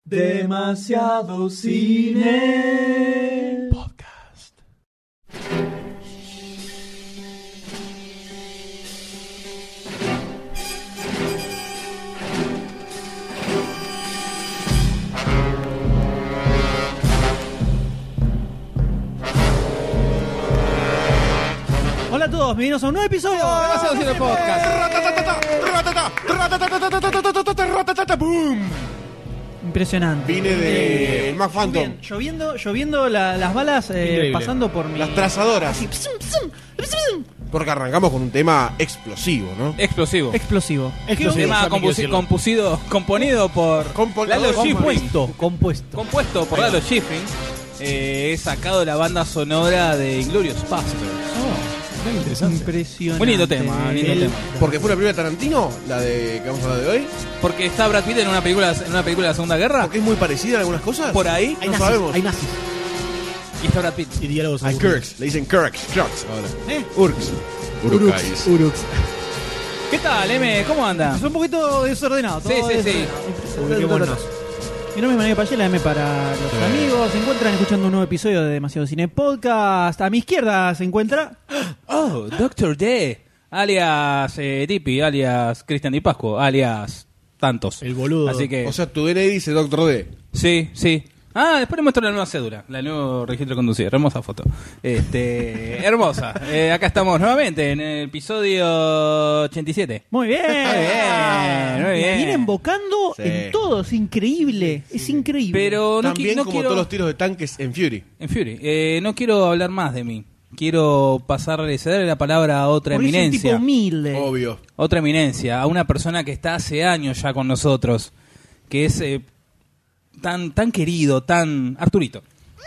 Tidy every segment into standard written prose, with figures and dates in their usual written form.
Demasiado cine podcast. Hola a todos, bienvenidos a un nuevo episodio de Demasiado Cine Podcast. ¡Boom! Impresionante. Vine de el Mac Phantom. Lloviendo las balas pasando por mi... Las trazadoras. Así, psum, psum, psum. Porque arrancamos con un tema explosivo, ¿no? Explosivo. Explosivo. Tema componido por Lalo Schifrin. Compuesto por Lalo Schifrin. He sacado la banda sonora de Inglourious Basterds. Impresionante. Muy lindo tema, tema. Porque fue la primera de Tarantino, la de que vamos a hablar de hoy. Porque está Brad Pitt en una película de la Segunda Guerra. Porque es muy parecida en algunas cosas. Por ahí. No sabemos. Hay nazis. Y está Brad Pitt. Y diálogos Hay aburridos. Kirks, le dicen Kirks ahora. Urks. Urux. ¿Qué tal, M? ¿Cómo anda? Es un poquito desordenado. Sí. Ubiquémonos. Mi nombre es Manuel Payela, M para los amigos. Se encuentran escuchando un nuevo episodio de Demasiado Cine Podcast. A mi izquierda se encuentra... Oh, Dr. D. Alias Dipi, alias Cristian Di Pascuo, alias tantos. El boludo. Así que... O sea, tu DNI dice Dr. D. Sí. Ah, después le muestro la nueva cédula, la nuevo registro de conducir. Hermosa foto. Hermosa. Acá estamos nuevamente en el episodio 87. Muy bien. Muy bien. Viene embocando Sí. en todo. Es increíble. Es increíble. Pero no, También no como quiero... todos los tiros de tanques en Fury. En Fury. No quiero hablar más de mí. Quiero cederle la palabra a otra Porque es un tipo eminencia. humilde. Obvio. Otra eminencia. A una persona que está hace años ya con nosotros. Que es tan querido, tan... Arturito.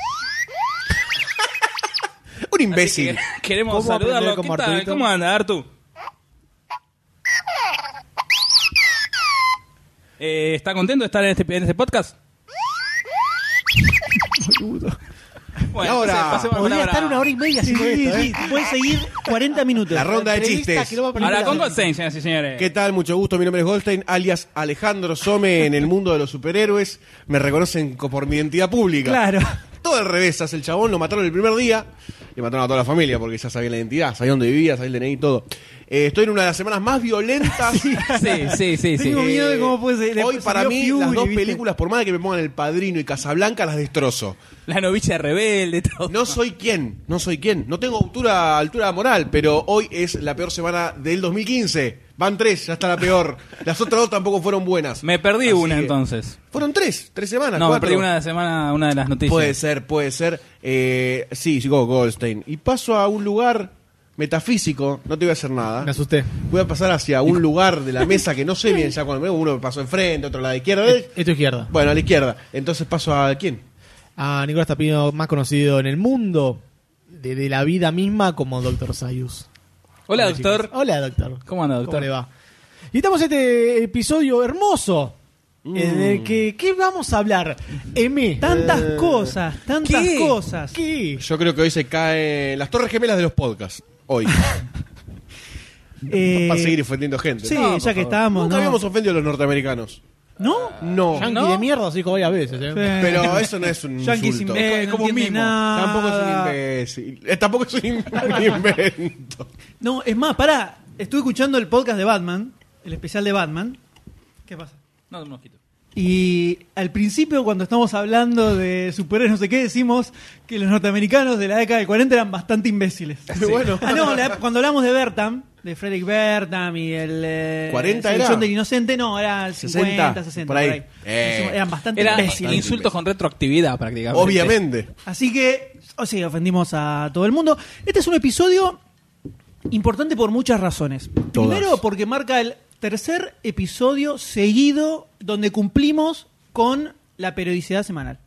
Un imbécil. Así que queremos ¿Cómo saludarlo. aprender como ¿Qué tal? Arturito? ¿Cómo anda, Artu? ¿Está contento de estar en este podcast? Bueno, Y ahora, entonces pasemos a la Podría palabra. estar una hora y media haciendo esto, Sí, puedes seguir 40 minutos. La ronda de Entrevista chistes. que no va a permitir Ahora la- con Goldstein, señoras y señores. ¿Qué tal? Mucho gusto. Mi nombre es Goldstein, alias Alejandro Some en el mundo de los superhéroes. Me reconocen por mi identidad pública. Claro. Todo al revés hace el chabón. Lo mataron el primer día. Le mataron a toda la familia porque ya sabían la identidad, sabían dónde vivía, sabían el DNI y todo. Estoy en una de las semanas más violentas. Sí. Tengo miedo de cómo puede ser. Hoy Después para salió mí Fury, las dos ¿viste? películas, por más de que me pongan El Padrino y Casablanca, las destrozo. La novicia rebelde, todo. No soy quien. No tengo altura moral, pero hoy es la peor semana del 2015. Van 3, ya está la peor. Las otras dos tampoco fueron buenas. Me perdí Así una que- entonces. Fueron 3 semanas. No, me 4. perdí una de las noticias. Puede ser. Sí, Goldstein. Y paso a un lugar metafísico, no te voy a hacer nada. Me asusté. Voy a pasar hacia un lugar de la mesa que no sé bien ya cuando uno me pasó enfrente, otro a la izquierda. Esto izquierda. Bueno, a la izquierda. Entonces paso a ¿quién? A Nicolás Tapino, más conocido en el mundo de la vida misma como Dr. Sayus. Hola, chicos. doctor. Hola, doctor. ¿Cómo anda, doctor? ¿Cómo le va? Y estamos en este episodio hermoso. En el que, ¿qué vamos a hablar? Tantas cosas. ¿Qué? Yo creo que hoy se caen las torres gemelas de los podcasts. Hoy. Para seguir ofendiendo gente. Sí, No, por ya que favor. estábamos, Nunca ¿no? habíamos ofendido a los norteamericanos. ¿No? No. Yankee ¿No? de mierda, así como varias veces. Pero eso no es un Yankees insulto. no como un entiende mimo. nada. Tampoco es un imbécil. Tampoco es un invento. No, es más, pará. Estuve escuchando el podcast de Batman, el especial de Batman. ¿Qué pasa? No, un mosquito. Y al principio, cuando estamos hablando de superhéroes, no sé qué, decimos que los norteamericanos de la década del 40 eran bastante imbéciles. Bueno. Ah, no, cuando hablamos de Bertam, de Frederick Bertam y el 40 Selección era. del Inocente, no, era el 50, 60, por ahí. Eran bastante Era imbéciles. insultos con retroactividad prácticamente. Obviamente. Así que, sí, ofendimos a todo el mundo. Este es un episodio importante por muchas razones. Todas. Primero, porque marca el tercer episodio seguido donde cumplimos con la periodicidad semanal.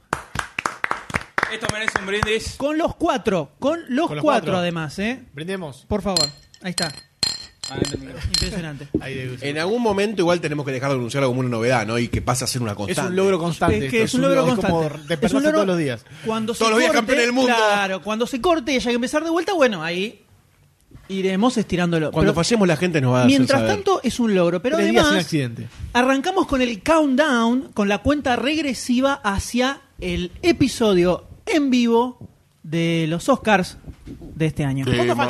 Esto merece un brindis. Con los cuatro cuatro. además, ¿eh? Brindemos. Por favor, ahí está. Ah, entendí. Impresionante. Ahí de En algún momento igual tenemos que dejar de anunciarlo como una novedad, ¿no? Y que pase a ser una Es constante. un logro constante. Es que es esto, un logro es como constante. despertarse Es un logro- todos los días. Cuando se Todos los días corte, campeón del mundo. Claro, cuando se corte y haya que empezar de vuelta, bueno, ahí iremos estirándolo. Cuando Pero fallemos la gente nos va a hacer mientras saber. tanto es un logro, pero 3 días sin además accidente. arrancamos con el countdown, con la cuenta regresiva hacia el episodio en vivo de los Oscars de este año.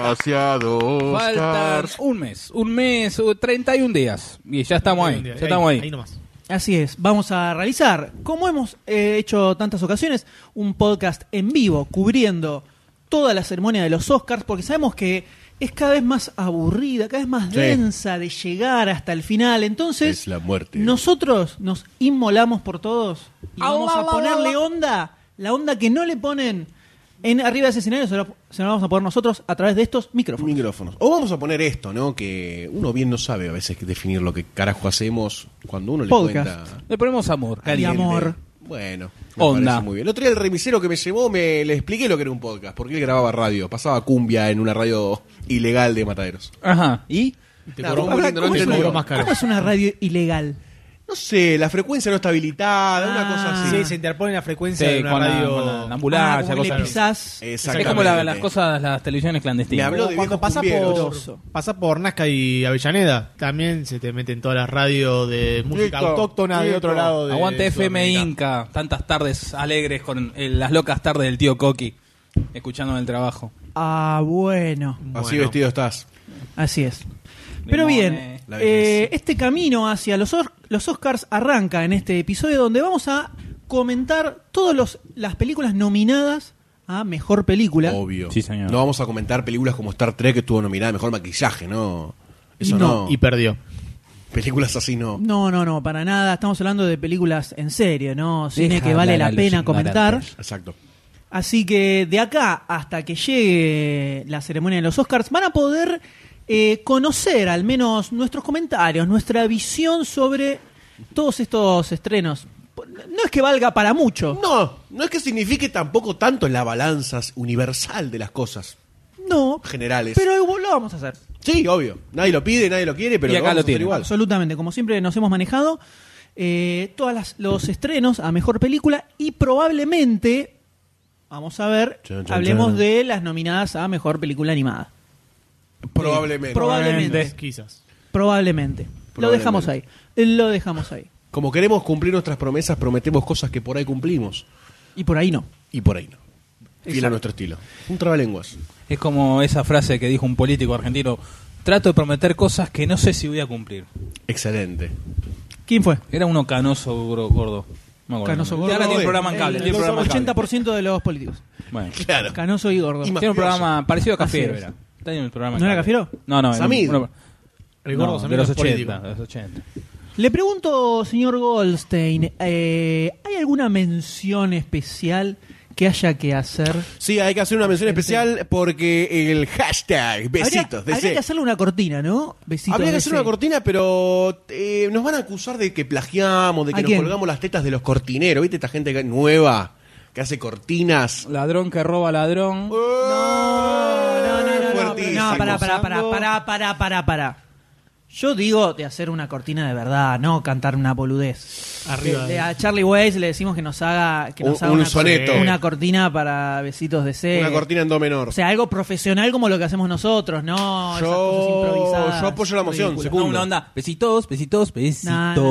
Demasiado Faltan Oscars. un mes, 31 días. Y ya estamos ahí, ya estamos ahí. Ahí nomás. Así es, vamos a realizar, como hemos hecho tantas ocasiones, un podcast en vivo cubriendo toda la ceremonia de los Oscars, porque sabemos que es cada vez más aburrida, cada vez más Sí. densa de llegar hasta el final. Entonces, Es la muerte. nosotros nos inmolamos por todos y vamos a ponerle onda, la onda que no le ponen en arriba de ese escenario, se lo vamos a poner nosotros a través de estos micrófonos. O vamos a poner esto, ¿no? Que uno bien no sabe a veces definir lo que carajo hacemos cuando uno le Podcast. cuenta. Le ponemos amor, Y cariño. amor. Bueno, me Onda. parece muy bien. El otro día el remisero que me llevó le expliqué lo que era un podcast, porque él grababa radio, pasaba cumbia en una radio ilegal de Mataderos. Ajá. ¿Y? Te Nah, cobró muy lindo, no ¿Cómo es entiendo. una- más caro. ¿Cómo es una radio ilegal? No sé, la frecuencia no está habilitada, una cosa así. Sí, se interpone la frecuencia Sí, de una con la radio. ambulancia, como que le cosas. pisás. Es Exactamente. como las cosas, las televisiones clandestinas. Me habló de Cuando viejos pasa cumbieros. por Nazca y Avellaneda, también se te meten todas las radios de música Listo, autóctona de listo. otro lado. De Aguante FM Sudamérica. Inca, tantas tardes alegres con las locas tardes del tío Coqui, escuchando en el trabajo. Ah, bueno. Así Bueno. vestido estás. Así es. Pero bien, La vejez. este camino hacia los Oscars arranca en este episodio donde vamos a comentar todas las películas nominadas a Mejor Película. Obvio. Sí, señor. No vamos a comentar películas como Star Trek, que estuvo nominada a Mejor Maquillaje, ¿no? Eso No. no. Y perdió. Películas así no. No, para nada. Estamos hablando de películas en serio, ¿no? Cine Deja que vale hablar la a pena los comentar. ignorantes. Exacto. Así que de acá hasta que llegue la ceremonia de los Oscars van a poder conocer al menos nuestros comentarios, nuestra visión sobre todos estos estrenos. No es que valga para mucho, No es que signifique tampoco tanto en la balanza universal de las cosas no, generales. pero lo vamos a hacer. Sí, obvio. Nadie lo pide, nadie lo quiere, pero Y acá vamos lo a hacer tiene. igual. Absolutamente, como siempre nos hemos manejado los estrenos a Mejor Película y probablemente, vamos a ver, Chan, chan, hablemos chan. de las nominadas a Mejor Película Animada. Probablemente. Probablemente. Quizás. Probablemente. Lo dejamos ahí. Lo dejamos ahí. Como queremos cumplir nuestras promesas, prometemos cosas que por ahí cumplimos. Y por ahí no. Y por ahí no. Fiel Exacto. a nuestro estilo. Un trabalenguas. Es como esa frase que dijo un político argentino: trato de prometer cosas que no sé si voy a cumplir. Excelente. ¿Quién fue? Era uno canoso gordo. No me acuerdo. Canoso Y gordo. ahora tiene programa en cable. El Tiene programa en cable. 80% de los políticos. Bueno, Claro. Canoso y gordo. Y más- tiene un programa parecido a Cafiero. Así es. Era. Tenía un programa en ¿No era cable. Cafiero? No, no. era Samid. El gordo no, también de los es político. 80. De los 80. Le pregunto, señor Goldstein, ¿hay alguna mención especial que haya que hacer? Sí, hay que hacer una mención especial porque el hashtag besitos Habría que DC. hacerle una cortina, ¿no? Besitos Habría que DC. hacer una cortina, pero nos van a acusar de que plagiamos, de ¿A que nos quién? colgamos las tetas de los cortineros. ¿Viste esta gente nueva que hace cortinas? Ladrón que roba ladrón. No, Fuertísimo. para. Yo digo de hacer una cortina de verdad, no cantar una boludez. Arriba. A Charlie Weiss le decimos que nos haga Un una, soneto. una cortina para besitos de C. Una cortina en do menor. O sea, algo profesional como lo que hacemos nosotros, no esas cosas improvisadas. yo apoyo la moción, ridículas. segundo. No, una onda. Besitos, besitos, besitos.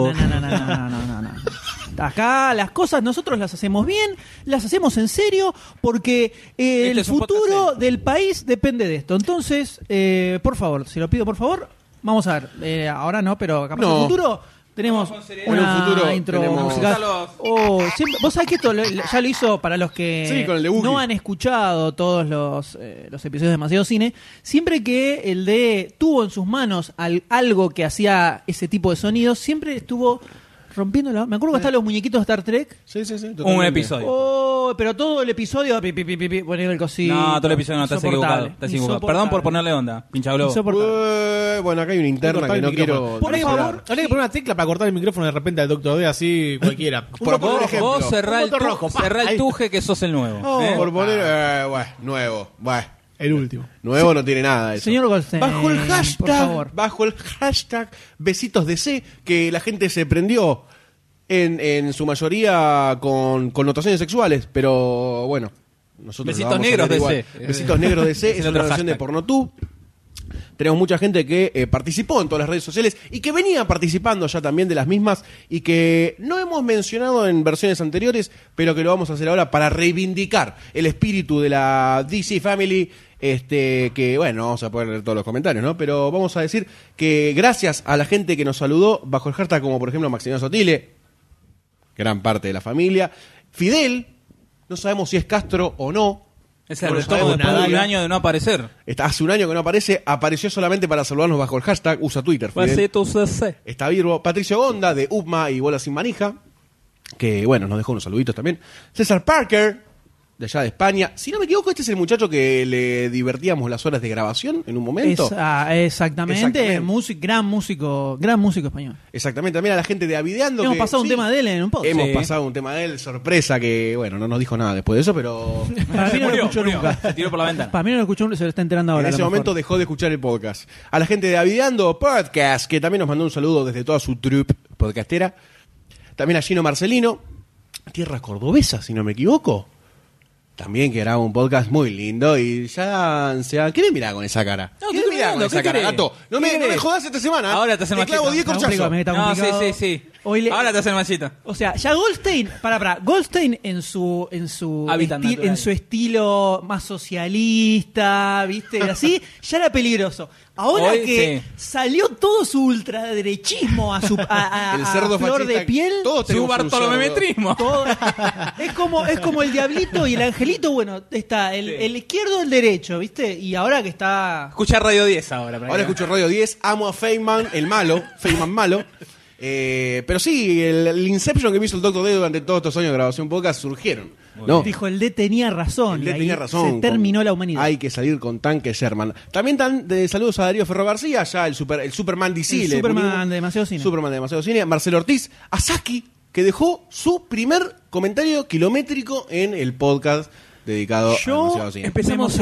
No. Acá las cosas nosotros las hacemos bien, las hacemos en serio, porque el es un futuro podcast serio. del país depende de esto. Entonces, por favor, si lo pido por favor, vamos a ver. Ahora no, pero capaz No. en el futuro tenemos Vamos con seriedad. una En el futuro intro tenemos- musical. Gonzalo. Vos sabés que esto ya lo hizo para los que Sí, con el de Boogie. no han escuchado todos los episodios de Demasiado Cine. Siempre que el de tuvo en sus manos algo que hacía ese tipo de sonidos, siempre estuvo rompiéndolo. Me acuerdo que estaban los muñequitos de Star Trek. Sí. Un totalmente. episodio. Oh, pero todo el episodio poniendo el cosito. No, todo el episodio no, estás equivocado. Insoportable. Estás equivocado. Perdón por ponerle onda. Pincha globo. Insoportable. Bueno, acá hay una interna Cortar que el no micrófono. quiero. Por desvelar. favor, habría que poner una tecla para cortar el micrófono de repente al Doctor D, así cualquiera. Por poner un ejemplo. Vos cerrá el, Un botón rojo, pa. cerrá el Ahí. tuje que sos el nuevo. Por poner. Nuevo. El último. Nuevo no tiene nada eso. Señor Goldstein, Bajo el por favor. hashtag besitos DC, que la gente se prendió en su mayoría con connotaciones sexuales, pero bueno, nosotros Besitos lo vamos a negros leer DC. igual. Besitos negros DC Es es el una otro versión de hashtag. Pornotube. Tenemos mucha gente que participó en todas las redes sociales y que venía participando ya también de las mismas y que no hemos mencionado en versiones anteriores, pero que lo vamos a hacer ahora para reivindicar el espíritu de la DC Family. Que bueno, no vamos a poder leer todos los comentarios, ¿no? Pero vamos a decir que gracias a la gente que nos saludó bajo el hashtag, como por ejemplo Maximiliano Sotile, gran parte de la familia, Fidel, no sabemos si es Castro o no. Es el retorno después de un año de no aparecer. Hace un año que no aparece, apareció solamente para saludarnos bajo el hashtag, usa Twitter, Fidel. Está Virgo, Patricio Gonda de UPMA y Bola Sin Manija, que bueno, nos dejó unos saluditos también. César Parker, de allá de España. Si no me equivoco, este es el muchacho que le divertíamos las horas de grabación en un momento. Exactamente. Gran músico español. Exactamente. También a la gente de Avideando. Hemos pasado un tema de él en un podcast. Hemos pasado un tema de él, sorpresa, que bueno, no nos dijo nada después de eso, pero... Para mí no lo escuchó nunca. Se tiró por la ventana. Para mí no lo escuchó, se lo está enterando ahora. En ese momento dejó de escuchar el podcast. A la gente de Avideando Podcast, que también nos mandó un saludo desde toda su troupe podcastera. También a Gino Marcelino, Tierra Cordobesa, si no me equivoco. También que graba un podcast muy lindo y ya ¿qué me mirá con esa cara? No, ¿Qué me mirá con esa cara, gato? No me jodas esta semana. Ahora te hacen machito. Te clavo 10 corchazos. No, sí. Ahora te hacen machito. O sea, ya Goldstein, Goldstein en su estilo más socialista, ¿viste? Así, ya era peligroso. Ahora hoy, que salió todo su ultraderechismo a el cerdo flor fascista, de piel, su bartolomemetrismo. Es como el diablito y el angelito, bueno, está el izquierdo y el derecho, ¿viste? Y ahora que está... Escucha Radio 10 ahora. Ahora escucho Radio 10, amo a Feynman, el malo, Feynman malo. Pero sí, el Inception que me hizo el Dr. D durante todos estos años de grabación podcast surgieron. ¿no? Dijo, el D tenía razón. El D tenía razón. Se terminó la humanidad. Hay que salir con tanque Sherman. También saludos a Darío Ferro García, ya el Superman DC. El Superman de Demasiado Cine. Superman de Demasiado Cine. Marcelo Ortiz, a Saki, que dejó su primer comentario kilométrico en el podcast dedicado a Demasiado Cine. Empecemos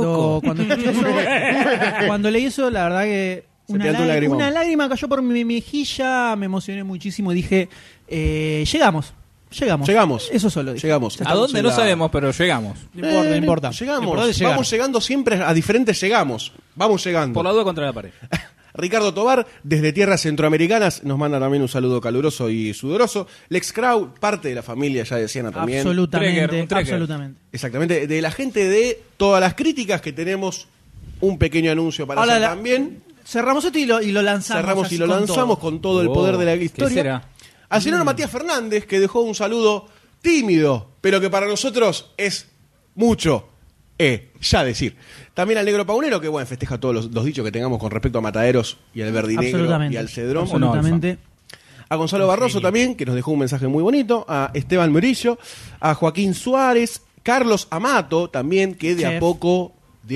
cuando leí eso, la verdad que una lágrima cayó por mi mejilla, me emocioné muchísimo y dije, llegamos. Eso solo dije. Llegamos. ¿A dónde? No sabemos, pero llegamos. No importa. Llegamos. Vamos llegando siempre a diferentes llegamos. Vamos llegando. Por la duda contra la pared. Ricardo Tobar, desde tierras centroamericanas, nos manda también un saludo caluroso y sudoroso. Lex Crow, parte de la familia ya de Siena también. Absolutamente. Exactamente. De la gente de todas las críticas que tenemos, un pequeño anuncio para hacer también. Cerramos esto y lo lanzamos. Con todo el poder de la historia. ¿Qué será? Al señor Matías Fernández, que dejó un saludo tímido, pero que para nosotros es mucho, ya decir. También al Negro Paunero, que bueno, festeja todos los dichos que tengamos con respecto a Mataderos y al Verdinegro y al Cedrón. Absolutamente. A Gonzalo Barroso también, que nos dejó un mensaje muy bonito. A Esteban Murillo, a Joaquín Suárez, Carlos Amato también, que de a poco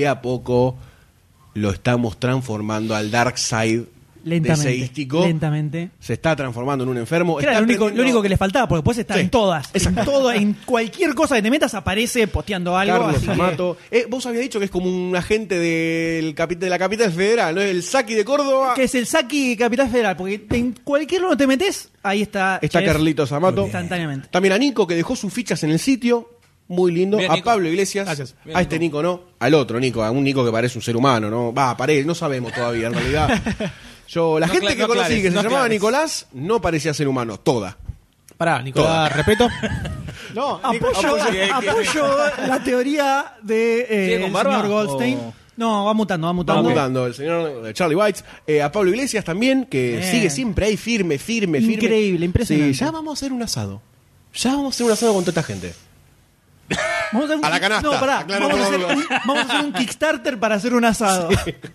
lo estamos transformando al Dark Side. Lentamente. Se está transformando en un enfermo. Era lo único que le faltaba, porque después está en todas. En cualquier cosa que te metas aparece posteando algo. Carlos Amato. Vos habías dicho que es como un agente de la capital federal, ¿no? El Saki de Córdoba. Que es el Saki capital federal, porque en cualquier lugar te metes, ahí está. Está Carlitos Amato. Instantáneamente. También a Nico, que dejó sus fichas en el sitio. Muy lindo. Bien, a Pablo Iglesias. Gracias. Bien, a este Nico no. Al otro Nico. A un Nico que parece un ser humano, ¿no? No sabemos todavía, en realidad. La gente que conocí que se llamaba Nicolás no parecía ser humano, toda. Pará, Nicolás, respeto. No, apoyo la teoría de señor Goldstein. No, va mutando. Va mutando el señor Charlie Whites. A Pablo Iglesias también, que sigue siempre ahí firme. Increíble, impresionante. Sí, ya vamos a hacer un asado. Con toda esta gente. A la canasta. No, pará. Vamos a hacer un Kickstarter para hacer un asado.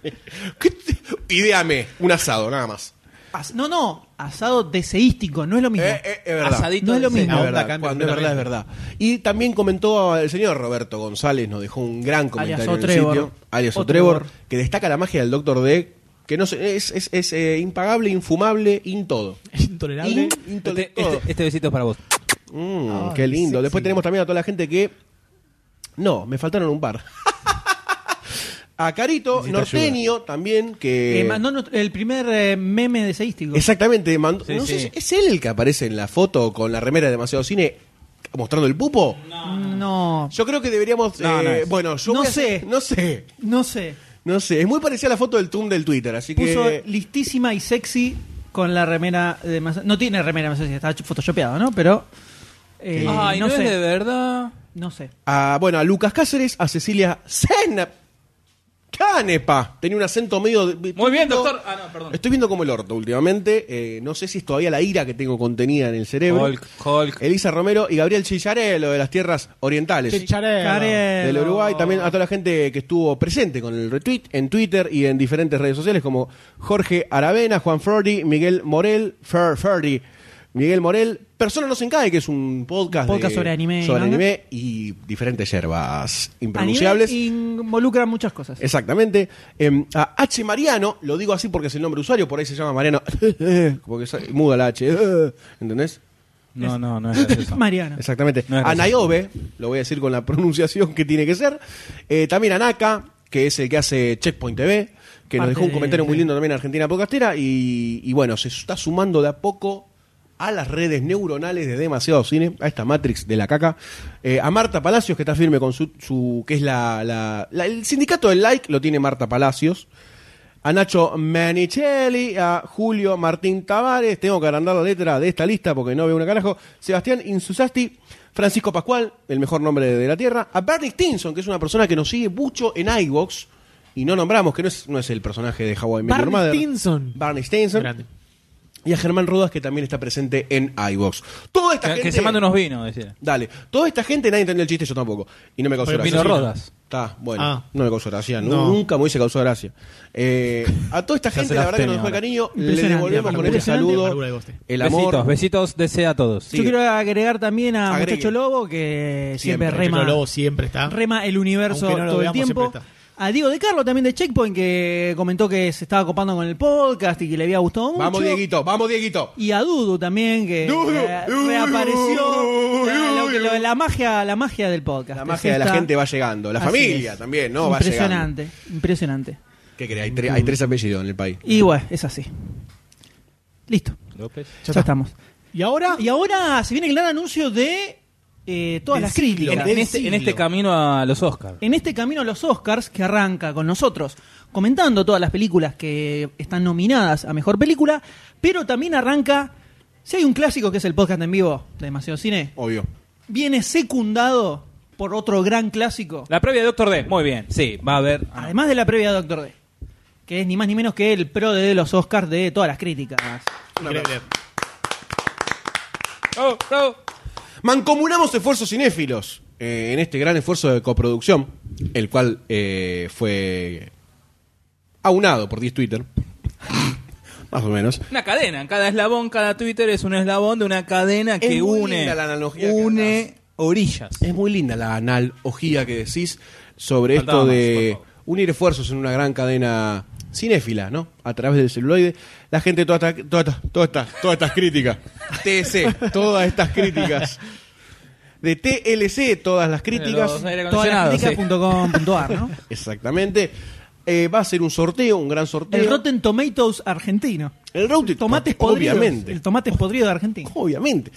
Ideame un asado, nada más. No, asado deseístico, no es lo mismo. Es verdad. Asadito no es lo mismo. Es verdad. Y también comentó el señor Roberto González, nos dejó un gran comentario en el sitio. Alias Otrevor, que destaca la magia del Dr. D, que no sé, es impagable, infumable, todo. Intolerable. Este besito es para vos. Qué lindo. Después tenemos también a toda la gente que... No, me faltaron un par. A Carito Norteño también, que... mandó el primer meme deseístico. Exactamente. Sé, ¿es él el que aparece en la foto con la remera de Demasiado Cine mostrando el pupo? No. Yo creo que deberíamos... No sé. No sé, es muy parecida a la foto del Tum del Twitter, así Puso que... listísima y sexy con la remera de no tiene remera, no sé si está photoshopeado, ¿no? Pero Ay, no sé. es de verdad. No sé. A Lucas Cáceres, a Cecilia Canepa. Tenía un acento medio... Muy bien, doctor. Ah, no, perdón. Estoy viendo como el orto últimamente. No sé si es todavía la ira que tengo contenida en el cerebro. Hulk. Elisa Romero y Gabriel Chicharello de las tierras orientales del Uruguay. También a toda la gente que estuvo presente con el retweet en Twitter y en diferentes redes sociales como Jorge Aravena, Juan Ferdi, Miguel Morel, Miguel Morel, Persona No Se Encae, que es un podcast sobre anime, y diferentes yerbas impronunciables. Anime involucra muchas cosas. Exactamente. A H. Mariano, lo digo así porque es el nombre de usuario, por ahí se llama Mariano, porque muda la H, ¿entendés? No es eso. Mariano. Exactamente. No es a gracioso. Nayobe, lo voy a decir con la pronunciación que tiene que ser. También a Naka, que es el que hace Checkpoint TV, que nos dejó un comentario muy lindo también en Argentina Podcastera. Y bueno, se está sumando de a poco a las redes neuronales de Demasiado Cine, a esta Matrix de la caca. A Marta Palacios, que está firme con su que es el sindicato del like, lo tiene Marta Palacios. A Nacho Manichelli, a Julio Martín Tavares, tengo que agrandar la letra de esta lista porque no veo una carajo. Sebastián Insusasti, Francisco Pascual, el mejor nombre de la tierra. A Bernie Stinson, que es una persona que nos sigue mucho en iVoox y no nombramos, que no es el personaje de How I Met Your Mother. Barney Stinson. Grande. Y a Germán Rodas, que también está presente en iVoox. Toda esta gente... Que se mande unos vinos, decía. Dale. Toda esta gente, nadie entendió el chiste, yo tampoco. Y no me causó Porque gracia. vino Rodas. Está, bueno. Ah. No me causó gracia. No. Nunca me hubiese causado gracia. A toda esta Se gente, hace la la verdad que nos abstenio dejó el ahora. cariño. Le Impresionante. devolvemos con este Impresionante. saludo el amor. Besitos desea a todos. Sí. Yo quiero agregar también a Agregue. Muchacho Lobo, que siempre Siempre. rema, Lobo siempre está. rema el universo Aunque no lo todo el veamos, tiempo. siempre está. A Diego de Carlo, también de Checkpoint, que comentó que se estaba copando con el podcast y que le había gustado mucho. Vamos, Dieguito. Y a Dudu también, que Dudu, reapareció. Dudu. La magia del podcast. La magia de la gente va llegando. La Así familia es. también, ¿no? Va llegando. Impresionante. ¿Qué crees? Hay tres apellidos en el país. Y bueno, es así. Listo. López. Ya estamos. ¿Y ahora? Y ahora se viene el gran anuncio de todas las críticas. En este camino a los Oscars. En este camino a los Oscars, que arranca con nosotros comentando todas las películas que están nominadas a Mejor Película, pero también arranca, si hay un clásico que es el podcast en vivo de Demasiado Cine, Obvio. viene secundado por otro gran clásico, La previa de Doctor D. Muy bien. Sí, va a haber. además de la previa de Doctor D, que es ni más ni menos que el pro de los Oscars de todas las críticas. Increíble. Mancomunamos esfuerzos cinéfilos en este gran esfuerzo de coproducción, el cual fue aunado por 10 Twitter. Más o menos. Una cadena. Cada eslabón, cada Twitter es un eslabón de una cadena Es que muy une. linda la analogía que Une orillas. Es muy linda la analogía que decís sobre Faltaba esto más, de por favor. unir esfuerzos en una gran cadena cinéfila, ¿no? A través del celuloide. La gente, todas estas críticas. TC, todas estas críticas. De TLC, todas las críticas. Los aire Todas las acondicionados, sí. críticas.com.ar, ¿no? Exactamente. Va a ser un sorteo, un gran sorteo. El Rotten Tomatoes argentino. El Rotten Tomates podridos. Obviamente. El tomate podrido de Argentina. Obviamente.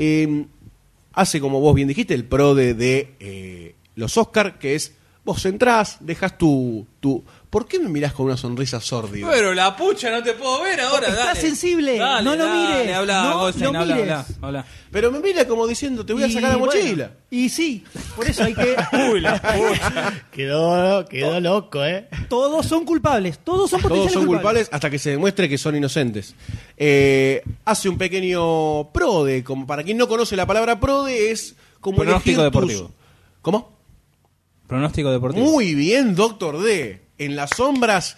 Hace, como vos bien dijiste, el pro de los Oscar, que es, vos entrás, dejas tu... ¿Por qué me mirás con una sonrisa sórdida? Pero la pucha, no te puedo ver ahora. Está dale. sensible, Dale, no lo dale, mires, Habla, no Goldstein, lo habla, mires. habla. Pero me mira como diciendo, te voy a Y sacar la bueno, mochila. y sí, por eso hay que... Uy, la pucha. Quedó loco, ¿eh? Todos son culpables, todos son Todos potenciales son culpables hasta que se demuestre que son inocentes. Hace un pequeño PRODE, como para quien no conoce la palabra PRODE, es como Pronóstico elegir tus- deportivo. ¿Cómo? Pronóstico deportivo. Muy bien, Doctor D. En las sombras,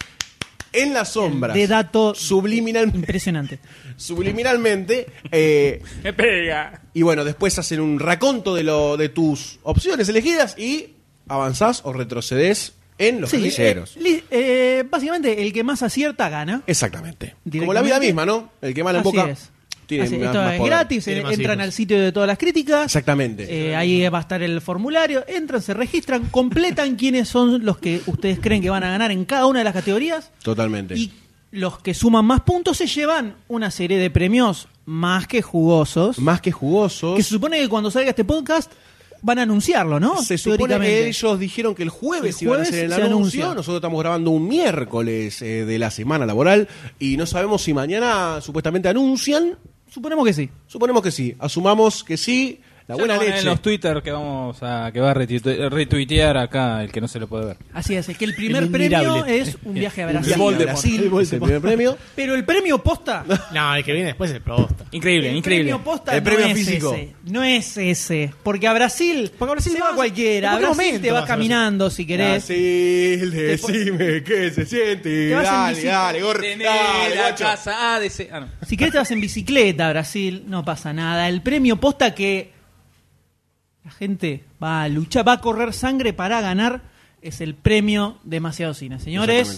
De dato impresionante. subliminalmente. Me pega. Y bueno, después hacen un raconto de tus opciones elegidas y avanzás o retrocedes en los Sí, casilleros. básicamente el que más acierta gana. Exactamente. Como Directamente. la vida misma, ¿no? El que mal en Así boca es. tiene Así, más esto es poder. gratis, Tiene más entran hijos. al sitio de todas las críticas. Exactamente. Ahí va a estar el formulario, entran, se registran, completan quiénes son los que ustedes creen que van a ganar en cada una de las categorías Totalmente. y los que suman más puntos se llevan una serie de premios más que jugosos. Más que jugosos. Que se supone que cuando salga este podcast van a anunciarlo, ¿no? Se supone que ellos dijeron que el jueves iban a hacer el anuncio. anuncia. Nosotros estamos grabando un miércoles de la semana laboral y no sabemos si mañana supuestamente anuncian. Suponemos que sí. Suponemos que sí. Asumamos que sí. La buena leche. En los Twitter que va a retuitear acá el que no se lo puede ver. Así es que el primer premio es un viaje a Brasil. Es el primer premio. Pero el premio posta. No, el que viene después es el posta. Increíble. El premio posta El premio no físico. Es ese. No es ese. Porque a Brasil se va cualquiera. A ¿en qué Brasil momento te vas vas a caminando si querés. Brasil, decime qué se siente. Te vas en Dale, bicicleta. dale, gorro. Tener Dale, la guacho. casa ADC. No. Si querés te vas en bicicleta a Brasil, no pasa nada. El premio posta que la gente va a luchar, va a correr sangre para ganar, es el premio Demasiado Cine. Señores,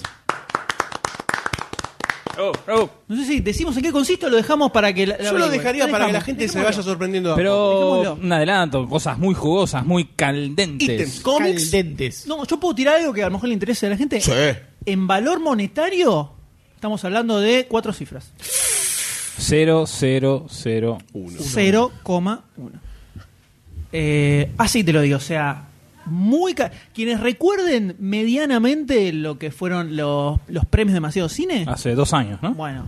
no sé si decimos en qué consiste o lo dejamos para que... Yo lo dejaría para que la gente se vaya sorprendiendo. Pero Dejémoslo. un adelanto, cosas muy jugosas, muy caldentes. Ítems, cómics. Caldentes. No, yo puedo tirar algo que a lo mejor le interese a la gente. Sí. En valor monetario, estamos hablando de 4 cifras. 0,001. 0,1. Así te lo digo, o sea, quienes recuerden medianamente lo que fueron los premios Demasiado Cine, Hace 2 años, ¿no? bueno,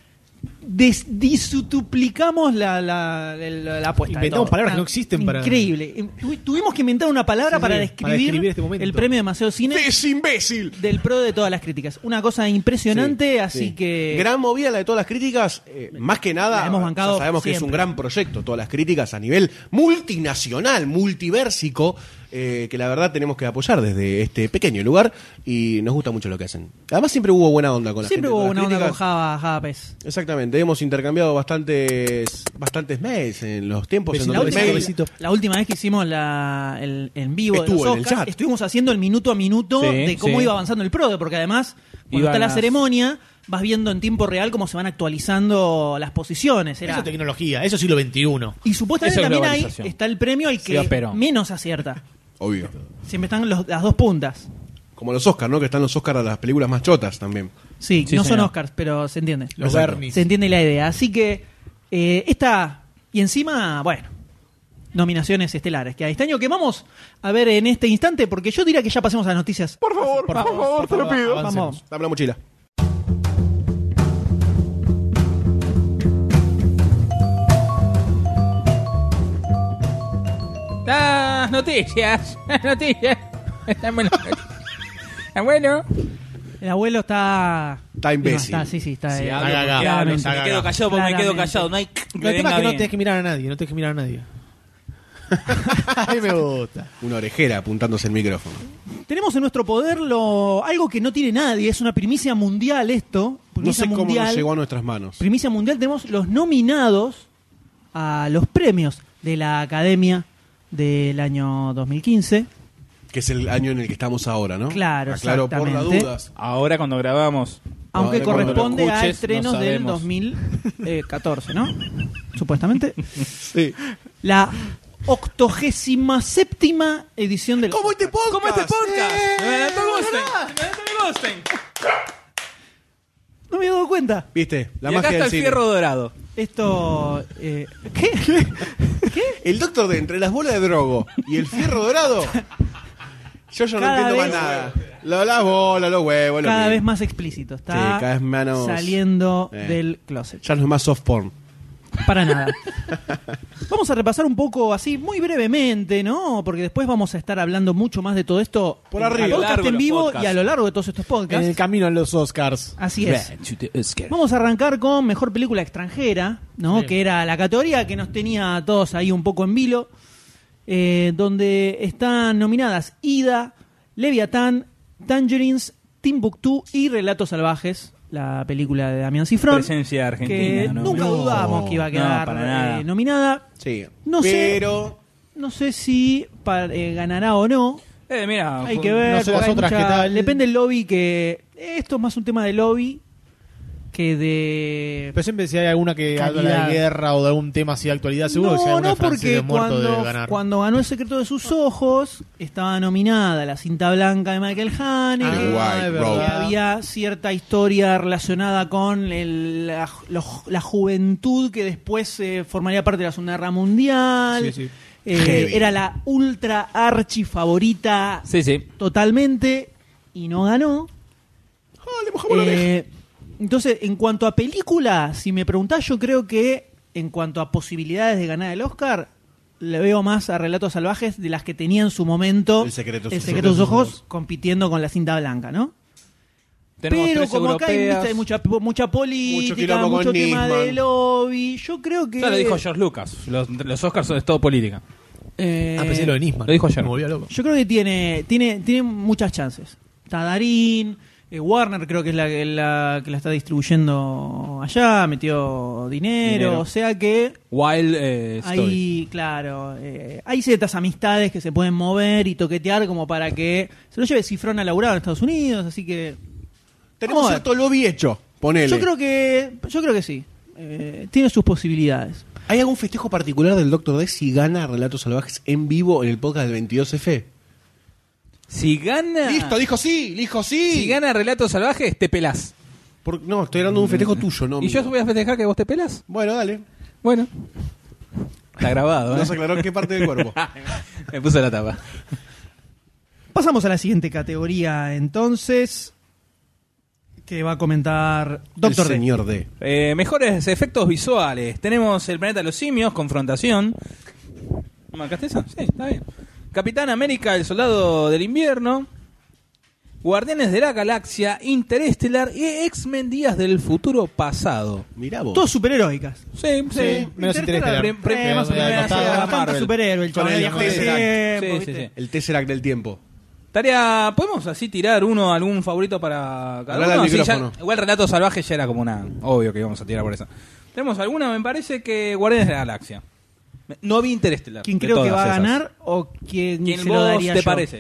disutuplicamos la apuesta. Inventamos palabras que no existen para... Increíble. Tuvimos que inventar una palabra Sí, para sí, describir, para este momento. el premio Demasiado Cine ¡Es imbécil! del pro de todas las críticas. Una cosa impresionante, Sí, así sí. que... Gran movida la de todas las críticas. Más que nada, La hemos bancado ya sabemos que es un siempre. gran proyecto. Todas las críticas a nivel multinacional, multiversico, que la verdad tenemos que apoyar desde este pequeño lugar y nos gusta mucho lo que hacen. Además siempre hubo buena onda con la Siempre gente. hubo de todas una las onda con críticas. Java Pez. Exactamente, hemos intercambiado bastantes mails en los tiempos en Besito, donde La el última, mail- la última vez que hicimos el en vivo Estuvo de los en el Oscars, chat. estuvimos haciendo el minuto a minuto Sí, de cómo sí. iba avanzando el PRODE, porque además, cuando Iban está la las- ceremonia, vas viendo en tiempo real cómo se van actualizando las posiciones. Eso es tecnología, eso es siglo XXI. Y supuestamente Eso es también ahí globalización. está el premio al Sí, que pero- menos acierta. Obvio. Siempre están las dos puntas. Como los Oscars, ¿no? Que están los Oscars a las películas más chotas también. Sí, Sí, no son señor. Oscars, pero se entiende. Los Exacto. Bernis. Se entiende la idea. Así que esta, y encima, bueno, nominaciones estelares que hay este año que vamos a ver en este instante, porque yo diría que ya pasemos a las noticias. Por favor, te lo pido. Vamos. Dame la mochila. Las noticias. Están buenas. Está bueno. El abuelo está... Está imbécil. No, sí, está... Sí, hablo hablo porque porque hablo, hablo, se me me quedo callado porque me quedo Claramente. callado. No hay que El tema es venga que no bien. tenés que mirar a nadie, no tenés que mirar a nadie. A mí me gusta. Una orejera apuntándose el micrófono. Tenemos en nuestro poder algo que no tiene nadie, es una primicia mundial esto. No Primicia sé cómo mundial. nos llegó a nuestras manos. Primicia mundial, tenemos los nominados a los premios de la Academia del año 2015. Que es el año en el que estamos ahora, ¿no? Claro, Aclaro por las exactamente. dudas. Ahora cuando grabamos. Aunque Ahora, cuando corresponde lo a escuches, estrenos no del sabemos. 2014, ¿no? Supuestamente. Sí. La 87ª edición del... ¿Cómo este podcast? ¿Cómo este podcast? Me adelantó Goldstein. No me había dado cuenta. ¿Viste? La Y acá magia está del el cine. fierro dorado. Esto... ¿Qué? El doctor D entre las bolas de drogo y el fierro dorado. Yo no Cada entiendo más vez- nada. Las bolas, los huevos, lo Cada mismo. vez más explícito. Está Sí, cada vez menos- saliendo Eh. del closet. Ya no es más soft porn. Para nada. Vamos a repasar un poco así, muy brevemente, ¿no? Porque después vamos a estar hablando mucho más de todo esto Por en arriba. el podcast A lo largo de en los vivo podcasts. y a lo largo de todos estos En podcasts. el camino a los Oscars. Así es. Vamos a arrancar con Mejor Película Extranjera, ¿no? Sí. Que era la categoría que nos tenía a todos ahí un poco en vilo, donde están nominadas Ida, Leviatán, Tangerines, Timbuktu y Relatos Salvajes, la película de Damián Cifrón. Presencia argentina. Que ¿no? nunca No. dudamos que iba a No, quedar para nada. nominada. Sí. No sé. Pero No sé si ganará o no. Mira, Hay que ver. no sé las porque hay otras qué tal. Depende del lobby que... Esto es más un tema de lobby que de... Pero siempre si hay alguna que habla Calidad. de guerra o de algún tema así de actualidad, seguro que si hay alguna francés porque de muerto de cuando, ganar. cuando ganó El secreto de sus ojos, estaba nominada La cinta blanca de Michael Haneke, The White es Robe. que verdad. había cierta historia relacionada con la juventud que después formaría parte de la Segunda Guerra Mundial. Sí, sí. Era la ultra archi favorita Sí. totalmente y no ganó. Le mojamos la oreja. Entonces, en cuanto a película, si me preguntás, yo creo que en cuanto a posibilidades de ganar el Oscar, le veo más a Relatos Salvajes de las que tenía en su momento El secreto de de sus ojos, compitiendo con La Cinta Blanca, ¿no? Tenemos Pero 3 como acá hay, europeas. ¿viste? Hay mucha política, quilombo mucho con tema Nisman. de lobby, yo creo que... Ya lo dijo George Lucas. Los Oscars son todo política. Pensé lo de Nisman. Lo dijo ayer. Me volvió loco. Yo creo que tiene muchas chances. Está Darín, Warner creo que es la que la está distribuyendo allá, metió dinero. O sea que Wild Stories. hay, claro, hay ciertas amistades que se pueden mover y toquetear como para que se lo lleve Cifrón a laburar en Estados Unidos, así que Tenemos vamos a ver. cierto lobby hecho. Ponele. Yo creo que sí. Tiene sus posibilidades. ¿Hay algún festejo particular del Dr. D si gana Relatos Salvajes en vivo en el podcast del 22F? Si gana. Listo, dijo sí. Si gana Relatos Salvajes, te pelás. No, estoy hablando de un festejo tuyo, ¿no? ¿Y yo mío. voy a festejar que vos te pelás? Bueno, dale. Bueno. Está grabado, ¿eh? Nos aclaró qué parte del cuerpo. Me puse la tapa. Pasamos a la siguiente categoría, entonces, que va a comentar Doctor El D. señor D. Mejores efectos visuales. Tenemos El planeta de los simios, Confrontación. ¿Marcaste eso? Sí, está bien. Capitán América, El soldado del invierno. Guardianes de la Galaxia, Interestelar y X-Men Días del futuro pasado. Mirá vos. Todas superheroicas. Sí. Menos Interestelar. Más o menos. Bastante Marvel. superhéroe, el chaval Con el viaja en el Tesseract. tiempo, Sí. ¿viste? El Tesseract del tiempo. ¿Podemos así tirar algún favorito para cada Hablale uno? al Sí, micrófono. igual Relato Salvaje ya era como obvio que íbamos a tirar por eso. ¿Tenemos alguna? Me parece que Guardianes de la Galaxia. No vi Interestelar. ¿Quién de creo que todas va a esas. ganar o quién ¿Quién se lo vos daría te yo? parece?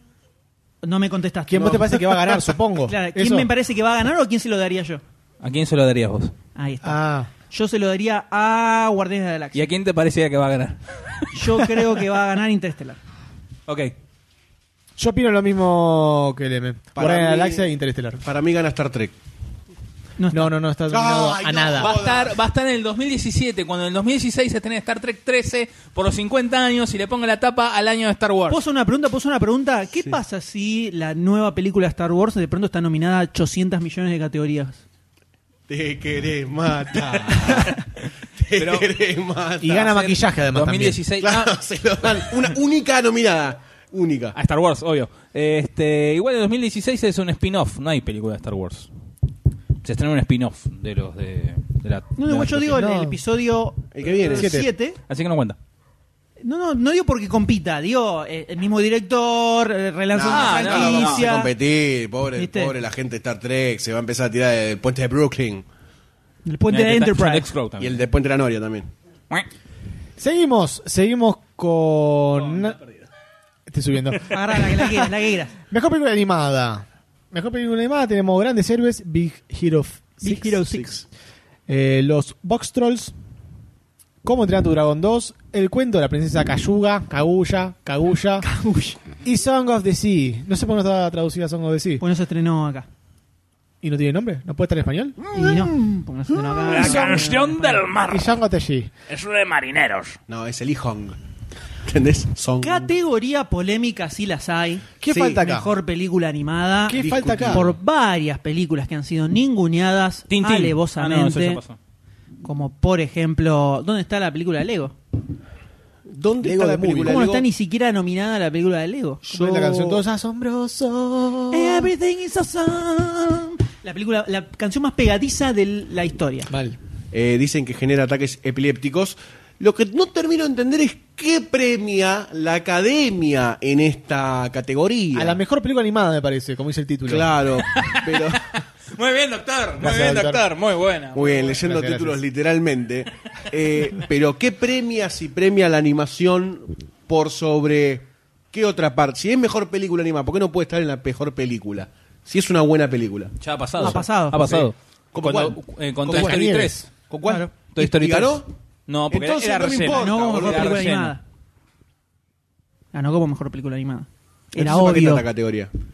No me contestaste. ¿Quién No. vos te parece que va a ganar, supongo? Claro, ¿quién Eso. me parece que va a ganar o quién se lo daría yo? ¿A quién se lo darías vos? Ahí está. Ah, Yo se lo daría a Guardianes de la ¿Y Galaxia. a quién te parecía que va a ganar? Yo creo que va a ganar Interestelar. Ok. yo opino lo mismo que el M. Para Guardianes de la mí- Galaxia e Interestelar. Para mí gana Star Trek. No está. No, está nominado Ay, a no. nada. Va a estar en el 2017, cuando en el 2016 se tenía Star Trek 13 por los 50 años y le ponga la tapa al año de Star Wars. ¿Puedo hacer una pregunta? ¿Qué pasa si la nueva película Star Wars de pronto está nominada a 800 millones de categorías? Te querés matar. Te Pero- querés matar. Y gana maquillaje además 2016. Claro, se lo dan. Una única nominada. Única. A Star Wars, obvio. Igual en 2016 es un spin-off, no hay película de Star Wars. Se estrena un spin-off de los de la. No, de igual la yo digo no. el episodio El que viene. 7. Así que no cuenta. No digo porque compita, digo el mismo director, relanzó una No, franquicia. competir, pobre ¿Viste? la gente de Star Trek. Se va a empezar a tirar el puente de Brooklyn. El puente de Está Enterprise. Alex Crowe Y también. el de Puente de la Noria también. Seguimos con... Estoy subiendo. Agarrá la que quieras. Mejor película animada. Mejor película animada tenemos Grandes Héroes, Big Hero 6. Los Box Trolls, Cómo entrenar a tu dragón 2, El cuento de la princesa Kaguya y Song of the Sea. No sé por qué no está traducida Song of the Sea. Pues no se estrenó acá. ¿Y no tiene nombre? ¿No puede estar en español? Y no, porque no se estrenó acá. La canción del mar. Y Song of the Sea. Es de marineros. No, es el Ihong. ¿Entendés? Son. Categoría polémica sí las hay. ¿Qué Sí, falta acá? Mejor película animada. ¿Qué falta acá? Por varias películas que han sido ninguneadas Tintín. alevosamente. No, eso ya pasó. Como por ejemplo, ¿dónde está la película de Lego? ¿Dónde Lego está de la película? ¿Cómo no Lego? está ni siquiera nominada la película de Lego? Yo... La canción Todos Asombrosos. Everything is awesome. La canción más pegadiza de la historia. Mal. Dicen que genera ataques epilépticos. Lo que no termino de entender es qué premia la academia en esta categoría. A la mejor película animada, me parece, como dice el título. Claro, pero Muy bien, doctor. Muy Gracias, bien, doctor. doctor. Muy buena. muy bien, leyendo Gracias, títulos gracias. literalmente. Pero qué premia si premia la animación por sobre qué otra parte. Si es mejor película animada, ¿por qué no puede estar en la mejor película? Si es una buena película. Ya ha pasado. Ha pasado. Ha pasado. Sí. ¿Cómo Cuando- cuál? con ¿Cómo Toy cuál? Story Nieves. 3. ¿Con cuál? Claro. Toy Story ¿Y 3. ganó? No, porque Entonces era no me relleno. importa, Ganó como boludo. mejor Era película relleno. animada. Ganó como mejor película animada. Era Entonces, ¿para qué obvio. está la categoría?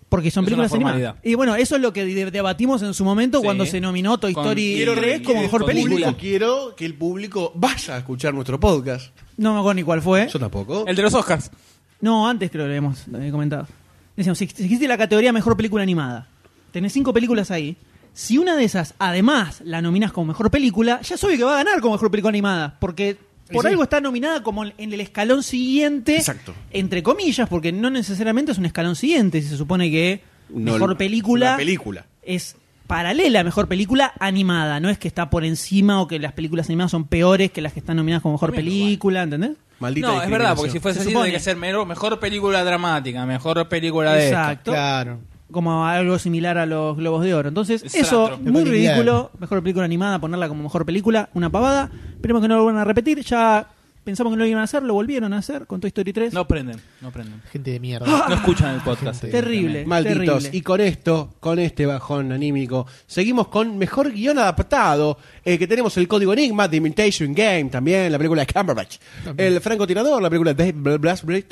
Porque son Es películas una animadas. formalidad. Y bueno, eso es lo que debatimos en su momento Sí. cuando se nominó Toy Con- Story Quiero 3 como mejor con película. Quiero que el público vaya a escuchar nuestro podcast. No me acuerdo ni cuál fue. Yo tampoco. El de los Oscars. No, antes creo que lo hemos comentado. Decíamos, si existe la categoría mejor película animada, tenés 5 películas ahí. Si una de esas, además, la nominas como mejor película, ya es obvio que va a ganar como mejor película animada. Porque por algo está nominada como en el escalón siguiente. Exacto. Entre comillas, porque no necesariamente es un escalón siguiente. Si se supone que No, mejor película una película. es paralela a mejor película animada. No es que está por encima o que las películas animadas son peores que las que están nominadas como mejor Conmigo película, ¿entendés? Maldita No, es verdad, porque si discriminación. fuese Se así, supone. tiene que ser mejor película dramática, mejor película de esto. Exacto. Claro. Como algo similar a los Globos de Oro. Entonces, Exacto. eso, muy Mejor ridículo. Mejor película animada, ponerla como mejor película, una pavada. Esperemos que no lo vuelvan a repetir. Ya pensamos que no lo iban a hacer, lo volvieron a hacer con Toy Story 3. No prenden. Gente de mierda. No escuchan el podcast. Gente. Terrible. Malditos. terrible. Y con este bajón anímico, seguimos con mejor guión adaptado, que tenemos el Código Enigma, The Imitation Game, también la película de Cumberbatch, el Francotirador, la película de Blastbreak,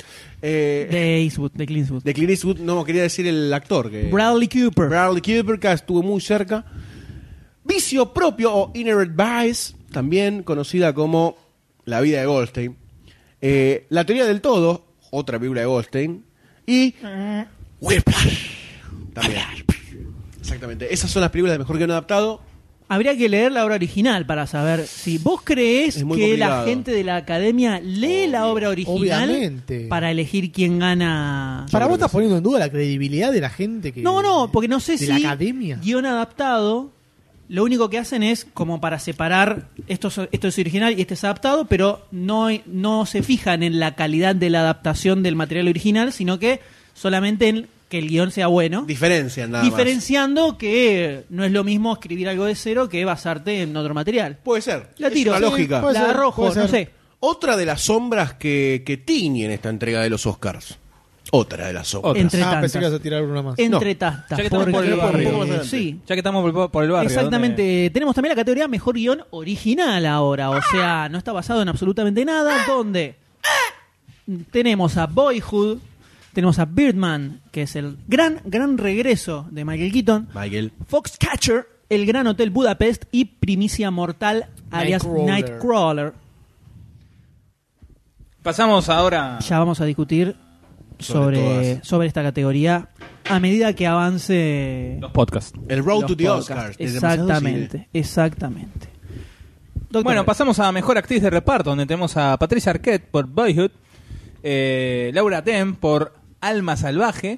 De Eastwood, de Clint Eastwood. de Clint Eastwood, no quería decir el actor, que Bradley Cooper. Bradley Cooper, que estuvo muy cerca. Vicio propio o Inherent Vice, también conocida como La vida de Goldstein. La teoría del todo, otra película de Goldstein. Y Whiplash, también. Exactamente. Esas son las películas de mejor guión adaptado. Habría que leer la obra original para saber si vos crees Es muy que la complicado. gente de la academia lee la obra original Obviamente. para elegir quién gana. Para creo vos que estás sí. poniendo en duda la credibilidad de la gente que. No, porque no sé de si la academia. guión adaptado, lo único que hacen es como para separar esto es original y este es adaptado, pero no se fijan en la calidad de la adaptación del material original, sino que solamente en que el guión sea bueno. Diferencian nada más. Diferenciando que no es lo mismo escribir algo de cero que basarte en otro material. Puede ser. La Es tiro. una Sí, lógica. puede la ser, arrojo, puede no ser. sé. Otra de las sombras que tiñen esta entrega de los Oscars. Otra de las sombras. Otra. Entre Pensé que tantas. ibas a tirar una más. Entre No. tantas. Ya que estamos por el porque- barrio. Un poco más adelante. Sí. Ya que estamos por el barrio. Exactamente. Tenemos también la categoría mejor guión original ahora. O sea, no está basado en absolutamente nada. Donde tenemos a Boyhood, tenemos a Birdman, que es el gran regreso de Michael Keaton, Michael. Foxcatcher, El Gran Hotel Budapest y Primicia Mortal, alias Nightcrawler. Nightcrawler. Pasamos ahora. Ya vamos a discutir Sobre todas. sobre esta categoría a medida que avance Los podcasts. El Road los to the podcasts. Oscars. de Demasiado Cine. Exactamente. Doctor Bueno, Red. pasamos a mejor actriz de reparto, donde tenemos a Patricia Arquette por Boyhood, Laura Dern por Alma Salvaje,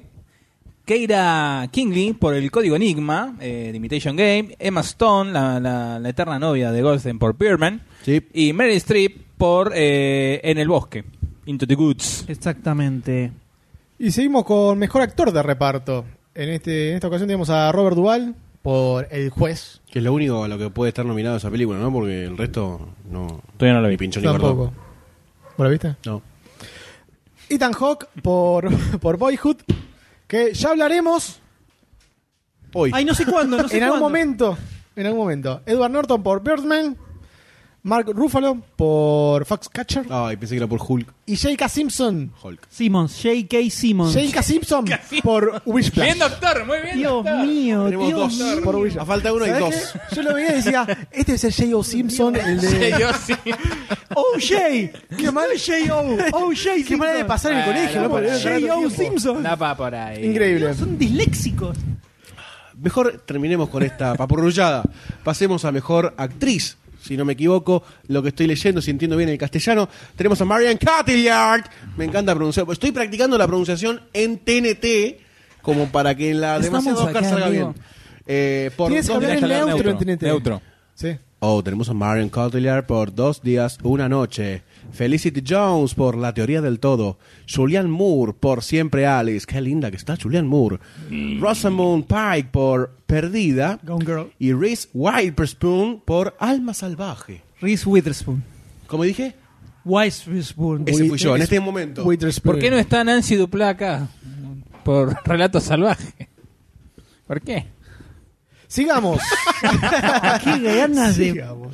Keira Kingley por El Código Enigma, The Imitation Game, Emma Stone, la eterna novia de Goldstein por Birdman, Sí. y Meryl Streep por En el Bosque, Into the Woods. Exactamente. Y seguimos con mejor actor de reparto. En esta ocasión tenemos a Robert Duvall por El Juez. Que es lo único a lo que puede estar nominado esa película, ¿no? Porque el resto no. Todavía no la vi. Ni pinchó ni Tampoco. cortó. ¿Vos la viste? No. Ethan Hawke por Boyhood. Que ya hablaremos Hoy. Ay, no sé cuándo, no sé en algún cuándo. momento. En algún momento. Edward Norton por Birdman. Mark Ruffalo por Foxcatcher. Ay, pensé que era por Hulk. Y J.K. Simpson. Hulk. Simmons, J.K. Simmons. J.K. Simpson por Wishplash. Bien, doctor, muy bien. Dios doctor. mío, Tenemos Dios dos. mío. Por Wishplash. A falta uno y ¿Sabés dos. qué? Yo lo veía y decía, este es el J.O. Simpson, el de... Yo sí. O.J. Qué mal, O.J. qué manera de pasar en el colegio, ¿no? Porque J.O. Simpson. La pa por ahí. Increíble. Son disléxicos. Mejor terminemos con esta papurrullada. Pasemos a mejor actriz. Si no me equivoco, lo que estoy leyendo, si entiendo bien el castellano, tenemos a Marion Cotillard. Me encanta pronunciar. Estoy practicando la pronunciación en TNT como para que en la Estamos demasiado Oscar acá, salga amigo. bien. Por Tienes que dos hablar días- en Tienes que hablar neutro en TNT. Neutro. Sí. Oh, tenemos a Marion Cotillard por 2 días, 1 noche. Felicity Jones por La teoría del todo. Julianne Moore por Siempre Alice. Qué linda que está Julianne Moore. Rosamund Pike por Perdida. Gone Girl. Y Reese Witherspoon por Alma Salvaje. Reese Witherspoon. ¿Cómo dije? Witherspoon. Ese fui yo, en este momento. Witherspoon. ¿Por qué no está Nancy Duplá acá? Por Relato Salvaje. ¿Por qué? Sigamos. Qué ganas de... Sigamos.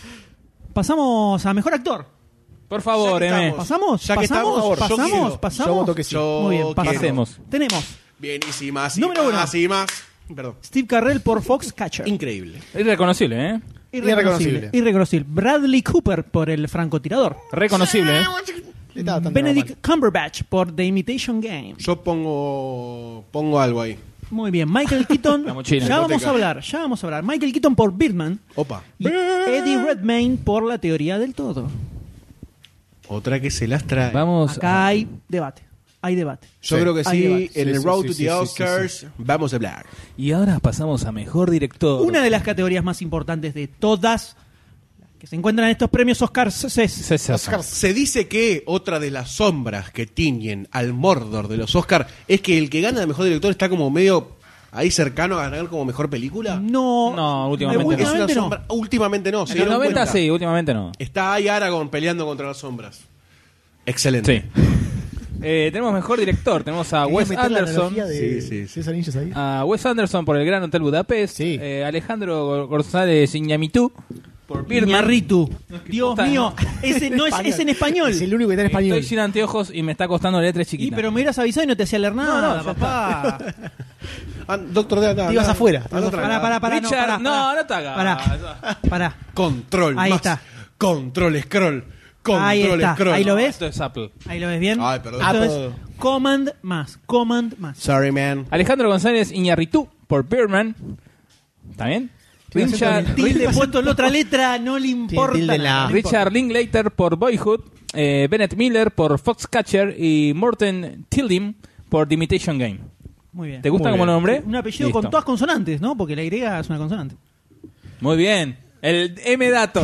Pasamos a mejor actor. Por favor, Ya que M. estamos. ¿Pasamos? Ya que ¿Pasamos? estamos, yo ¿Pasamos? quiero. ¿Pasamos? Yo voto que sí. Yo Muy bien, quiero. Pasemos. Tenemos Bienísimas y Número más uno. y más. Perdón. Steve Carell por Foxcatcher. Increíble. Irreconocible, ¿eh? Irreconocible. Bradley Cooper por El francotirador. Reconocible, ¿eh? Estaba bastante Benedict Cumberbatch por The Imitation Game. Yo pongo algo ahí. Muy bien. Michael Keaton. La mochila. Ya vamos Hipoteca. a hablar. Michael Keaton por Birdman. Opa. Y Eddie Redmayne por La teoría del todo. Otra que se las trae. Vamos. Acá hay debate. Yo Sí. creo que Hay sí. debate. En Sí, el sí, Road sí, to sí, the sí, Oscars vamos a hablar. Y ahora pasamos a mejor director. Una de las categorías más importantes de todas que se encuentran en estos premios Oscars. Se dice que otra de las sombras que tiñen al Mordor de los Oscars es que el que gana de mejor director está como medio ahí cercano a ganar como mejor película. No, últimamente Es una no. sombra. Últimamente no. ¿se En los dieron 90 cuenta? sí, últimamente no. Está ahí Aragorn peleando contra las sombras. Excelente. Sí. Tenemos mejor director. Tenemos a Quería Wes meter la Anderson. analogía de Sí. César Ninjas ahí. A Wes Anderson por El Gran Hotel Budapest. Sí. Alejandro González Iñárritu por Birdman. Iñárritu. Dios puta, mío. Ese no es en español. Es el único que está en español. Estoy sin anteojos y me está costando letras Y chiquitas. pero me hubieras avisado y no te hacía leer nada, no, ya papá. Doctor D, Te ibas afuera. Pará, Richard, no te hagas. Pará. Control. Ahí más. está. Control scroll. Ahí Control está. scroll. Ahí lo ves. Esto es Apple. Ahí lo ves bien. Ay, perdón. Esto Apple. es Command más. Sorry, man. Alejandro González Iñárritu por Birdman. ¿Está bien? El tilde puesto en la otra letra no le importa. tilde en la nada, A. no le importa. Richard Linklater por Boyhood. Bennett Miller por Foxcatcher. Y Morten Tildim por The Imitation Game. Muy bien. ¿Te gusta Muy como bien. nombre? Un apellido Listo. con todas consonantes, ¿no? Porque la Y es una consonante. Muy bien. El M-Dato.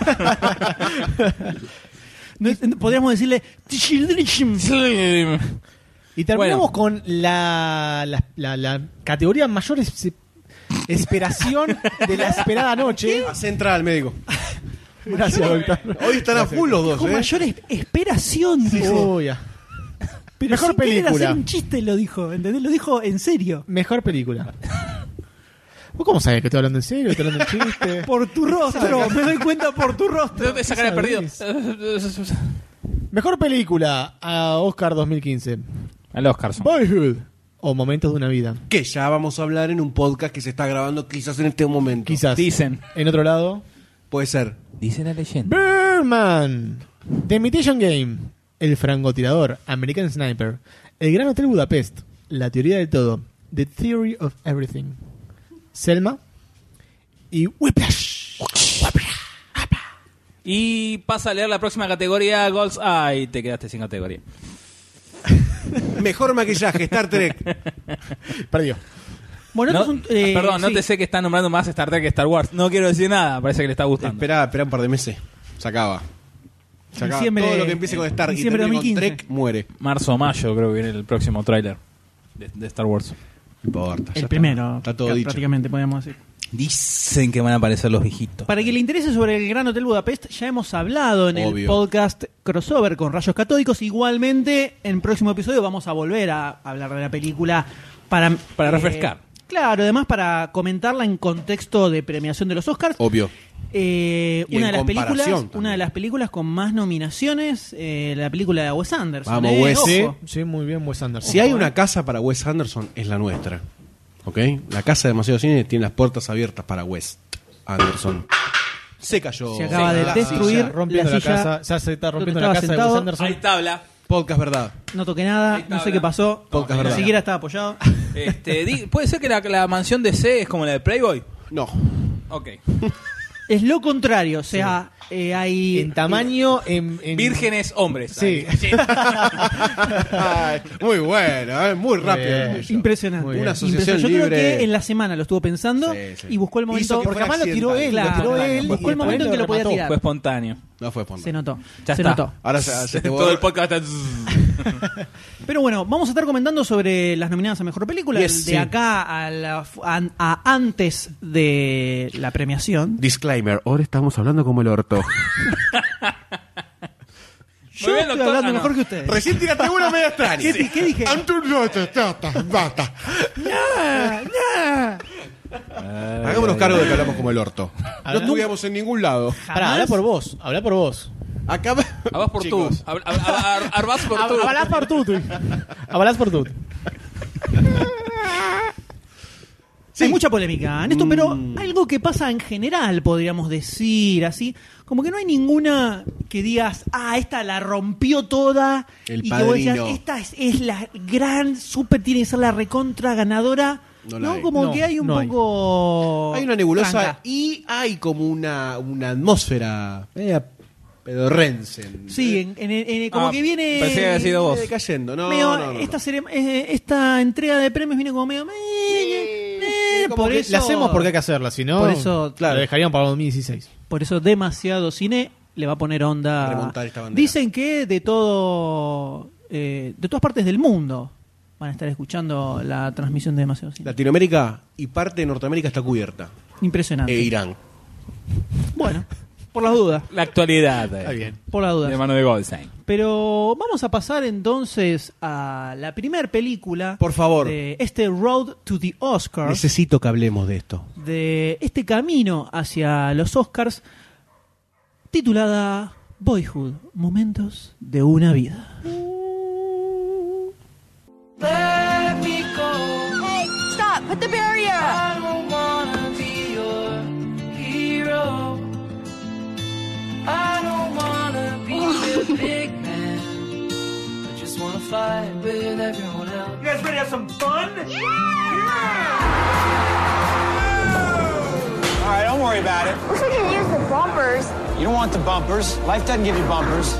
Podríamos decirle Tishildrishim. Y terminamos Bueno. con la categoría mayor esperación de la esperada noche. Hacé entrar al médico. Gracias, doctor. Hoy están a full los dos, Con mayor esperación, dijo. Uy, ya. Pero Mejor sin querer película. hacer un chiste lo dijo, ¿entendés? Lo dijo en serio. Mejor película. ¿Vos cómo sabés que estoy hablando en serio? ¿Estoy hablando en chiste? Por tu rostro, me doy cuenta por tu rostro. ¿De esa cara de perdido? Mejor película a Oscar 2015. Al Oscarson. Boyhood o Momentos de una vida. Que ya vamos a hablar en un podcast que se está grabando quizás en este momento. Quizás. Dicen. En otro lado. Puede ser. Dice la leyenda. Birdman. The Imitation Game. El francotirador. American Sniper. El Gran Hotel Budapest. La teoría del todo. The Theory of Everything. Selma. Y Whiplash. Y pasa a leer la próxima categoría, Golds. Ay, te quedaste sin categoría. Mejor maquillaje, Star Trek. Perdió. Bueno, No, esto es un, perdón, no sí. te sé que está nombrando más Star Trek que Star Wars. No quiero decir nada, parece que le está gustando. Espera un par de meses. Se acaba. Se acaba. Diciembre- Todo lo que empiece con Star y diciembre termine con 2015. Trek muere. Marzo o mayo creo que viene el próximo tráiler de Star Wars. No importa. ya El está. primero, Está todo dicho. prácticamente podríamos decir. Dicen que van a aparecer los viejitos. Para que le interese sobre el Gran Hotel Budapest, ya hemos hablado en el Obvio. podcast Crossover con Rayos Catódicos. Igualmente, en el próximo episodio vamos a volver a hablar de la película para refrescar. Claro, además para comentarla en contexto de premiación de los Oscars. Obvio. Y Una en de las películas, comparación también. una de las películas con más nominaciones, la película de Wes Anderson. Vamos, Wes. Ojo. Sí, sí, muy bien, Wes Anderson. Si hay una casa para Wes Anderson, es la nuestra. ¿Ok? La casa de Demasiado Cine tiene las puertas abiertas para Wes Anderson. Se cayó. Se acaba de la destruir silla, rompiendo la la silla. casa. Ya se está rompiendo Donde la estaba casa de sentado. Wes Anderson. Ahí tabla. Podcast verdad. No toqué nada, Ahí no está, sé qué pasó. Podcast Ni verdad. siquiera estaba apoyado. ¿Puede ser que la mansión DC es como la de Playboy? No. Ok. Es lo contrario, o sea, hay... En tamaño, en Vírgenes hombres. Sí. Ay, muy bueno, muy rápido. bien. el tuyo. Impresionante. Muy bien. Una asociación Yo libre. creo que en la semana lo estuvo pensando Sí, sí. y buscó el momento... Hizo que Porque además lo tiró él, Claro, lo tiró claro. él. Buscó el y momento en que lo podía remató. tirar. Fue espontáneo. No fue espontáneo. Se notó. Ya se está. notó. Ahora se te Todo borró. el podcast está... Pero bueno, vamos a estar comentando sobre las nominadas a Mejor Película Yes, de sí. acá a antes de la premiación. Disclaimer, ahora estamos hablando como el orto. Yo bien, estoy doctor. hablando Ah, no. mejor que ustedes. Recién tiraste una media extraña. ¿Qué dije? Basta. Hagámonos cargo de que hablamos como el orto. No estudiamos en ningún lado. Pará, habla por vos. Habla por vos. Acá Hablas por tú. Chicos, Arbás por tú. Hablás por tú. Hablás por tú. Hay mucha polémica en esto, pero algo que pasa en general, podríamos decir, así, como que no hay ninguna que digas, esta la rompió toda, El y que vos decías, Padrino. esta es la gran, súper, tiene que ser la recontra ganadora. No la hay. Como No, que hay un no hay. poco... Hay una nebulosa tranca. y hay como una atmósfera pedorrense. Sí, como que viene... Pensé que había sido vos. Cayendo. No, medio- no. esta entrega de premios viene como medio... Como por que eso, la hacemos porque hay que hacerla, si no, por eso, lo dejarían para el 2016. Por eso demasiado cine le va a poner onda. Remontar esta bandera. Dicen que de todo, de todas partes del mundo van a estar escuchando la transmisión de demasiado cine. Latinoamérica y parte de Norteamérica está cubierta. Impresionante. E Irán. Bueno, por las dudas, La actualidad. Está bien. por las De dudas. mano de Goldstein. Pero vamos a pasar entonces a la primer película. Por favor. De este Road to the Oscars. Necesito que hablemos de esto. De este camino hacia los Oscars, titulada Boyhood, Momentos de una vida. Hey, stop! Put the barrier up! I don't wanna be your hero. I don't wanna be the big man. I just wanna fight with everyone else. You guys ready to have some fun? All right, don't worry about it. Wish we could use the bumpers. You don't want the bumpers. Life doesn't give you bumpers.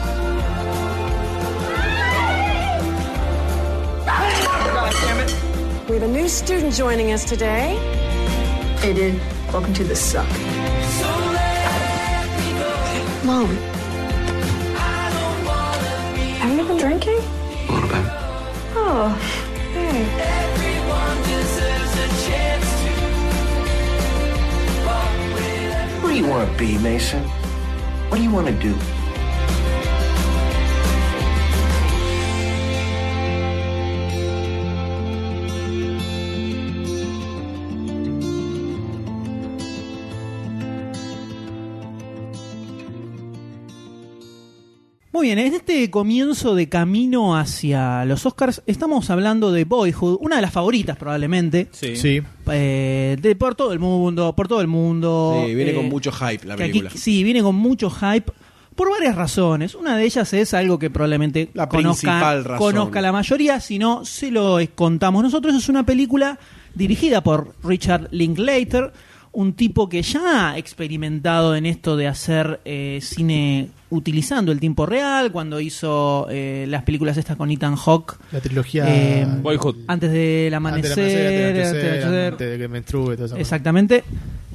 God damn it. We have a new student joining us today. Aiden, welcome to the suck. So let me go. Mom, I don't wanna be haven't you been drinking? A little bit. Oh, hey. everyone deserves a chance to walk with everyone. Who do you want to be, Mason? What do you want to do? Muy bien, en este comienzo de camino hacia los Oscars estamos hablando de Boyhood, una de las favoritas probablemente, Sí. por todo el mundo. Sí, viene con mucho hype la que aquí- película. sí, viene con mucho hype por varias razones. Una de ellas es algo que probablemente La principal razón. conozca la mayoría, si no, se lo contamos nosotros. Es una película dirigida por Richard Linklater, un tipo que ya ha experimentado en esto de hacer cine utilizando el tiempo real, cuando hizo las películas estas con Ethan Hawke, La trilogía Boyhood. antes del amanecer, antes de que menstrue, todo eso. exactamente.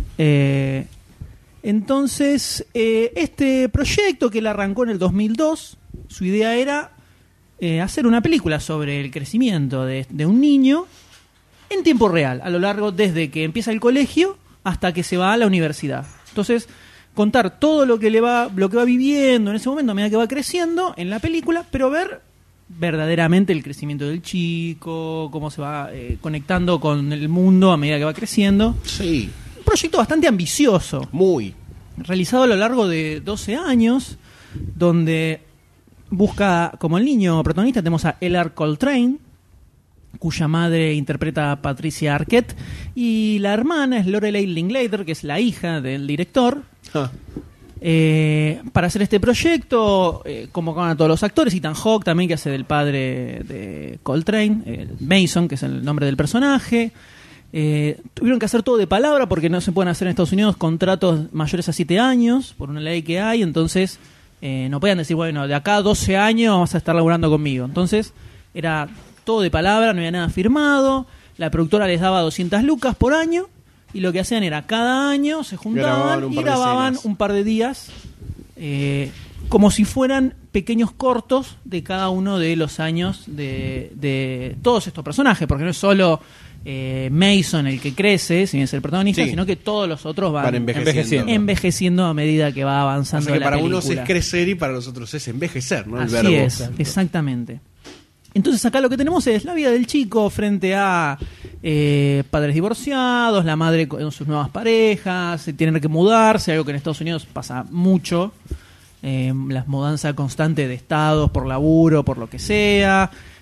Entonces, este proyecto que él arrancó en el 2002, su idea era hacer una película sobre el crecimiento de un niño en tiempo real, a lo largo desde que empieza el colegio hasta que se va a la universidad. Entonces, contar todo lo que va viviendo en ese momento a medida que va creciendo en la película, pero ver verdaderamente el crecimiento del chico, cómo se va conectando con el mundo a medida que va creciendo. Sí, Un proyecto bastante ambicioso, muy. realizado a lo largo de 12 años, donde busca como el niño protagonista tenemos a Ellar Coltrane, cuya madre interpreta a Patricia Arquette, y la hermana es Lorelei Linklater, que es la hija del director. Ah, Para hacer este proyecto convocaron a todos los actores, Ethan Hawke también, que hace del padre de Coltrane, Mason, que es el nombre del personaje. Tuvieron que hacer todo de palabra porque no se pueden hacer en Estados Unidos contratos mayores a 7 años por una ley que hay, entonces no podían decir, bueno, de acá a 12 años vas a estar laburando conmigo. Entonces era todo de palabra, no había nada firmado, la productora les daba 200 lucas por año y lo que hacían era cada año se Grababan juntaban un y par de grababan escenas. un par de días como si fueran pequeños cortos de cada uno de los años de todos estos personajes, porque no es solo Mason el que crece, si bien es el protagonista, Sí. sino que todos los otros van Van envejeciendo. envejeciendo a medida que va O avanzando sea que la para película. unos es crecer y para los otros es envejecer, ¿no? El Así verbo. es, exactamente. Entonces acá lo que tenemos es la vida del chico frente a padres divorciados, la madre con sus nuevas parejas, tienen que mudarse, algo que en Estados Unidos pasa mucho, la mudanza constante de estados por laburo, por lo que sea,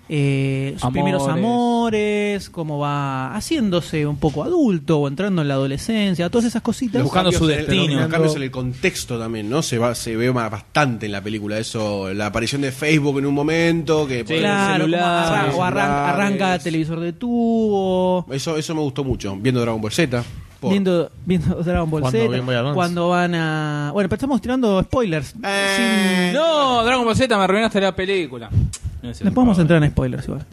sus primeros amores, cómo va haciéndose un poco adulto o entrando en la adolescencia, todas esas cositas. Buscando su destino. Los cambios en el contexto también, ¿no? Se ve bastante en la película eso, la aparición de Facebook en un momento, que claro, celular, o arranca el televisor de tubo. Eso me gustó mucho, viendo Dragon Ball Z. Viendo Dragon Ball Z, cuando van a... Bueno, pero estamos tirando spoilers. No, Dragon Ball Z, me arruinaste la película. Le podemos entrar en spoilers igual.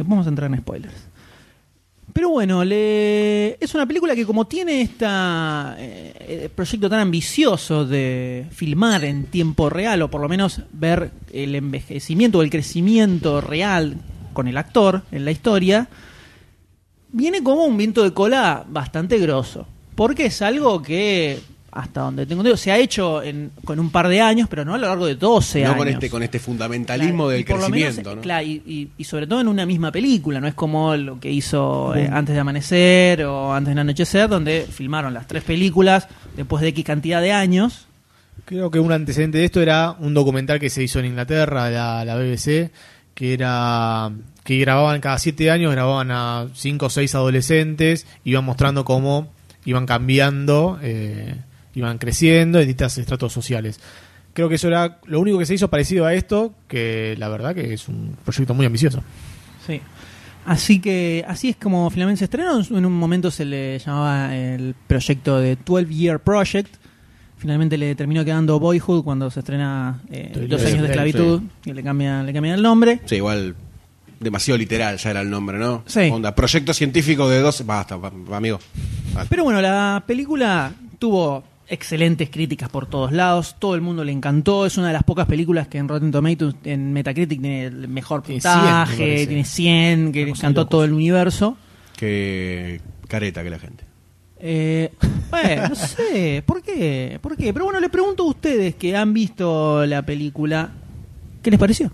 Pero bueno, es una película que como tiene este proyecto tan ambicioso de filmar en tiempo real, o por lo menos ver el envejecimiento o el crecimiento real con el actor en la historia, viene como un viento de cola bastante grosso. Porque es algo que, hasta donde tengo entendido, se ha hecho con un par de años, pero no a lo largo de 12 años. No con este fundamentalismo, claro, del crecimiento. Menos, ¿no? Claro, y sobre todo en una misma película, no es como lo que hizo Antes de Amanecer o Antes de Anochecer, donde filmaron las 3 películas después de X cantidad de años. Creo que un antecedente de esto era un documental que se hizo en Inglaterra, la BBC, que grababan cada 7 años, grababan a 5 o 6 adolescentes, iban mostrando cómo iban cambiando, iban creciendo en distintos estratos sociales. Creo que eso era lo único que se hizo parecido a esto, que la verdad que es un proyecto muy ambicioso. Sí. Así es como finalmente se estrenó. En un momento se le llamaba el proyecto de 12 Year Project. Finalmente le terminó quedando Boyhood cuando se estrena 2 años de esclavitud, sí. Y le cambian el nombre. Sí, igual demasiado literal ya era el nombre, ¿no? Sí. Onda, proyecto científico de 12... Basta, amigo. Basta. Pero bueno, la película tuvo excelentes críticas por todos lados. Todo el mundo le encantó. Es una de las pocas películas que en Rotten Tomatoes, en Metacritic, tiene el mejor puntaje. Tiene 100, que le encantó a todo el universo. Qué careta que la gente. Bueno, no sé. ¿Por qué? Pero bueno, le pregunto a ustedes que han visto la película, ¿qué les pareció?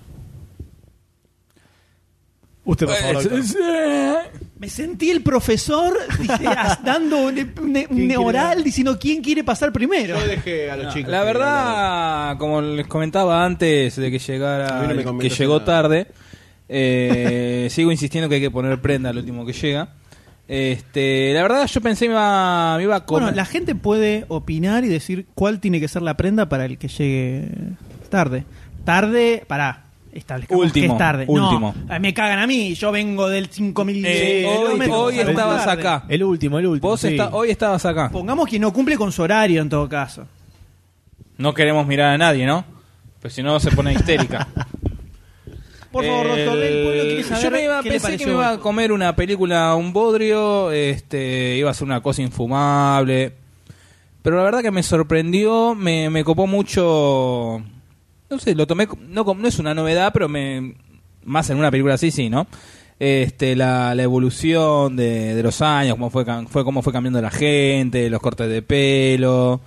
Usted, por favor. Me sentí el profesor dando un oral diciendo quién quiere pasar primero. Yo dejé a los chicos. La verdad, como les comentaba antes de que llegara, que llegó tarde, sigo insistiendo que hay que poner prenda al último que llega. La verdad yo pensé me iba a comer. Bueno, la gente puede opinar y decir cuál tiene que ser la prenda para el que llegue tarde. Pará. Establezcamos último, que es tarde. Último. No, me cagan a mí. Yo vengo del 5000. Hoy estabas tarde. acá. El último. Vos hoy estabas acá. Pongamos que no cumple con su horario en todo caso. No queremos mirar a nadie, ¿no? Pues si no se pone histérica. Por favor, doctor, el pueblo quiere saber. Yo pensé que me iba a comer una película, un bodrio, iba a ser una cosa infumable. Pero la verdad que me sorprendió, me copó mucho. No sé, lo tomé, no es una novedad, pero más en una película así, sí, ¿no? La evolución de los años, cómo fue cambiando la gente, los cortes de pelo.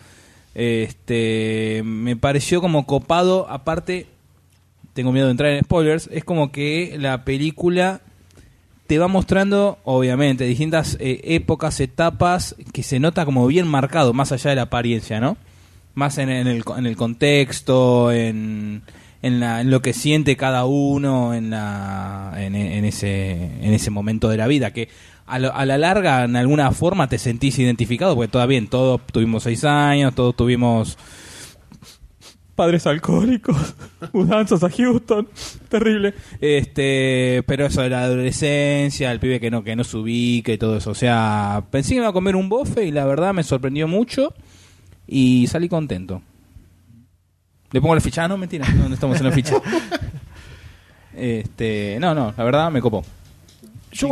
Me pareció como copado, aparte, tengo miedo de entrar en spoilers, es como que la película te va mostrando, obviamente, distintas épocas, etapas, que se nota como bien marcado, más allá de la apariencia, ¿no? Más en el contexto, en lo que siente cada uno en ese momento de la vida, que a la larga en alguna forma te sentís identificado, porque todos tuvimos 6 años, todos tuvimos padres alcohólicos, mudanzas a Houston, terrible. Pero eso de la adolescencia, el pibe que no se ubica y todo eso, o sea, pensé que me iba a comer un bofe y la verdad me sorprendió mucho. Y salí contento. ¿Le pongo la ficha? No, mentira, no estamos en la ficha. No, la verdad me copó. Yo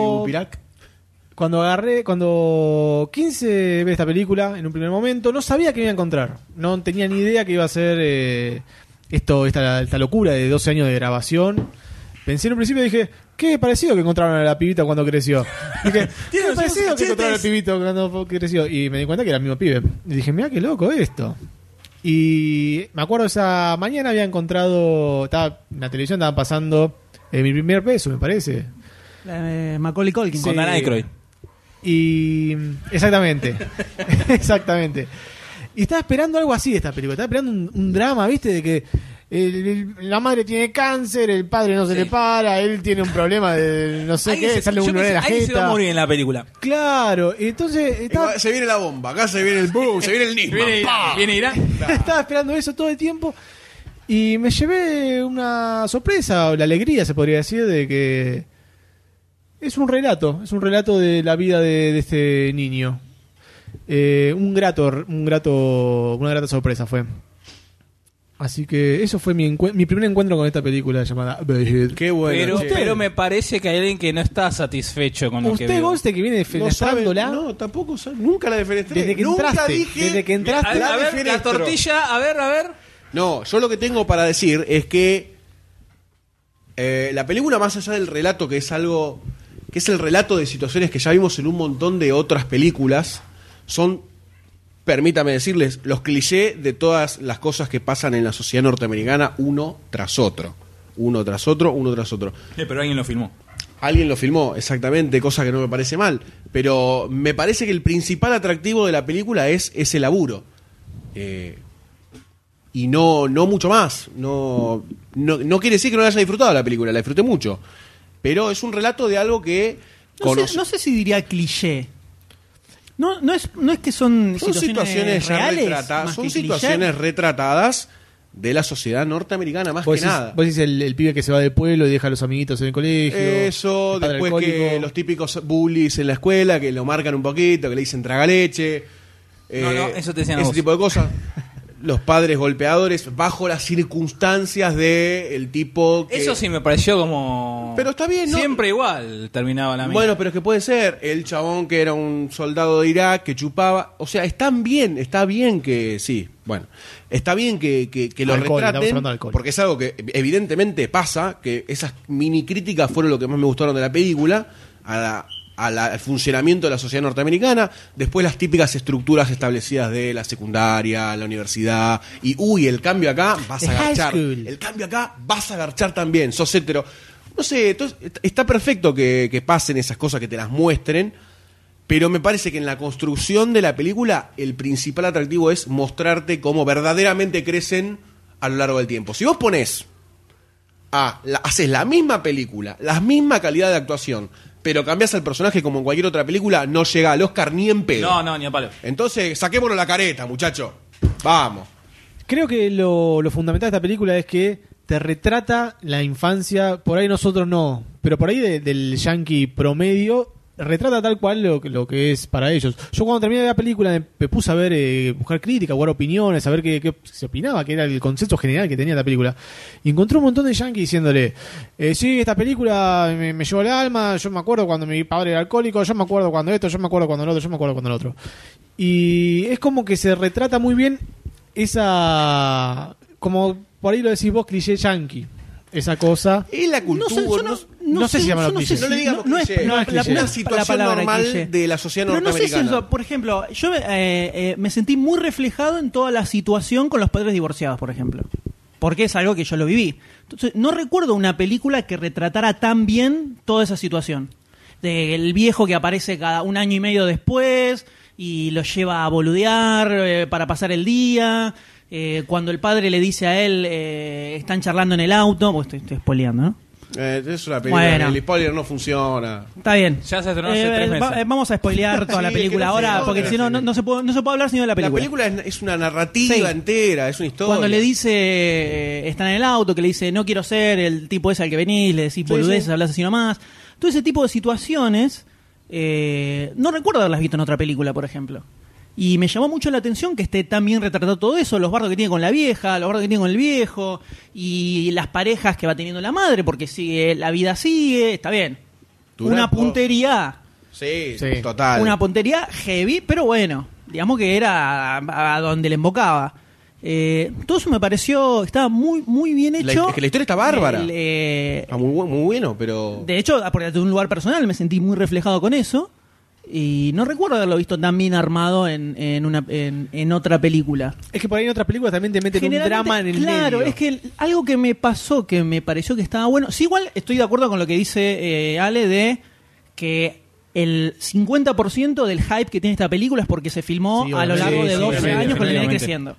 cuando 15 ve esta película en un primer momento, no sabía que iba a encontrar. No tenía ni idea que iba a ser esta locura de 12 años de grabación. Pensé en un principio y dije, qué parecido que encontraron a la pibita cuando creció. Dije, qué parecido que encontraron al pibito cuando creció. Y me di cuenta que era el mismo pibe. Y dije, mira qué loco esto. Y me acuerdo esa mañana había encontrado, en la televisión estaban pasando Mi Primer Beso, me parece. Macaulay Culkin. Con Dan Aykroyd. Y exactamente. Exactamente. Y estaba esperando algo así de esta película. Estaba esperando un drama, ¿viste? De que la madre tiene cáncer, el padre no se le para, él tiene un problema de no sé qué, sale un olor en la ahí se va a jeta. morir en la película. Claro, entonces Se viene la bomba, acá se viene el boom, se viene el Nisman. Viene Irán. estaba esperando eso todo el tiempo y me llevé una sorpresa, o la alegría se podría decir, de que es un relato de la vida de este niño. Una grata sorpresa fue. Así que eso fue mi primer encuentro con esta película llamada Boyhood. Qué bueno. Pero me parece que hay alguien que no está satisfecho con lo que ¿Usted, veo. Goste, que viene defenestrándola? No, tampoco sabe, nunca la defenestré. Desde que entraste. A ver, la defenestro. tortilla, a ver. No, yo lo que tengo para decir es que la película, más allá del relato, que es algo que es el relato de situaciones que ya vimos en un montón de otras películas, son, permítame decirles, los clichés de todas las cosas que pasan en la sociedad norteamericana, uno tras otro. Pero alguien lo filmó. Alguien lo filmó, exactamente, cosa que no me parece mal. Pero me parece que el principal atractivo de la película es ese laburo. Y no mucho más. No quiere decir que no la haya disfrutado la película, la disfruté mucho. Pero es un relato de algo que no sé si diría cliché. No es que son situaciones ya reales, retratadas, más son que situaciones cliché. retratadas de la sociedad norteamericana, más que nada. Vos decís el pibe que se va del pueblo y deja a los amiguitos en el colegio. Eso, el padre después que alcohólico. los típicos bullies en la escuela, que lo marcan un poquito, que le dicen tragaleche. No, eso te decían a ese vos. tipo de cosas. Los padres golpeadores bajo las circunstancias de el tipo que... Eso sí me pareció como... Pero está bien, ¿no? Siempre igual terminaba la mía. Bueno, pero es que puede ser el chabón que era un soldado de Irak que chupaba. O sea, está bien que... Sí, bueno. Está bien que lo Alcohol, estamos retraten. hablando de alcohol. Porque es algo que evidentemente pasa. Que esas mini críticas fueron lo que más me gustaron de la película. Al funcionamiento de la sociedad norteamericana. Después las típicas estructuras establecidas de la secundaria, la universidad. Y, el cambio acá vas a The high agarchar. school. El cambio acá vas a agarchar también. Sos hetero. No sé, entonces, está perfecto que pasen esas cosas, que te las muestren, pero me parece que en la construcción de la película el principal atractivo es mostrarte cómo verdaderamente crecen a lo largo del tiempo. Si vos pones haces la misma película, la misma calidad de actuación, pero cambias al personaje como en cualquier otra película, no llega al Oscar ni en pedo. No, ni a palo. Entonces, saquémonos la careta, muchacho. Vamos. Creo que lo fundamental de esta película es que te retrata la infancia, por ahí nosotros no, pero por ahí del yankee promedio, retrata tal cual lo que es para ellos. Yo cuando terminé de la película me puse a ver, buscar críticas, buscar opiniones, a ver qué se opinaba, que era el concepto general que tenía la película. Y encontré un montón de yankees diciéndole, sí, esta película me llevó el alma, yo me acuerdo cuando mi padre era alcohólico, yo me acuerdo cuando esto, yo me acuerdo cuando el otro, yo me acuerdo cuando el otro. Y es como que se retrata muy bien esa, como por ahí lo decís vos, cliché yankee. Esa cosa. Y la cultura. No sé si llamarlo cliché. No le digamos no es cliché. no es Una cliché. situación La palabra normal cliché. de la sociedad Pero no sé si norteamericana. eso, por ejemplo, yo me sentí muy reflejado en toda la situación con los padres divorciados, por ejemplo. Porque es algo que yo lo viví. Entonces, no recuerdo una película que retratara tan bien toda esa situación. Del viejo que aparece cada un año y medio después y lo lleva a boludear para pasar el día. Cuando el padre le dice a él, están charlando en el auto, pues estoy spoileando, ¿no? Es una película, Bueno. el spoiler no funciona. Está bien. Ya se estrenó hace 3 meses. Vamos a spoilear toda la Sí, película que no ahora, se porque joda, si no, sí. no se puede hablar sino de la La película. película es una narrativa Sí. entera, es una historia. Cuando le dice, están en el auto, que le dice, no quiero ser el tipo ese al que venís, le decís boludeces, sí. hablas así nomás. Todo ese tipo de situaciones, no recuerdo haberlas visto en otra película, por ejemplo. Y me llamó mucho la atención que esté tan bien retratado todo eso, los bardos que tiene con la vieja, los bardos que tiene con el viejo, y las parejas que va teniendo la madre, porque sigue, la vida sigue, está bien. Dura Una todo. puntería, Sí, Sí. total. una puntería heavy, pero bueno, digamos que era a donde le embocaba. Todo eso me pareció, estaba muy muy bien hecho. Es que la historia está bárbara. El, Muy bueno, pero... de hecho, porque desde un lugar personal me sentí muy reflejado con eso. Y no recuerdo haberlo visto tan bien armado en otra película. Es que por ahí en otras películas también te meten un Generalmente, drama en el claro, medio. es que algo que me pasó, que me pareció que estaba bueno. Sí, igual estoy de acuerdo con lo que dice Ale de que el 50% del hype que tiene esta película es porque se filmó Sí, a lo largo obviamente. de Sí, 12 obviamente, años con el nene definitivamente. creciendo.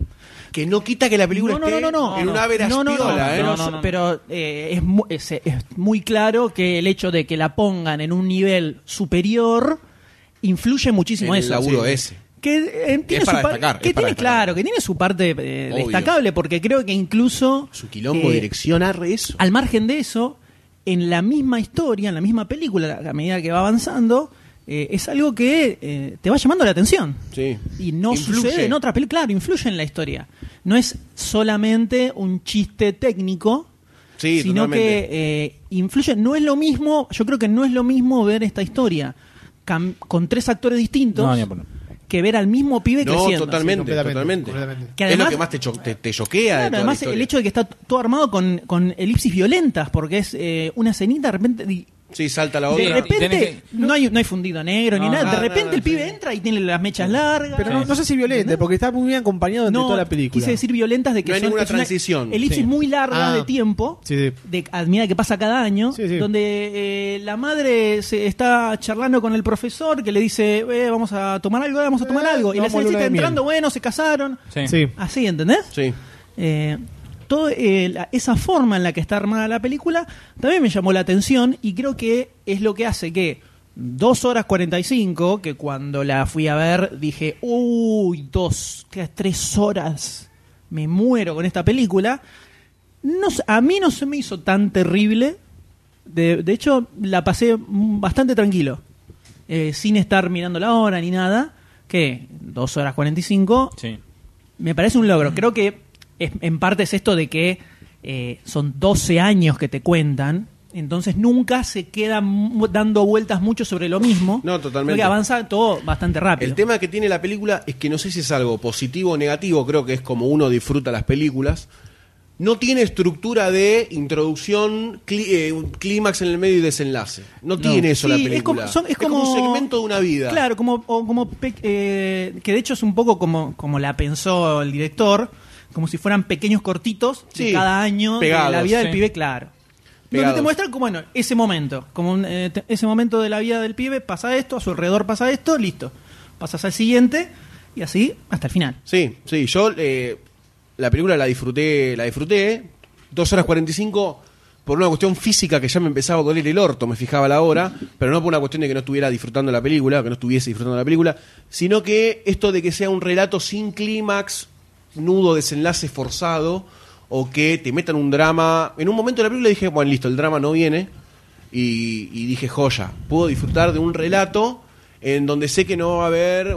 Que no quita que la película esté en una verastiola, pero es muy claro que el hecho de que la pongan en un nivel superior influye muchísimo en eso. el laburo ese. Que tiene para destacar. Que tiene, claro, que tiene su parte destacable, porque creo que incluso su quilombo direcciona eso. Al margen de eso, en la misma historia, en la misma película, a medida que va avanzando, es algo que te va llamando la atención. Sí. Y no sucede en otras películas. Claro, influye en la historia. No es solamente un chiste técnico, sino totalmente. que influye. No es lo mismo, yo creo que no es lo mismo ver esta historia con 3 actores distintos que ver al mismo pibe creciendo. Totalmente. Que además, es lo que más te choquea. Claro, de además el hecho de que está todo armado con elipsis violentas, porque es una escenita de repente. Sí, salta la otra. De repente no hay fundido negro ni nada. De repente el pibe entra y tiene las mechas largas. Pero no sé si violenta, porque está muy bien acompañado de toda la película. Quise decir violentas de que no hay ninguna transición. Elipsis muy larga de tiempo, a medida que pasa cada año, donde la madre se está charlando con el profesor que le dice, vamos a tomar algo, y la señora está entrando, se casaron. Sí. Así, ¿entendés? Sí. Toda esa forma en la que está armada la película también me llamó la atención, y creo que es lo que hace que 2 horas 45, que cuando la fui a ver dije, 3 horas, me muero con esta película, a mí no se me hizo tan terrible. De hecho la pasé bastante tranquilo, sin estar mirando la hora ni nada, que 2 horas 45 me parece un logro. Creo que en parte es esto de que son 12 años que te cuentan, entonces nunca se quedan dando vueltas mucho sobre lo mismo. No, totalmente. Porque avanza todo bastante rápido. El tema que tiene la película es que no sé si es algo positivo o negativo, creo que es como uno disfruta las películas. No tiene estructura de introducción, clímax en el medio y desenlace. No tiene eso la película. Es como un segmento de una vida. Claro, que de hecho es un poco como la pensó el director, como si fueran pequeños cortitos de cada año pegados, de la vida del pibe, claro. Pegados. Donde te muestran como, ese momento, ese momento de la vida del pibe, pasa esto, a su alrededor pasa esto, listo. Pasas al siguiente y así hasta el final. Sí, yo la película la disfruté, 2 horas 45, por una cuestión física que ya me empezaba a doler el orto, me fijaba la hora, pero no por una cuestión de que no estuviera disfrutando la película, que no estuviese disfrutando la película, sino que esto de que sea un relato sin clímax, nudo, desenlace forzado, o que te metan un drama. En un momento de la película dije, bueno, listo, el drama no viene, y dije, joya, puedo disfrutar de un relato en donde sé que no va a haber,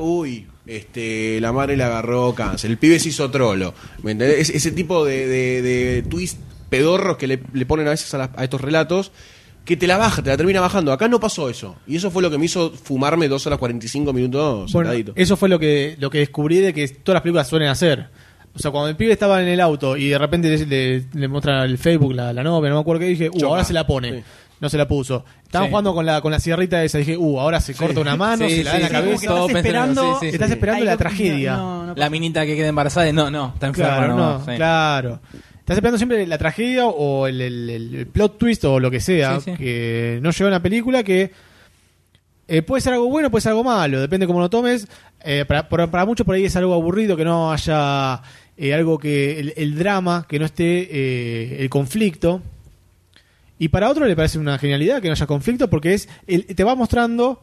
la madre le agarró cáncer, el pibe se hizo trolo, ¿me entendés? Ese tipo de twist pedorros que le ponen a veces a estos relatos, que te la termina bajando. Acá no pasó eso, y eso fue lo que me hizo fumarme 2 horas 45 minutos sentadito. Eso fue lo que descubrí de que todas las películas suelen hacer. O sea, cuando el pibe estaba en el auto y de repente le muestran el Facebook la novia, no me acuerdo qué, dije, ahora se la pone. Sí. No se la puso. Estaban jugando con la sierrita esa, dije, ahora se corta una mano, se la da en la cabeza. Estás esperando la tragedia. No, la minita que queda embarazada, está enferma. Claro. Estás esperando siempre la tragedia o el plot twist o lo que sea, que no lleva una película que puede ser algo bueno, puede ser algo malo, depende cómo lo tomes. Para muchos por ahí es algo aburrido que no haya algo que el drama, que no esté el conflicto. Y para otro le parece una genialidad que no haya conflicto, porque te va mostrando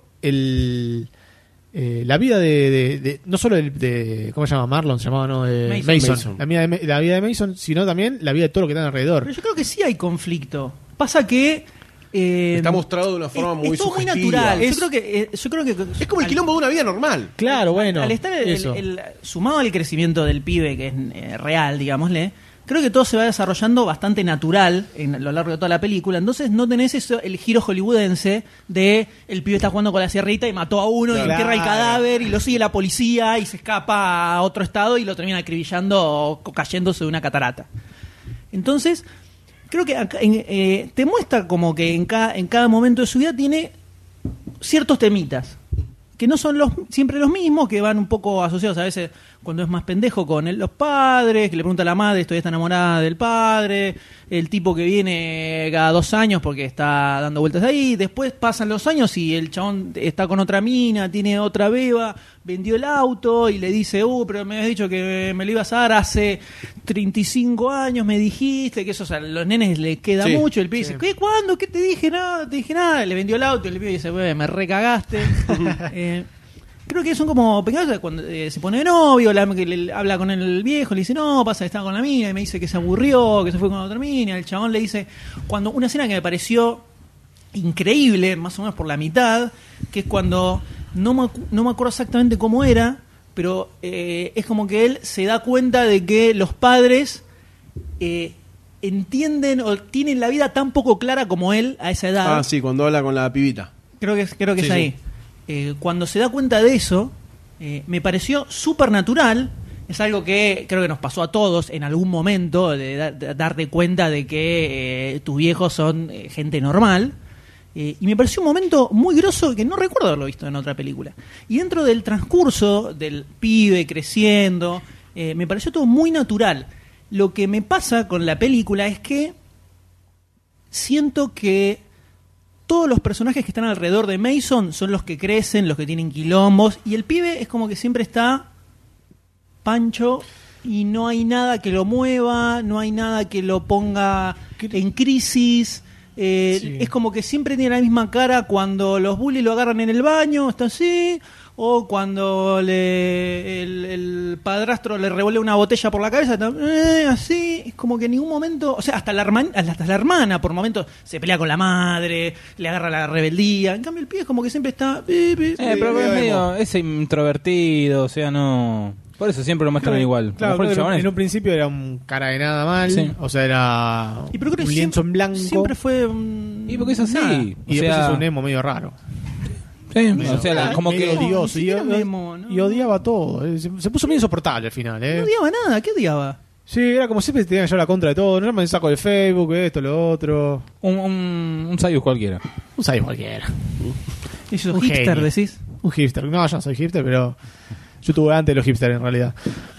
la vida de no solo de ¿cómo se llama? Marlon, se llamaba, ¿no? Mason. La vida de Mason, sino también la vida de todo lo que está alrededor. Pero yo creo que sí hay conflicto. Pasa que está mostrado de una forma muy sugestiva. Muy natural. Yo creo que es como el quilombo de una vida normal. Claro, bueno. Al estar sumado al crecimiento del pibe, que es real, digámosle, creo que todo se va desarrollando bastante natural a lo largo de toda la película. Entonces no tenés el giro hollywoodense de el pibe está jugando con la sierrita y mató a uno, y entierra el cadáver y lo sigue la policía y se escapa a otro estado y lo termina acribillando o cayéndose de una catarata. Entonces creo que te muestra como que en cada momento de su vida tiene ciertos temitas que no son siempre los mismos, que van un poco asociados a veces cuando es más pendejo con los padres, que le pregunta a la madre, todavía está enamorada del padre, el tipo que viene cada 2 años porque está dando vueltas ahí, después pasan los años y el chabón está con otra mina, tiene otra beba, vendió el auto y le dice, pero me habías dicho que me lo ibas a dar hace 35 años, me dijiste que eso, o sea, a los nenes les queda mucho, el pibe dice, ¿qué? ¿Cuándo? ¿Qué te dije? Nada, te dije nada, le vendió el auto y el pibe dice, me recagaste. Creo que son como pequeños cuando se pone de novio, que le habla con el viejo, le dice, no, pasa que estaba con la mina, y me dice que se aburrió, que se fue con otra mina. El chabón le dice, cuando una escena que me pareció increíble, más o menos por la mitad, que es cuando, no me acuerdo exactamente cómo era, pero es como que él se da cuenta de que los padres entienden o tienen la vida tan poco clara como él a esa edad. Ah, sí, cuando habla con la pibita. Creo que es ahí. Cuando se da cuenta de eso, me pareció súper natural. Es algo que creo que nos pasó a todos en algún momento, de darte cuenta de que tus viejos son gente normal. Y me pareció un momento muy groso que no recuerdo haberlo visto en otra película. Y dentro del transcurso del pibe creciendo, me pareció todo muy natural. Lo que me pasa con la película es que siento que todos los personajes que están alrededor de Mason son los que crecen, los que tienen quilombos, y el pibe es como que siempre está pancho y no hay nada que lo mueva, no hay nada que lo ponga en crisis. Es como que siempre tiene la misma cara cuando los bullies lo agarran en el baño, está así, o cuando el padrastro le revolea una botella por la cabeza, está, así. Es como que en ningún momento, o sea, hasta la hermana por momentos se pelea con la madre, le agarra la rebeldía. En cambio el pibe es como que siempre está pero es medio introvertido, o sea, no. Por eso siempre lo muestran igual. Claro, en un principio era un cara de nada mal, o sea, era un lienzo en blanco. Siempre fue un... Y porque es así. Y después es un emo medio raro. Sí, o sea, como que odioso y odiaba todo. Se puso medio insoportable al final. No odiaba nada, ¿qué odiaba? Sí, era como siempre tenía que llevar la contra de todo. No me saco de Facebook, esto, lo otro. Un Sayus cualquiera. Un Sayus cualquiera. ¿Y sos hipster, genio. decís? Un hipster. No, yo no soy hipster, pero yo tuve antes de los hipsters en realidad.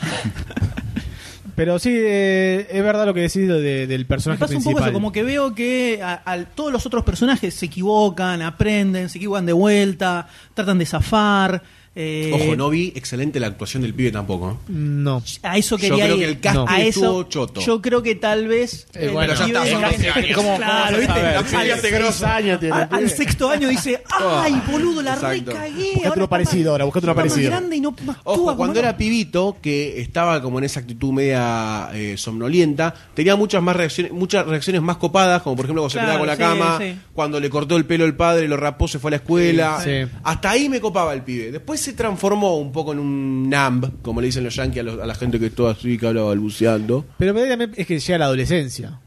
Pero sí, es verdad lo que decís del personaje me pasa principal. Un poco eso, como que veo que todos los otros personajes se equivocan, aprenden, se equivocan de vuelta, tratan de zafar. Ojo, no vi excelente la actuación del pibe tampoco. No. A eso quería ir. Yo creo que el casting estuvo choto. Yo creo que tal vez... bueno, ya está, son 12 años. Claro, ¿viste? Al 6º año dice, ¡ay, boludo, la recagué! Buscate uno parecido ahora, buscate uno parecido. Ojo, cuando era pibito, que estaba como en esa actitud media somnolienta, tenía muchas reacciones más copadas, como por ejemplo cuando se peleaba con la cama, cuando le cortó el pelo el padre, lo rapó, se fue a la escuela. Sí. Hasta ahí me copaba el pibe. Después se transformó un poco en un numb, como le dicen los yankees a la gente que es toda así, que habla balbuceando. Pero es que llega la adolescencia.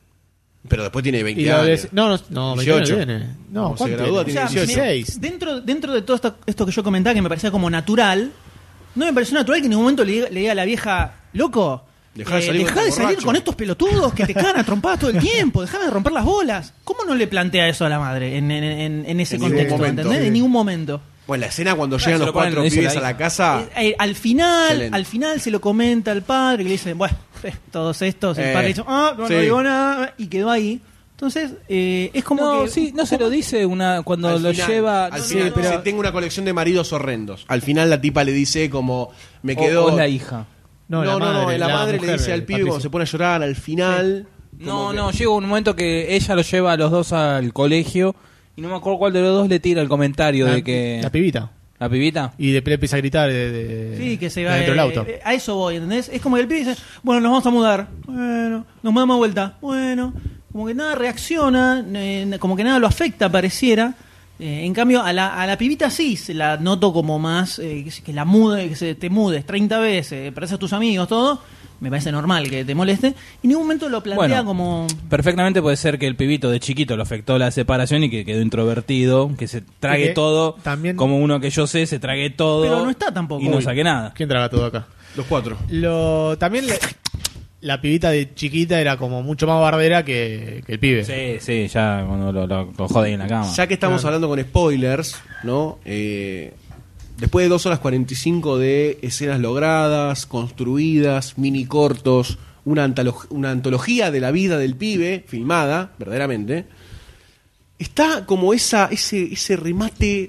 Pero después tiene 20 años. No, 18. No, se gradúa, tiene 16. Dentro de todo esto que yo comentaba, que me parecía como natural, no me pareció natural que en ningún momento le diga a la vieja, loco, dejá de salir con estos pelotudos que te cagan a trompadas todo el tiempo, dejame de romper las bolas. ¿Cómo no le plantea eso a la madre en ese contexto? ¿Entendés? En ningún momento. Bueno, la escena cuando llegan los 4 pibes a la casa. Al final se lo comenta al padre, que le dice, bueno, todos estos, el padre dice, no digo nada, y quedó ahí. Entonces, es como que... no se lo dice cuando lo lleva... pero tengo una colección de maridos horrendos. Al final la tipa le dice como, me quedó... O la hija. No, la madre le dice al pibe cuando se pone a llorar al final. Llega un momento que ella lo lleva a los dos al colegio y no me acuerdo cuál de los dos le tira el comentario de que... La pibita. ¿La pibita? Y de empieza a gritar sí, que se va dentro del auto. A eso voy, ¿entendés? Es como que el pibe dice, bueno, nos vamos a mudar. Bueno, nos mudamos de vuelta. Bueno, como que nada reacciona, como que nada lo afecta, pareciera. En cambio, a la pibita sí, se la noto como más, que la mude, que te mudes 30 veces, pareces a tus amigos, todo. Me parece normal que te moleste. Y en ningún momento lo plantea como... Perfectamente puede ser que el pibito de chiquito lo afectó la separación y que quedó introvertido, que se trague todo, también, como uno que yo sé, se trague todo. Pero no está tampoco. Y no saque nada. ¿Quién traga todo acá? Los 4. También la pibita de chiquita era como mucho más bardera que el pibe. Sí, ya cuando lo joden en la cama. Ya que estamos hablando con spoilers, ¿no? después de 2 horas 45 de escenas logradas, construidas, mini cortos, una antología de la vida del pibe, filmada, verdaderamente, está como ese remate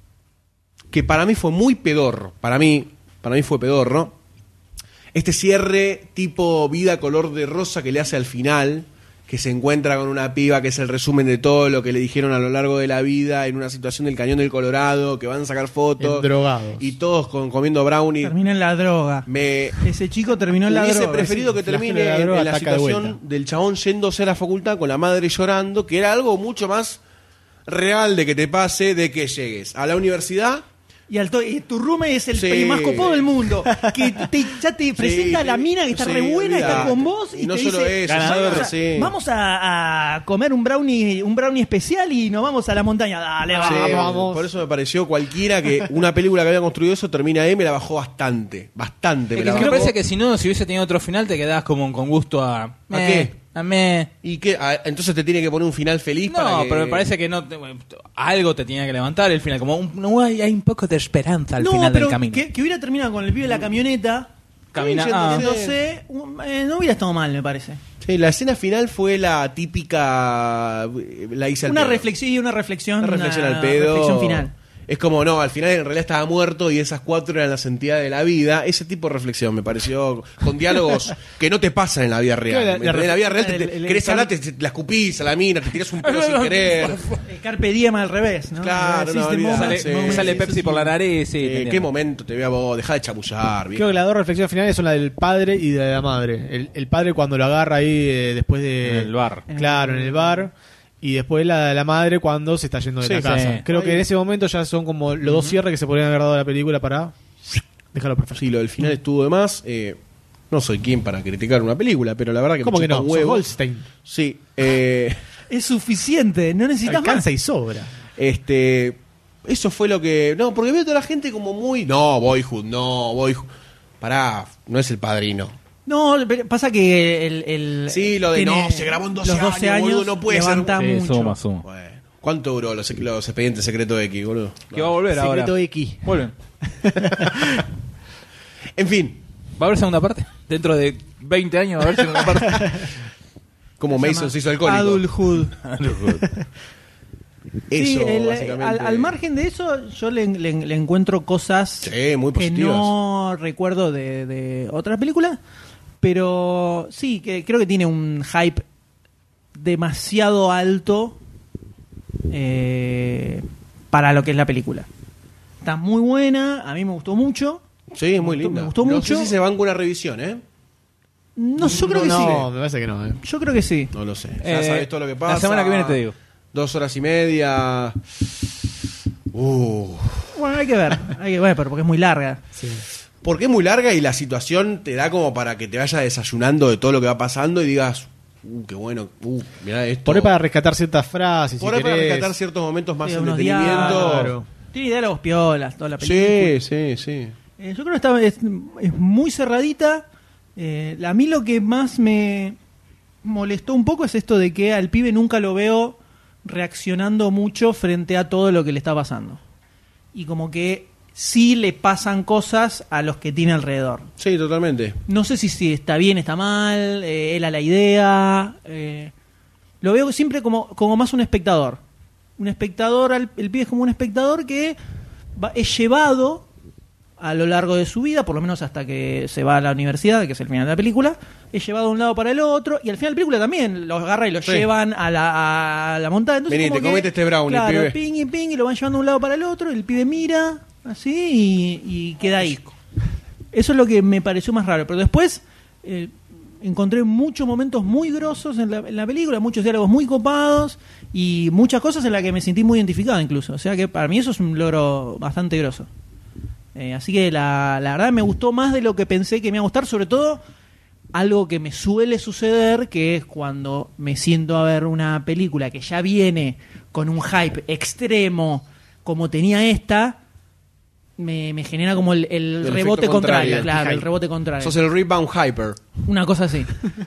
que para mí fue muy pedorro. Para mí fue pedorro. Este cierre tipo vida color de rosa que le hace al final, que se encuentra con una piba que es el resumen de todo lo que le dijeron a lo largo de la vida en una situación del Cañón del Colorado, que van a sacar fotos drogados y todos comiendo brownie. Termina en la droga. Ese chico terminó en la droga. Hubiese preferido que termine en la situación del chabón yéndose a la facultad con la madre llorando, que era algo mucho más real de que te pase, de que llegues a la universidad. Y tu roommate es el más copado del mundo, que ya te presenta la mina que está re buena, está con vos y no te solo dice, eso, vamos a comer un brownie especial y nos vamos a la montaña. Dale, vamos. Por eso me pareció cualquiera que una película que había construido eso termina ahí, me la bajó bastante. Me parece que si hubiese tenido otro final te quedabas como con gusto a qué. ¿Y qué? Entonces te tiene que poner un final feliz. Pero me parece que algo te tenía que levantar el final, como hay un poco de esperanza al final del camino. Que hubiera terminado con el pibe de la camioneta yéndose, no hubiera estado mal, me parece. Sí, la escena final fue la típica, la hice al una pedo. reflexión al pedo. Reflexión final. Es como, no, al final en realidad estaba muerto y esas 4 eran las entidades de la vida. Ese tipo de reflexión me pareció, con diálogos que no te pasan en la vida real. En la vida real querés hablar, te la escupís a la mina, te tirás un pelo sin querer. Carpe diem al revés, ¿no? Claro, sale Pepsi por la nariz. ¿Qué momento te veo a vos? Dejá de chamullar. Creo que las 2 reflexiones finales son la del padre y de la madre. El padre cuando lo agarra ahí después de... En el bar. Claro, en el bar. Y después la de la madre cuando se está yendo de la casa. Creo que en ese momento ya son como los 2 cierres que se podrían haber dado a la película para dejarlo perfecto. Sí, lo del final estuvo de más. No soy quien para criticar una película, pero la verdad que ¿cómo me que no? huevo. Goldstein. Sí. Es suficiente, no necesitas más. Alcanza y sobra. Eso fue lo que... No, porque veo a toda la gente como muy... No, Boyhood. Pará, no es El Padrino. No, pasa que sí, lo de se grabó en 12 años, boludo, no puede ser. Mucho. Suma. Bueno, ¿cuánto duró los expedientes secretos X, boludo? Que va a volver ahora. Secreto X. Vuelven. En fin. ¿Va a haber segunda parte? Dentro de 20 años va a haber segunda parte. Como Mason se hizo alcohólico. Adulthood. Eso, sí, básicamente. Al margen de eso, yo le encuentro cosas muy que positivas. no recuerdo de otras películas. Pero sí, que creo que tiene un hype demasiado alto para lo que es la película. Está muy buena, a mí me gustó mucho. Sí, es muy linda. Me gustó mucho. No sé si se van con una revisión, No, yo creo que sí. No, me parece que no. Yo creo que sí. No lo sé. Ya sabes todo lo que pasa. La semana que viene te digo. 2 horas y media. Bueno, hay que ver, porque es muy larga. Sí. Porque es muy larga y la situación te da como para que te vayas desayunando de todo lo que va pasando y digas, qué bueno, mirá esto. Por ahí para rescatar ciertas frases. Por ahí para rescatar ciertos momentos más de entretenimiento. Claro. Tiene diálogos piolas, toda la película. Sí. Yo creo que es muy cerradita. A mí lo que más me molestó un poco es esto de que al pibe nunca lo veo reaccionando mucho frente a todo lo que le está pasando. Y como que sí le pasan cosas a los que tiene alrededor. Sí, totalmente. No sé si está bien, está mal, él a la idea. Lo veo siempre como más un espectador. Un espectador, el pibe es como un espectador que es llevado a lo largo de su vida, por lo menos hasta que se va a la universidad, que es el final de la película, es llevado de un lado para el otro, y al final de la película también los agarra y los llevan a la montaña. Entonces, vení, te comete este brownie, claro, pibe. Ping, y lo van llevando de un lado para el otro, y el pibe mira así y queda ahí. Eso es lo que me pareció más raro. Pero después encontré muchos momentos muy grosos en la película, muchos diálogos muy copados y muchas cosas en las que me sentí muy identificado incluso. O sea que para mí eso es un logro bastante groso. Así que la verdad me gustó más de lo que pensé que me iba a gustar, sobre todo algo que me suele suceder, que es cuando me siento a ver una película que ya viene con un hype extremo como tenía esta, me genera como el rebote contrario. Claro, el rebote contrario. Sos el rebound hyper. Una cosa así.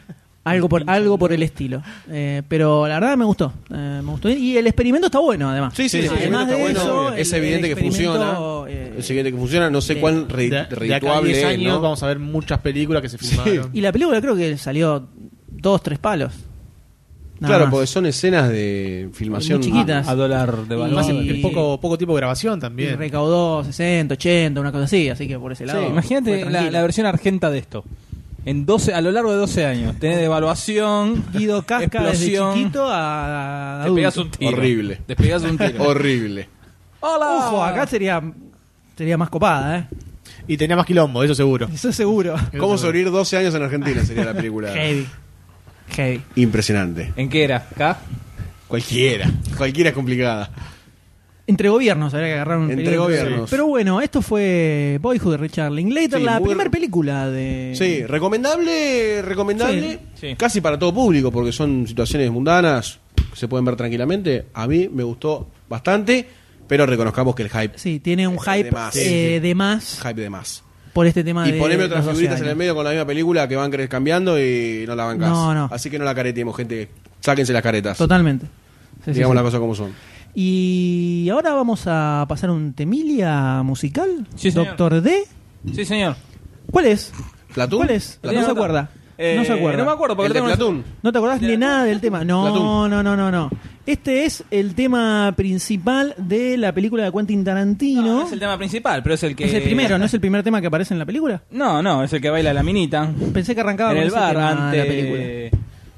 Algo por el estilo. Pero la verdad me gustó. Me gustó. Y el experimento está bueno, además. Sí, el además experimento de está eso, bueno. Es evidente que funciona. Es evidente que funciona. No sé cuán De acá a redituable 10 es, años ¿no? vamos a ver muchas películas que se filmaron. Y la película creo que salió 2-3 palos. Nada Claro, más. porque son escenas de filmación Muy chiquitas. A dólar de Y- valor. Además, es poco tiempo de grabación Y también. recaudó 60, 80, una cosa así. Así que por ese lado. Imagínate fue tranquilo. la versión argenta de esto. A lo largo de 12 años. Tenés devaluación, Guido Casca desde explosión. chiquito a Te pegás adulto. un tiro. Horrible. Te pegás un tiro. Horrible. ¡Hola! Ojo, acá sería más copada, Y tenía más quilombo, eso seguro. Eso seguro. ¿Cómo sobrevivir 12 años en Argentina? Sería la película. Heavy. Impresionante. ¿En qué era? ¿Acá? Cualquiera es complicada. Entre gobiernos, habría que agarrar un Entre periodo. gobiernos. Pero bueno, esto fue Boyhood de Richard Linklater, Sí, la muy primera película de... Sí, recomendable Sí. casi para todo público, porque son situaciones mundanas que se pueden ver tranquilamente. A mí me gustó bastante, pero reconozcamos que el hype Sí, tiene un hype de más hype de más. por este tema Y de poneme otras los 12 figuritas en el años. medio con la misma película que van cambiando y no la bancás. No. Así que no la caretemos, gente. Sáquense las caretas. Totalmente. Sí, Digamos sí, las sí. cosas como son. Y ahora vamos a pasar un temilia musical. Sí, señor. Doctor D. Sí, señor. ¿Cuál es? ¿Platón? ¿Cuál es? ¿Platón? No se acuerda. No se acuerda. No me acuerdo porque ¿El de tengo Platón? ¿No te acordás de nada del tema? No, no. Este es el tema principal de la película de Quentin Tarantino. No es el tema principal, pero es el que... Es el primero, ¿no es el primer tema que aparece en la película? No, es el que baila la minita. Pensé que arrancaba En con el ese bar, tema de la película.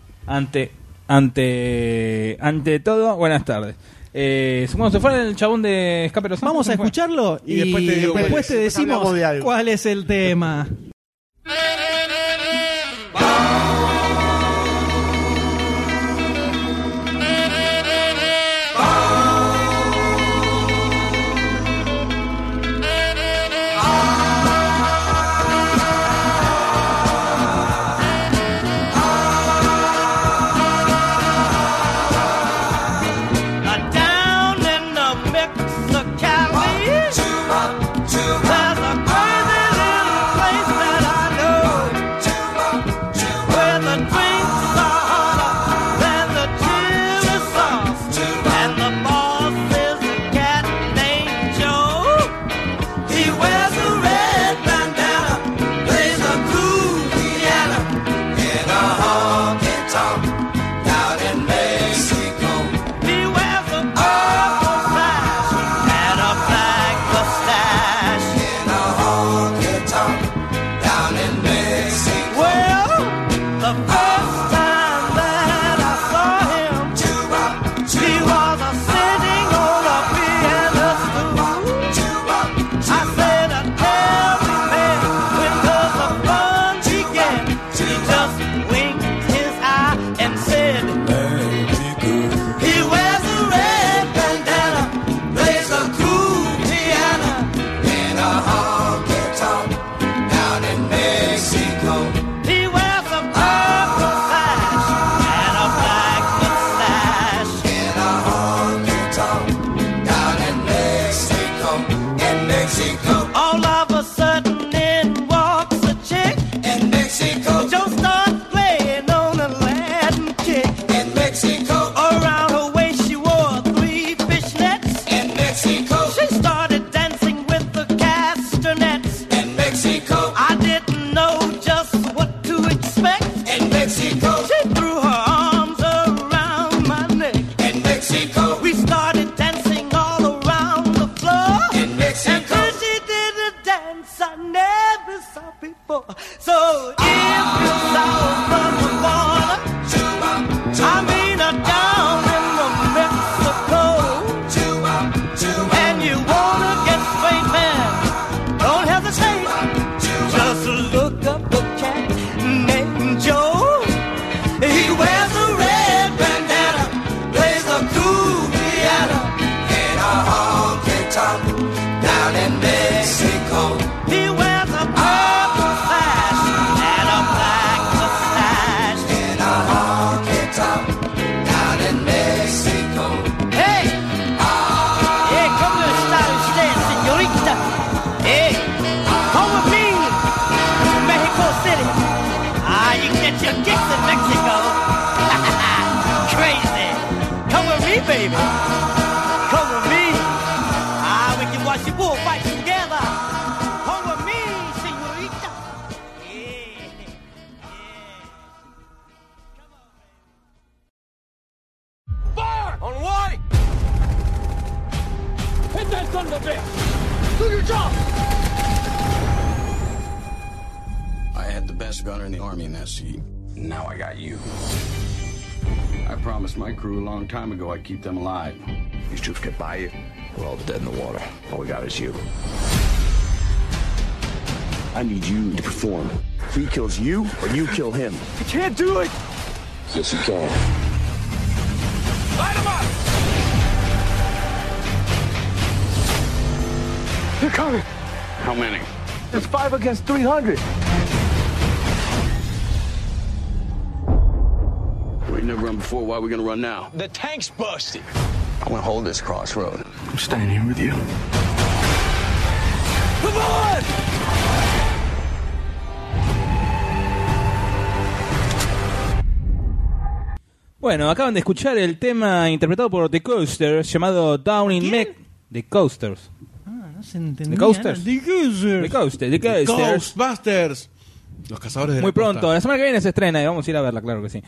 ante todo, buenas tardes. Bueno, se fue el chabón de Escape de los Ángeles. Vamos a escucharlo y, Y después te digo cuál después es. te Después decimos hablamos de algo. cuál es el tema. Down in the Mexicali, there's a crazy little place that I know, where the drinks are hotter than the chili sauce, and the boss is a cat named Joe. He wears a red bandana, plays a cool piano in a honky-tonk down in Mexico. He wears a purple sash and a black mustache in a honky-tonk down in Mexico. Well, the first time that I saw him, he was sitting on a piano stool. I said, tell me, man, when does the fun begin? He just winked his eye and said, he wears a red bandana, plays a cool piano in a honky-tonk down in Mexico. He wears a purple sash and a black mustache in a honky-tonk down in Mexico. In Mexico. All of a sudden in walks a chick in Mexico. Joe starts playing on a Latin kick in Mexico. Around her waist she wore 3 fishnets in Mexico. She started dancing with the castanets in Mexico. I didn't know just what to expect in Mexico. She threw her arms around my neck in Mexico. We started dancing all around the floor in Mexico. And then she did a dance I never saw before. So if you south of the border, I mean down in the Mexico, and you wanna get straight, man, don't hesitate. Just look up a cat named Joe. He wears a red bandana, plays a cool piano in a honky-tonk down in Mexico. He wears a purple sash and a black mustache in a honky-tonk down in Mexico. Hey! Hey, come to the stylish dance, señorita. Hey, come with me to Mexico City. You can get your kicks in Mexico. si pull fight together. Come with me, señorita. Fire! On white! Hit that son of a bitch! Do your job! I had the best gunner in the Army in that seat. Now I got you. I promised my crew a long time ago I'd keep them alive. These troops get by you, we're all dead in the water. All we got is you. I need you to perform. He kills you, or you kill him. You can't do it! Yes, you can. Light him up! They're coming! How many? It's 5 against 300. We never run before, why are we gonna run now? The tank's busted. I'm gonna hold this crossroad. I'm staying here with you. Come on! Bueno, acaban de escuchar el tema interpretado por The Coasters llamado Down in Mex. The Coasters. No se entendía. The Coasters. The Coasters. The Coasters. The Coasters. Ghostbusters. Los cazadores de Muy la costa. pronto, la semana que viene se estrena y vamos a ir a verla, claro que sí.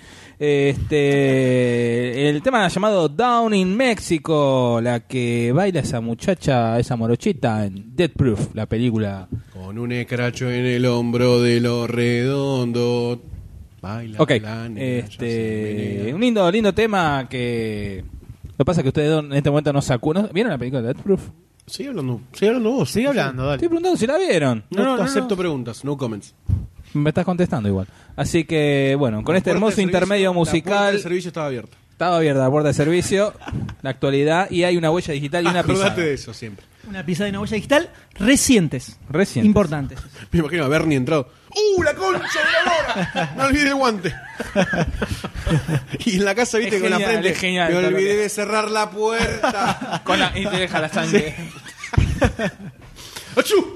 El tema llamado Down in Mexico, la que baila esa muchacha, esa morochita en Death Proof, la película. Con un escracho en el hombro de lo redondo. Baila. Ok, la nena, ya se un lindo tema que... Lo que pasa es que ustedes en este momento no sacuden. ¿Vieron la película de Death Proof? Sigue hablando vos. Sigue hablando, dale. Estoy preguntando si la vieron. No, acepto preguntas, no comments. Me estás contestando igual. Así que, bueno, con este hermoso intermedio La puerta musical... del servicio estaba abierta. Estaba abierta la puerta de servicio, la actualidad, y hay una huella digital y una Acordate pisada. de eso siempre. Una pisada y una huella digital recientes. Importantes. Me imagino a Bernie entrado. ¡La concha de la lora! No olvidé el guante. Y en la casa, viste, Es con genial, la frente. es genial, Me olvidé claro. de cerrar la puerta. Y te deja la sangre. ¡Achú!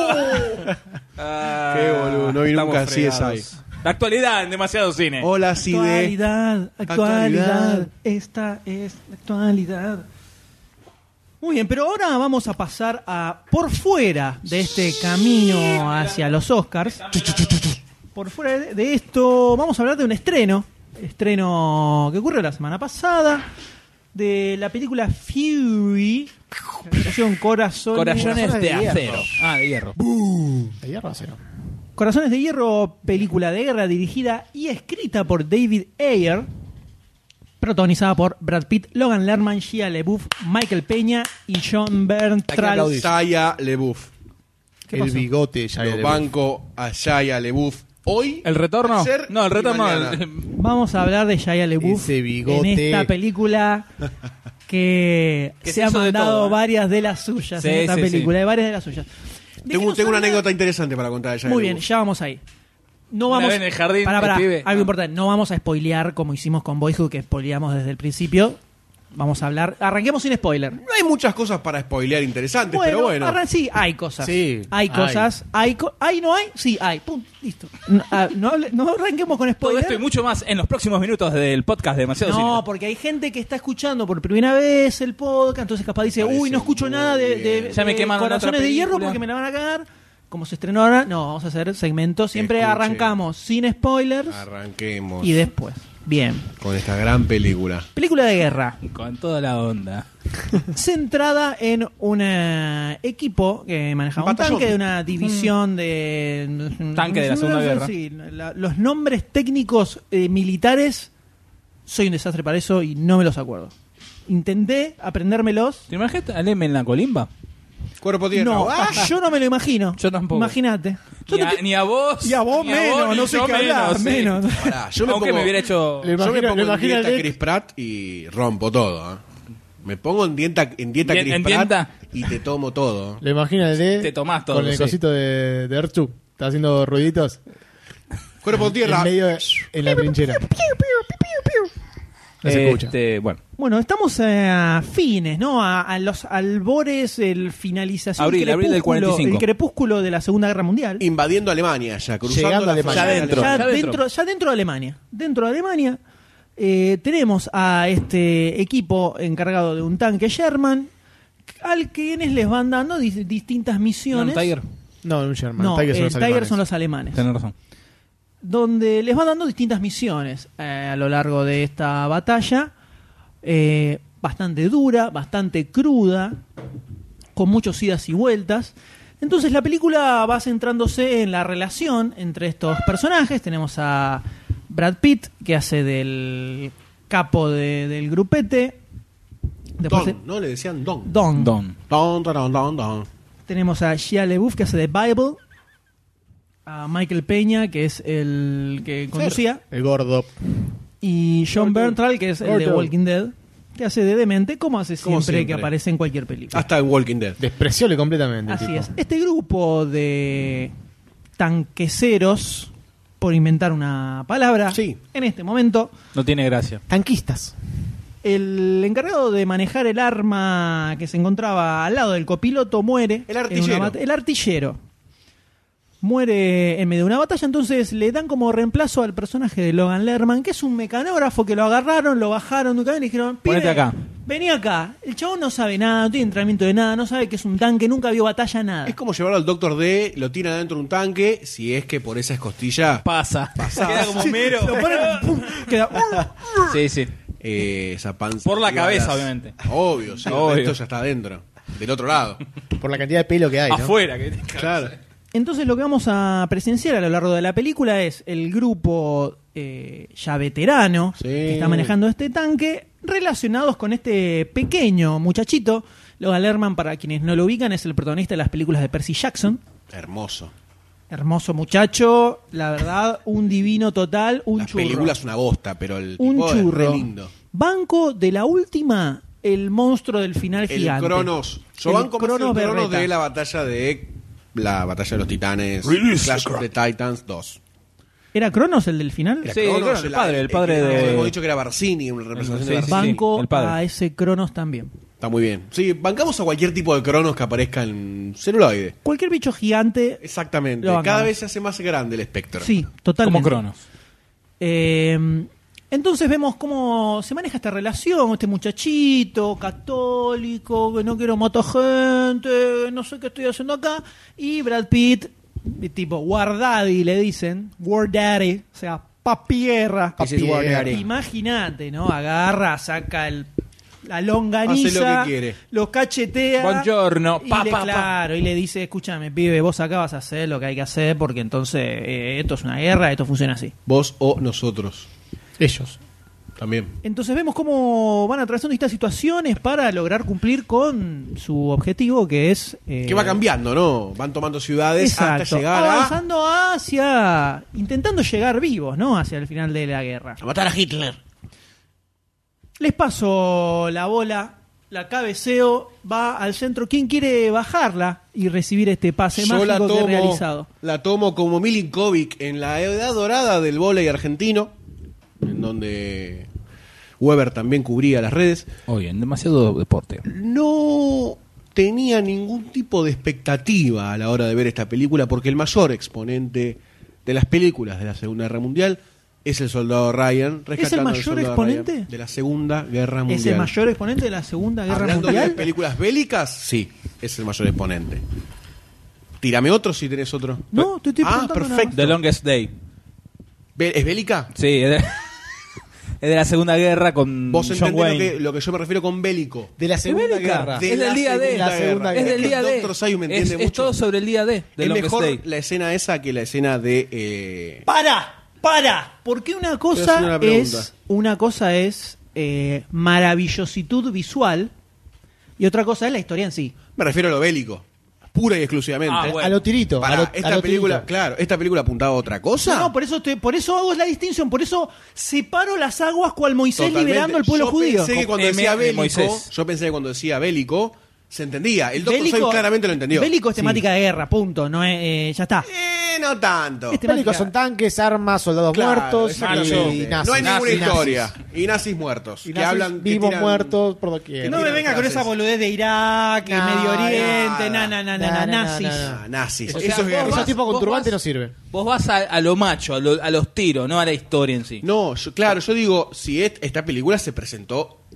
¡Qué boludo! No vi nunca así es ahí. La actualidad en demasiado cine. Hola, Cide. Actualidad. Esta es la actualidad. Muy bien, pero ahora vamos a pasar a por fuera de este camino hacia los Oscars. Por fuera de esto, vamos a hablar de un estreno que ocurrió la semana pasada, de la película Fury, la versión Corazones de acero. De hierro. De hierro a acero. Corazones de Hierro, película de guerra dirigida y escrita por David Ayer, protagonizada por Brad Pitt, Logan Lerman, Shia LaBeouf, Michael Peña y John Bernthal. Shia LaBeouf. ¿Qué El pasó? bigote ya Lo banco a Shia LaBeouf. Hoy. ¿El retorno? ayer No, el y retorno. mañana. Vamos a hablar de Shia LaBeouf Ese bigote. en esta película que Que se ha hizo de mandado todo, ¿eh? varias de las suyas Sí, en esta sí, película, de varias de las suyas. ¿De Tengo qué nos una habla? anécdota interesante para contar de Shia Muy bien, LaBeouf. ya vamos ahí. No Una vamos, vez en el jardín, pará, el pibe. algo importante. No vamos a spoilear como hicimos con Boyhood, que spoileamos desde el principio. Vamos a hablar. Arranquemos sin spoiler. No hay muchas cosas para spoilear interesantes, pero bueno. Sí, hay cosas. Sí, hay cosas. ¿Hay, no hay? Sí, hay. Pum, listo. No arranquemos con Todo spoiler. esto y mucho más en los próximos minutos del podcast de Demasiado Cine. No, porque hay gente que está escuchando por primera vez el podcast, entonces capaz dice, Parece uy, no escucho muy nada bien. de Ya me quemaron Corazones otra de Hierro película. porque me la van a cagar. Como se estrenó ahora, no, vamos a hacer segmentos. Siempre Escuche. arrancamos sin spoilers Arranquemos y después. Bien. con esta gran película. Película de guerra. Con toda la onda. Centrada en un equipo que manejaba un Batallón. tanque de una división de... Tanque de la Segunda Guerra. Sí, los nombres técnicos militares, soy un desastre para eso y no me los acuerdo. Intenté aprendérmelos. ¿Te imaginas a Lem en la colimba? Cuerpo tierra. No, ¡Ah! yo no me lo imagino. Yo tampoco. Imagínate. Ni a vos. Y a vos ni menos, ni no sé yo qué hablar, sí. menos. Pará, yo me Aunque pongo, me hubiera hecho... Le yo me imagino- pongo le en imagino dieta al Dick. Chris Pratt y rompo todo. Me pongo en dieta Chris ¿En Pratt dieta? y te tomo todo. Le imagina el de. Te tomás todo, Con el sí. cosito de Erchu. Está haciendo ruiditos. Cuerpo tierra. En medio en la trinchera. No se escucha. Bueno, Bueno, estamos a fines, ¿no? A los albores, el finalización, Abril del crepúsculo, 45. el crepúsculo de la Segunda Guerra Mundial. Invadiendo Alemania ya, cruzando Llegando la a Alemania. frontera Ya dentro. alemana. Ya dentro de Alemania. Dentro de Alemania tenemos a este equipo encargado de un tanque Sherman al quienes les van dando distintas misiones. ¿No, Tiger? No, un Sherman. No, Tiger son los Tiger alemanes. son los alemanes. Tenés razón. Donde les van dando distintas misiones a lo largo de esta batalla. Bastante dura, bastante cruda, con muchos idas y vueltas. Entonces la película va centrándose en la relación entre estos personajes. Tenemos a Brad Pitt, que hace del capo del grupete. Después Don, ¿no? Le decían Don. Don. Don. Don, don, don, don. Tenemos a Shia LaBeouf, que hace de Bible. A Michael Peña, que es el que conducía. El gordo. Y John Bernthal, que es el de Gordo. Walking Dead, que hace de demente, como hace Como siempre que siempre. aparece en cualquier película. Hasta en Walking Dead. Desprecióle completamente. Así tipo. es. Este grupo de tanqueceros, por inventar una palabra, Sí. en este momento, No tiene gracia. Tanquistas. el encargado de manejar el arma que se encontraba al lado del copiloto muere. El artillero. El artillero. Muere en medio de una batalla, entonces le dan como reemplazo al personaje de Logan Lerman, que es un mecanógrafo que lo agarraron, lo bajaron de un camión y le dijeron: Ponete "Pibe, acá". Vení acá. El chabón no sabe nada, no tiene entrenamiento de nada, no sabe que es un tanque, nunca vio batalla, nada. Es como llevarlo al Doctor D, lo tiran adentro de un tanque, si es que por esa escostilla Pasa. Queda como Sí, mero. lo ponen, pum, queda, Sí, sí. esa panza. Por la y cabeza, balas. obviamente. Obvio, sí. Obvio. Esto ya está adentro, del otro lado. Por la cantidad de pelo que hay, ¿no? Afuera. Que... Claro. Entonces lo que vamos a presenciar a lo largo de la película es el grupo ya veterano Sí. que está manejando este tanque, relacionados con este pequeño muchachito. Logan Lerman, para quienes no lo ubican, es el protagonista de las películas de Percy Jackson. Hermoso. Hermoso muchacho, la verdad, un divino total, un La churro. película es una bosta, pero el Un tipo es churro. re lindo. Banco de la última, el monstruo del final El gigante. Cronos. Yo El banco más el Cronos Cronos Berreta. de la batalla de los Titanes, Release Clash the of the Titans 2. ¿Era Cronos el del final? Era Sí, Cronos, el padre que de- hemos dicho que era Barcini, una representación Sí, de sí, Barcini. Banco el padre. a ese Cronos también. Está muy bien. Sí, bancamos a cualquier tipo de Cronos que aparezca en celuloide. Cualquier bicho gigante. Exactamente. Lo bancamos. Cada vez se hace más grande el espectro. Sí, totalmente. Como Cronos. Entonces vemos cómo se maneja esta relación, este muchachito católico, que no quiero matar gente, no sé qué estoy haciendo acá, y Brad Pitt, tipo War Daddy le dicen, War Daddy, o sea, papi guerra. Ese es War Daddy. Imagínate, ¿no? Agarra, saca la Hace longaniza, lo que quiere. lo cachetea. Buongiorno, Y pa, le, pa, pa. claro, y le dice: escúchame, pibe, vos acá vas a hacer lo que hay que hacer, porque entonces esto es una guerra, esto funciona así. Vos o nosotros. Ellos. También. Entonces vemos cómo van atravesando distintas situaciones para lograr cumplir con su objetivo, que es... Que va cambiando, ¿no? Van tomando ciudades Exacto, hasta llegar avanzando hacia... intentando llegar vivos, ¿no? Hacia el final de la guerra. a matar a Hitler. Les paso la bola, la cabeceo, va al centro. ¿Quién quiere bajarla y recibir este pase Yo mágico que he realizado? la tomo como Milinkovic en la edad dorada del vóley argentino, en donde Weber también cubría las redes. Oye, demasiado deporte. No tenía ningún tipo de expectativa a la hora de ver esta película, porque el mayor exponente de las películas de la Segunda Guerra Mundial es el soldado Ryan. Rescatando al mayor soldado exponente? Ryan de la Segunda Guerra Mundial. ¿Es el mayor exponente de la Segunda Guerra Hablando Mundial? de películas bélicas, sí, es el mayor exponente. Tírame otro si tenés otro. No, te estoy preguntando nada perfecto. The Longest Day. ¿Es bélica? Sí, es de la Segunda Guerra con Vos John entendés Wayne. lo que yo me refiero con bélico. De la Segunda bélica. Guerra. De Es del la día D. Segunda La Segunda Guerra. Es del que día el D. Dr. Sayu me entiende Es mucho. todo sobre el día D. The Es Longest mejor Day. la escena esa que la escena de... ¡Para! Porque una Quiero hacer una cosa pregunta. es maravillositud visual y otra cosa es la historia en sí. Me refiero a lo bélico. Pura y exclusivamente. Ah, bueno. A lo tirito. Pará, a lo esta película, tirito. claro, esta película apuntaba a otra cosa. No, por eso hago la distinción, por eso separo las aguas cual Moisés Totalmente. liberando al pueblo Yo judío. Pensé que cuando M decía de bélico, Moisés. yo pensé que cuando decía bélico se entendía. El Dr. Bélico- Sayu claramente lo entendió. Bélico es temática de guerra, punto. No es, ya está. No tanto. Este- Bélicos son tanques, armas, soldados Claro, muertos exactamente. y nazis. No hay ninguna Y nazis. historia. Y nazis muertos. Y que nazis hablan que vivos, tiran- muertos, por doquier. Que no me tiran venga con frases. esa boludez de Irak, No, Medio Oriente, nada. nazis. Ah, nazis. O sea, Eso es vos guerra. Esos tipos con Vos turbante vas- no sirven. Vos vas a lo macho, a los tiros, no a la historia en sí. No, claro, yo digo, si esta película se presentó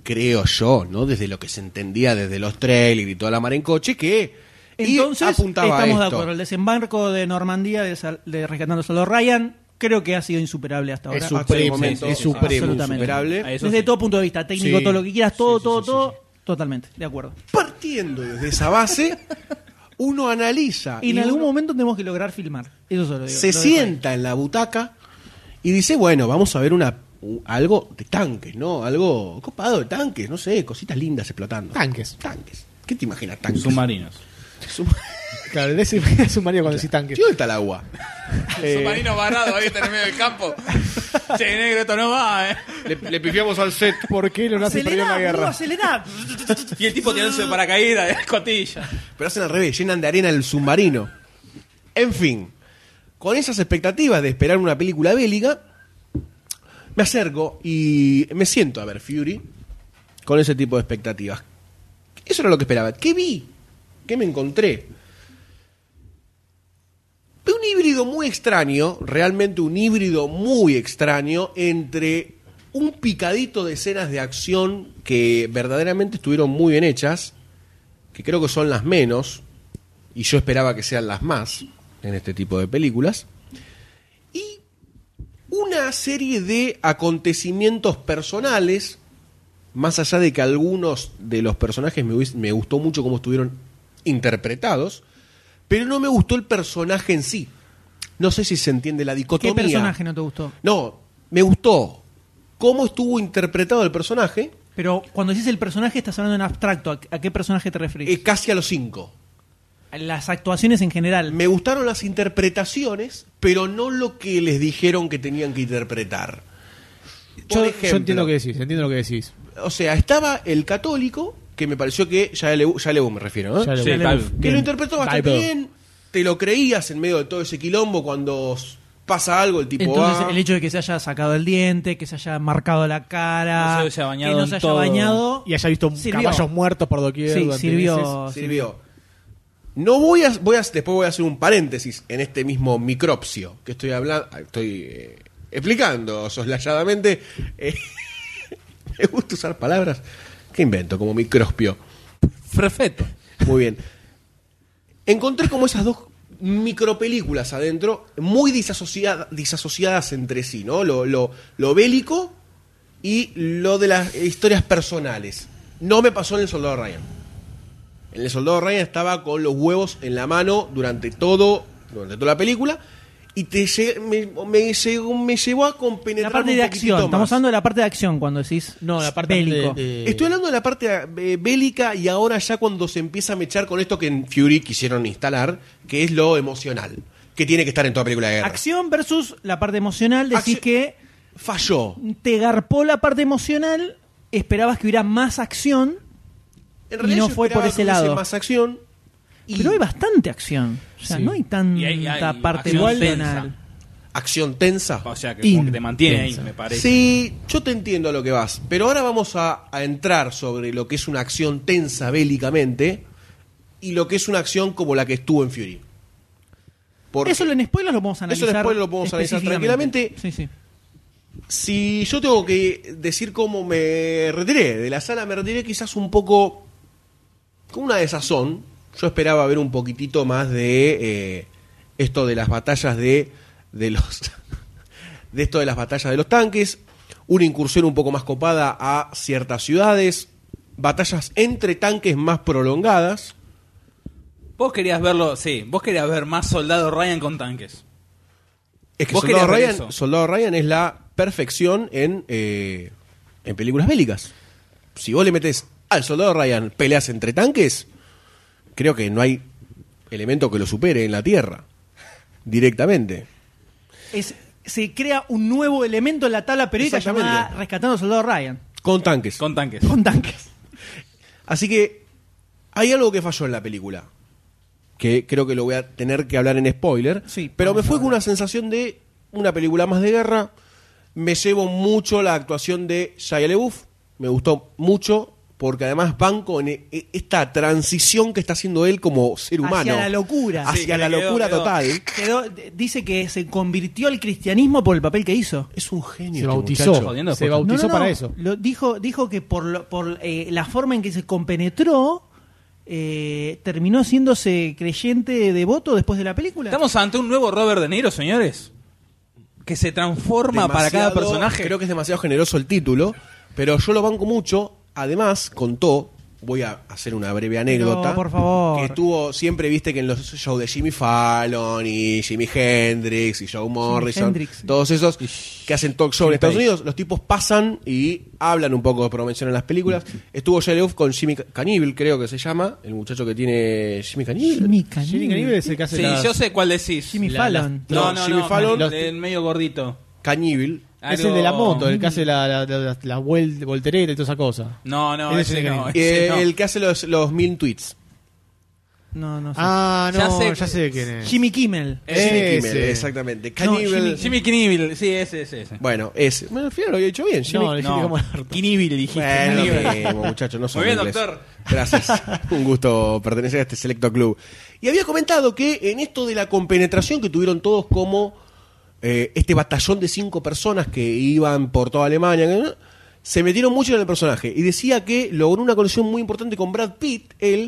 creo yo, ¿no? Desde lo que se entendía desde los trailers y toda la mar en coche, que Entonces, apuntaba a estamos de esto. acuerdo. El desembarco de Normandía de Rescatando al Soldado Ryan creo que ha sido insuperable hasta ahora. Es supremo, momento, es supremo. Absolutamente. insuperable. Eso Desde sí. todo punto de vista técnico, Sí. todo lo que quieras, todo, Sí. totalmente, de acuerdo. Partiendo desde esa base, uno analiza Y en y algún uno momento tenemos que lograr filmar. Eso solo digo. se lo dejo sienta en la butaca y dice, bueno, vamos a ver algo de tanques, ¿no? Algo copado de tanques, no sé, cositas lindas explotando. Tanques. Tanques. ¿Qué te imaginas? Tanques. Submarinos. Claro, de ese submarino cuando decís tanques. ¿Y dónde está el agua? Submarino varado ahí en el medio del campo. Che, negro, esto no va, Le pifiamos al set. ¿Por qué los nazis perdieron la guerra? Acelerá. Y el tipo tirándose de paracaídas de escotilla. Pero hacen al revés, llenan de arena el submarino. En fin, con esas expectativas de esperar una película bélica, me acerco y me siento a ver Fury con ese tipo de expectativas. Eso era lo que esperaba. ¿Qué vi? ¿Qué me encontré? Un híbrido muy extraño, realmente un híbrido muy extraño entre un picadito de escenas de acción que verdaderamente estuvieron muy bien hechas, que creo que son las menos, y yo esperaba que sean las más en este tipo de películas, y una serie de acontecimientos personales, más allá de que algunos de los personajes me gustó mucho cómo estuvieron interpretados, pero no me gustó el personaje en sí. No sé si se entiende la ¿Qué dicotomía. personaje no te gustó? No, me gustó cómo estuvo interpretado el personaje, Pero cuando dices el personaje estás hablando en abstracto. ¿A qué personaje te referís? casi a los 5. Las actuaciones en general. Me gustaron las interpretaciones, pero no lo que les dijeron que tenían que interpretar. Por Yo ejemplo, entiendo lo que decís, O sea, estaba el católico, que me pareció que Shia LaBeouf me refiero, ¿no? Shia Sí, LaBeouf. Que bien. lo interpretó bastante Bible. bien, te lo creías en medio de todo ese quilombo cuando pasa algo, el tipo Entonces va... el hecho de que se haya sacado el diente, que se haya marcado la cara, No se haya bañado que no en se haya todo. bañado Y haya visto sirvió. caballos muertos por doquier. Sí, durante sirvió. meses. Sirvió. No después voy a hacer un paréntesis en este mismo micropsio que estoy hablando, explicando soslayadamente. Me gusta usar palabras que invento como micropsio. Perfecto. Muy bien. Encontré como esas dos micropelículas adentro, muy disasociadas entre sí, ¿no? Lo bélico y lo de las historias personales. No me pasó en El Soldado Ryan. En El Soldado Ryan estaba con los huevos en la mano durante toda la película y me llevó a compenetrar La parte un de poquitito acción. más. Estamos hablando de la parte de acción cuando decís No, la parte bélico. Estoy hablando de la parte bélica y ahora ya cuando se empieza a mechar con esto que en Fury quisieron instalar, que es lo emocional, que tiene que estar en toda película de guerra. Acción versus la parte emocional. Decís Acción- que Falló. te garpó la parte emocional, esperabas que hubiera más acción, En Y realidad no yo fue por esperaba ese que hubiese lado. más acción. Y pero hay bastante acción. O sea, Sí. no hay tanta Y hay parte acción emocional. tensa. acción tensa. O sea, que como que te mantiene ahí, me parece. Sí, yo te entiendo a lo que vas. Pero ahora vamos a entrar sobre lo que es una acción tensa bélicamente y lo que es una acción como la que estuvo en Fury. Porque Eso en spoilers lo podemos analizar. Eso en spoilers lo podemos analizar específicamente. tranquilamente. Sí, sí. si yo tengo que decir cómo me retiré de la sala, me retiré quizás un poco con una desazón. Yo esperaba ver un poquitito más de esto de las batallas de los de esto de las batallas de los tanques, una incursión un poco más copada a ciertas ciudades, batallas entre tanques más prolongadas. Vos querías verlo, sí, vos querías ver más Soldado Ryan con tanques. Es que ¿Vos querías ver eso? Soldado Ryan es la perfección en películas bélicas. Si vos le metés al Soldado Ryan peleas entre tanques, creo que no hay elemento que lo supere en la Tierra. Directamente. Se crea un nuevo elemento en la tabla periódica Exactamente. llamada Rescatando al Soldado Ryan. Con tanques. Con tanques. Con tanques. Así que hay algo que falló en la película. Que creo que lo voy a tener que hablar en spoiler. Sí, pero me vamos fue a con una sensación de una película más de guerra. Me llevo mucho la actuación de Shia LaBeouf. Me gustó mucho. porque además banco en esta transición que está haciendo él como ser humano. Hacia la locura. Hacia la locura total. Dice que se convirtió al cristianismo por el papel que hizo. Es un genio. Se bautizó. Se bautizó No, para eso. Dijo que por la forma en que se compenetró, terminó haciéndose creyente devoto después de la película. ¿Estamos ante un nuevo Robert De Niro, señores? Que se transforma para cada personaje. Creo que es demasiado generoso el título, pero yo lo banco mucho. Además, contó, voy a hacer una breve anécdota, por favor, que estuvo siempre, viste que en los shows de Jimmy Fallon y Jimi Hendrix y Joe Morrison, todos esos que hacen talk show en Estados Unidos, los tipos pasan y hablan un poco, promocionan las películas. Estuvo Shia LaBeouf con Jimmy Cannibal, creo que se llama, el muchacho que tiene Jimmy Cannibal. Jimmy Cannibal es el que hace yo sé cuál decís. Jimmy Fallon. No, Jimmy Fallon, el medio gordito. Cannibal. Es el de la moto, el que hace la voltereta y toda esa cosa. No, ese no. El que hace los Mean Tweets. No sé. Ya sé quién es. Jimmy Kimmel. Jimmy Kimmel, exactamente. Cannibal. Jimmy Kimmel, sí, ese. Bueno, ese. Bueno, al final lo había dicho bien. Kimmel dijiste. Bueno, muchachos, no son muy bien, inglés. doctor. Gracias. Un gusto pertenecer a este selecto club. Y había comentado que en esto de la compenetración que tuvieron todos como este batallón de 5 personas que iban por toda Alemania, se metieron mucho en el personaje. Y decía que logró una conexión muy importante con Brad Pitt, él,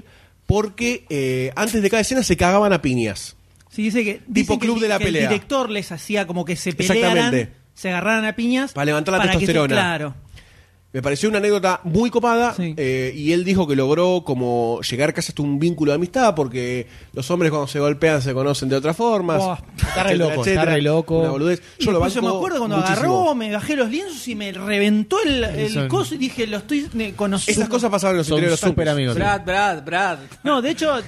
porque antes de cada escena se cagaban a piñas. Sí, dice que tipo club de la pelea. El director les hacía como que se pelearan, se agarraran a piñas para levantar la testosterona. Claro. Me pareció una anécdota muy copada, y él dijo que logró como llegar casi hasta un vínculo de amistad, porque los hombres cuando se golpean se conocen de otras formas. Está re loco. Una boludez. Yo lo banco me acuerdo cuando muchísimo. me bajé los lienzos y me reventó el coso y dije, lo estoy conociendo. Esas cosas pasaban en los interiores súper amigos. Brad. No, de hecho,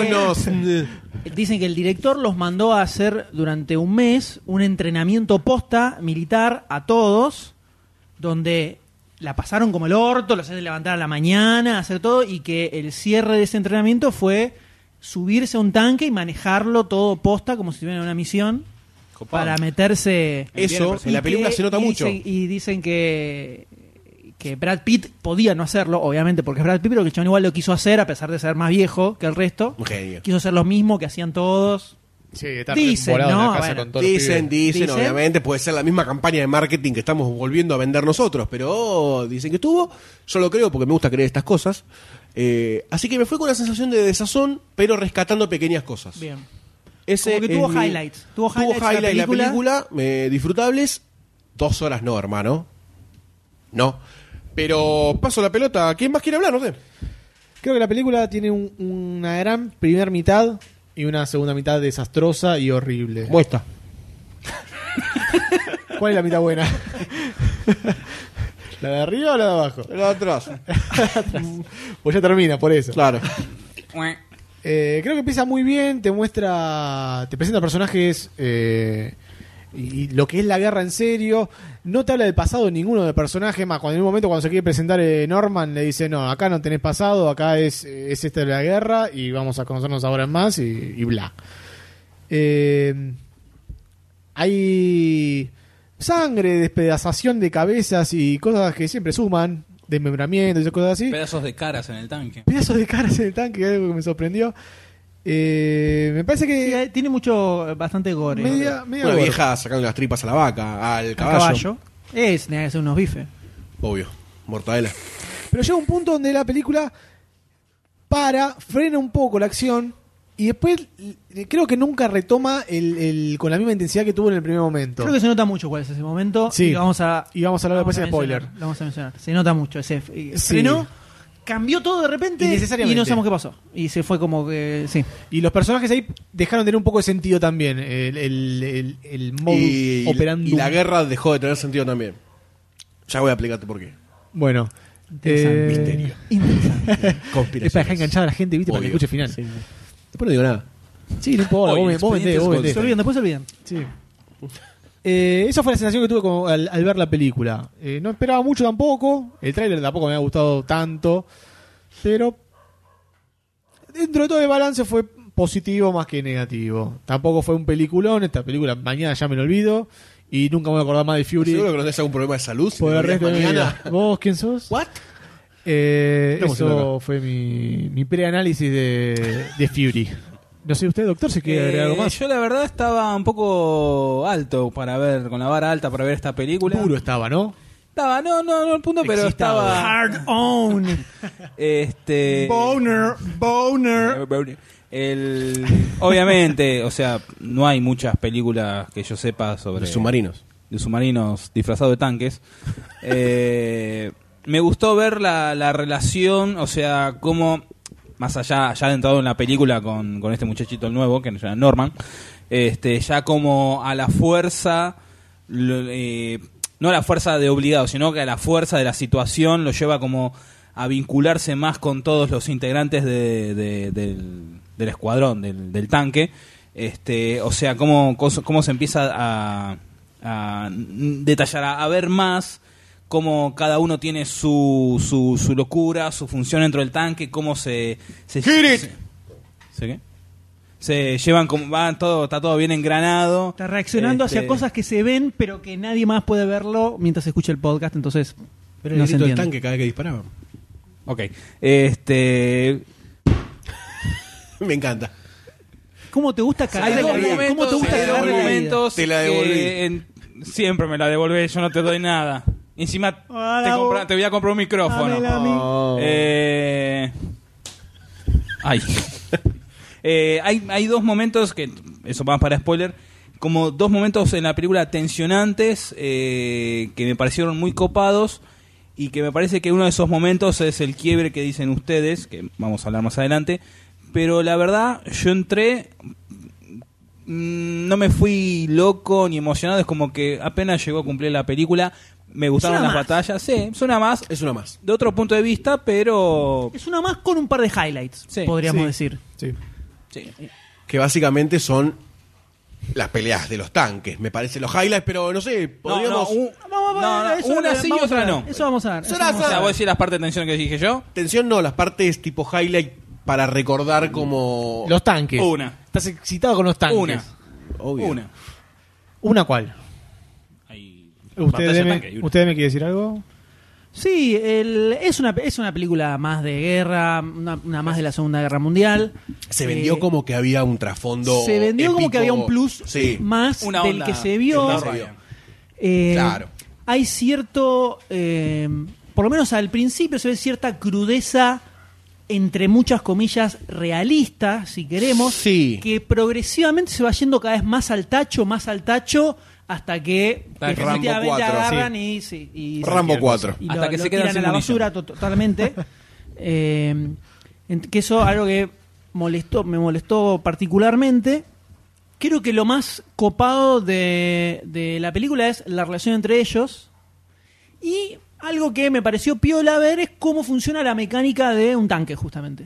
dicen que el director los mandó a hacer durante un mes un entrenamiento posta militar a todos, donde la pasaron como el orto, los hacen levantar a la mañana, hacer todo, y que el cierre de ese entrenamiento fue subirse a un tanque y manejarlo todo posta como si estuvieran en una misión. Copado. Para meterse. Eso en la película se nota mucho. Y dicen que Brad Pitt podía no hacerlo, obviamente porque es Brad Pitt, pero que el chabón igual lo quiso hacer a pesar de ser más viejo que el resto. Un genio. Quiso hacer lo mismo que hacían todos. Sí, está dicen, ¿no? en la casa con todos dicen, obviamente puede ser la misma campaña de marketing que estamos volviendo a vender nosotros, pero dicen que estuvo. Yo lo creo porque me gusta creer estas cosas. Así que me fue con la sensación de desazón, pero rescatando pequeñas cosas. Bien. Ese como que tuvo highlights. Tuvo highlights la película, disfrutables. 2 horas no, hermano. No. Pero paso la pelota. ¿Quién más quiere hablar? No sé. Creo que la película tiene una gran primera mitad y una segunda mitad desastrosa y horrible. Muestra. ¿Cuál es la mitad buena? ¿La de arriba o la de abajo? La de atrás. Pues ya termina, por eso. Claro. Creo que empieza muy bien, te presenta personajes y lo que es la guerra en serio. No te habla del pasado de ninguno de los personajes, más cuando en un momento cuando se quiere presentar Norman le dice, no, acá no tenés pasado, acá es esta de la guerra y vamos a conocernos ahora en más y bla. Hay sangre, despedazación de cabezas y cosas que siempre suman, desmembramiento y esas cosas así. Pedazos de caras en el tanque. Pedazos de caras en el tanque, algo que me sorprendió. Me parece que tiene bastante gore. Media una gore. vieja sacando las tripas a la vaca, al caballo. Tenía que hacer unos bifes. Obvio, mortadela. Pero llega un punto donde la película frena un poco la acción y después creo que nunca retoma con la misma intensidad que tuvo en el primer momento. Creo que se nota mucho cuál es ese momento. Sí. Y vamos a hablar después de spoiler. Lo vamos a mencionar. Se nota mucho ese frenó. Cambió todo de repente y no sabemos qué pasó. Y se fue como que... Sí. Y los personajes ahí dejaron de tener un poco de sentido también. El modus operandi. Y la guerra dejó de tener sentido también. Ya voy a explicarte por qué. Bueno. Misterio. Interesante. Conspiración. Es para dejar enganchada a la gente, ¿viste? Obvio. Para que escuche final. Sí. Después no digo nada. Sí, no importa. Vos vendés. Después se olvidan. Sí. Esa fue la sensación que tuve al ver la película. No esperaba mucho tampoco. El tráiler tampoco me había gustado tanto. Pero dentro de todo el balance fue positivo más que negativo. Tampoco fue un peliculón. Esta película mañana ya me lo olvido. Y nunca me voy a acordar más de Fury. ¿Seguro que no tenés algún problema de salud? Por el resto de mi vida. ¿Vos quién sos? ¿What? Eso fue mi preanálisis de Fury. No sé, usted, doctor, si quiere agregar algo más. Yo la verdad estaba un poco alto para ver, con la vara alta para ver esta película. Puro estaba, ¿no? Estaba, no el punto, pero excitado. estaba... Hard on. Boner. Obviamente, o sea, no hay muchas películas que yo sepa sobre... De submarinos disfrazados de tanques. Me gustó ver la relación, o sea, cómo... Más allá, ya adentrado en la película con este muchachito el nuevo, que se llama Norman, ya como a la fuerza, no a la fuerza de obligado, sino que a la fuerza de la situación lo lleva como a vincularse más con todos los integrantes del escuadrón, del tanque. O sea, cómo se empieza a detallar, a ver más cómo cada uno tiene su locura, su función dentro del tanque, cómo se llevan, como van todo, está todo bien engranado. Está reaccionando hacia cosas que se ven, pero que nadie más puede verlo mientras escucha el podcast, entonces pero no el se grito del entiende. tanque cada vez que disparaban. Ok. Me encanta. ¿Cómo te gusta cagar Hay la dos vida? momentos, ¿Cómo te gusta hay dos cagar la vida? momentos Te la devolví. que siempre me la devolvés, yo no te doy nada. Encima Hola, te voy a comprar un micrófono. Dámela a mí. Oh. Hay dos momentos que, eso va para spoiler, como dos momentos en la película tensionantes, que me parecieron muy copados, y que me parece que uno de esos momentos es el quiebre que dicen ustedes, que vamos a hablar más adelante. Pero la verdad, yo entré, no me fui loco ni emocionado, es como que apenas llegó a cumplir la película. Me gustaron las batallas, sí, es una más. Es una más. De otro punto de vista, pero... Es una más con un par de highlights, Sí, podríamos sí. decir. Sí. Sí. Que básicamente son las peleas de los tanques. Me parece los highlights, pero no sé, podríamos... Una sí y otra no. Eso vamos a ver. eso Será vamos a O sea, ver. voy a decir las partes de tensión que dije yo. Tensión no, las partes tipo highlight para recordar como... Los tanques. Una. Estás excitado con los tanques. Una. Obvio. ¿Una cuál? Hay ¿Usted batalla de tanque y una. me quiere decir algo? Sí, es una película más de guerra, una más de la Segunda Guerra Mundial. Se vendió como que había un trasfondo Se vendió como épico. que había un plus Sí. más Una del onda que se vio. que se vio. Claro. Hay cierto, por lo menos al principio se ve cierta crudeza, entre muchas comillas, realista, si queremos, Sí. que progresivamente se va yendo cada vez más al tacho, hasta que Hasta que definitivamente Rambo 4, agarran sí. y Rambo 4. y Hasta que se quedan tiran sin a la munición. basura totalmente. Que eso algo que me molestó particularmente. Creo que lo más copado de la película es la relación entre ellos. Y algo que me pareció piola ver es cómo funciona la mecánica de un tanque, justamente.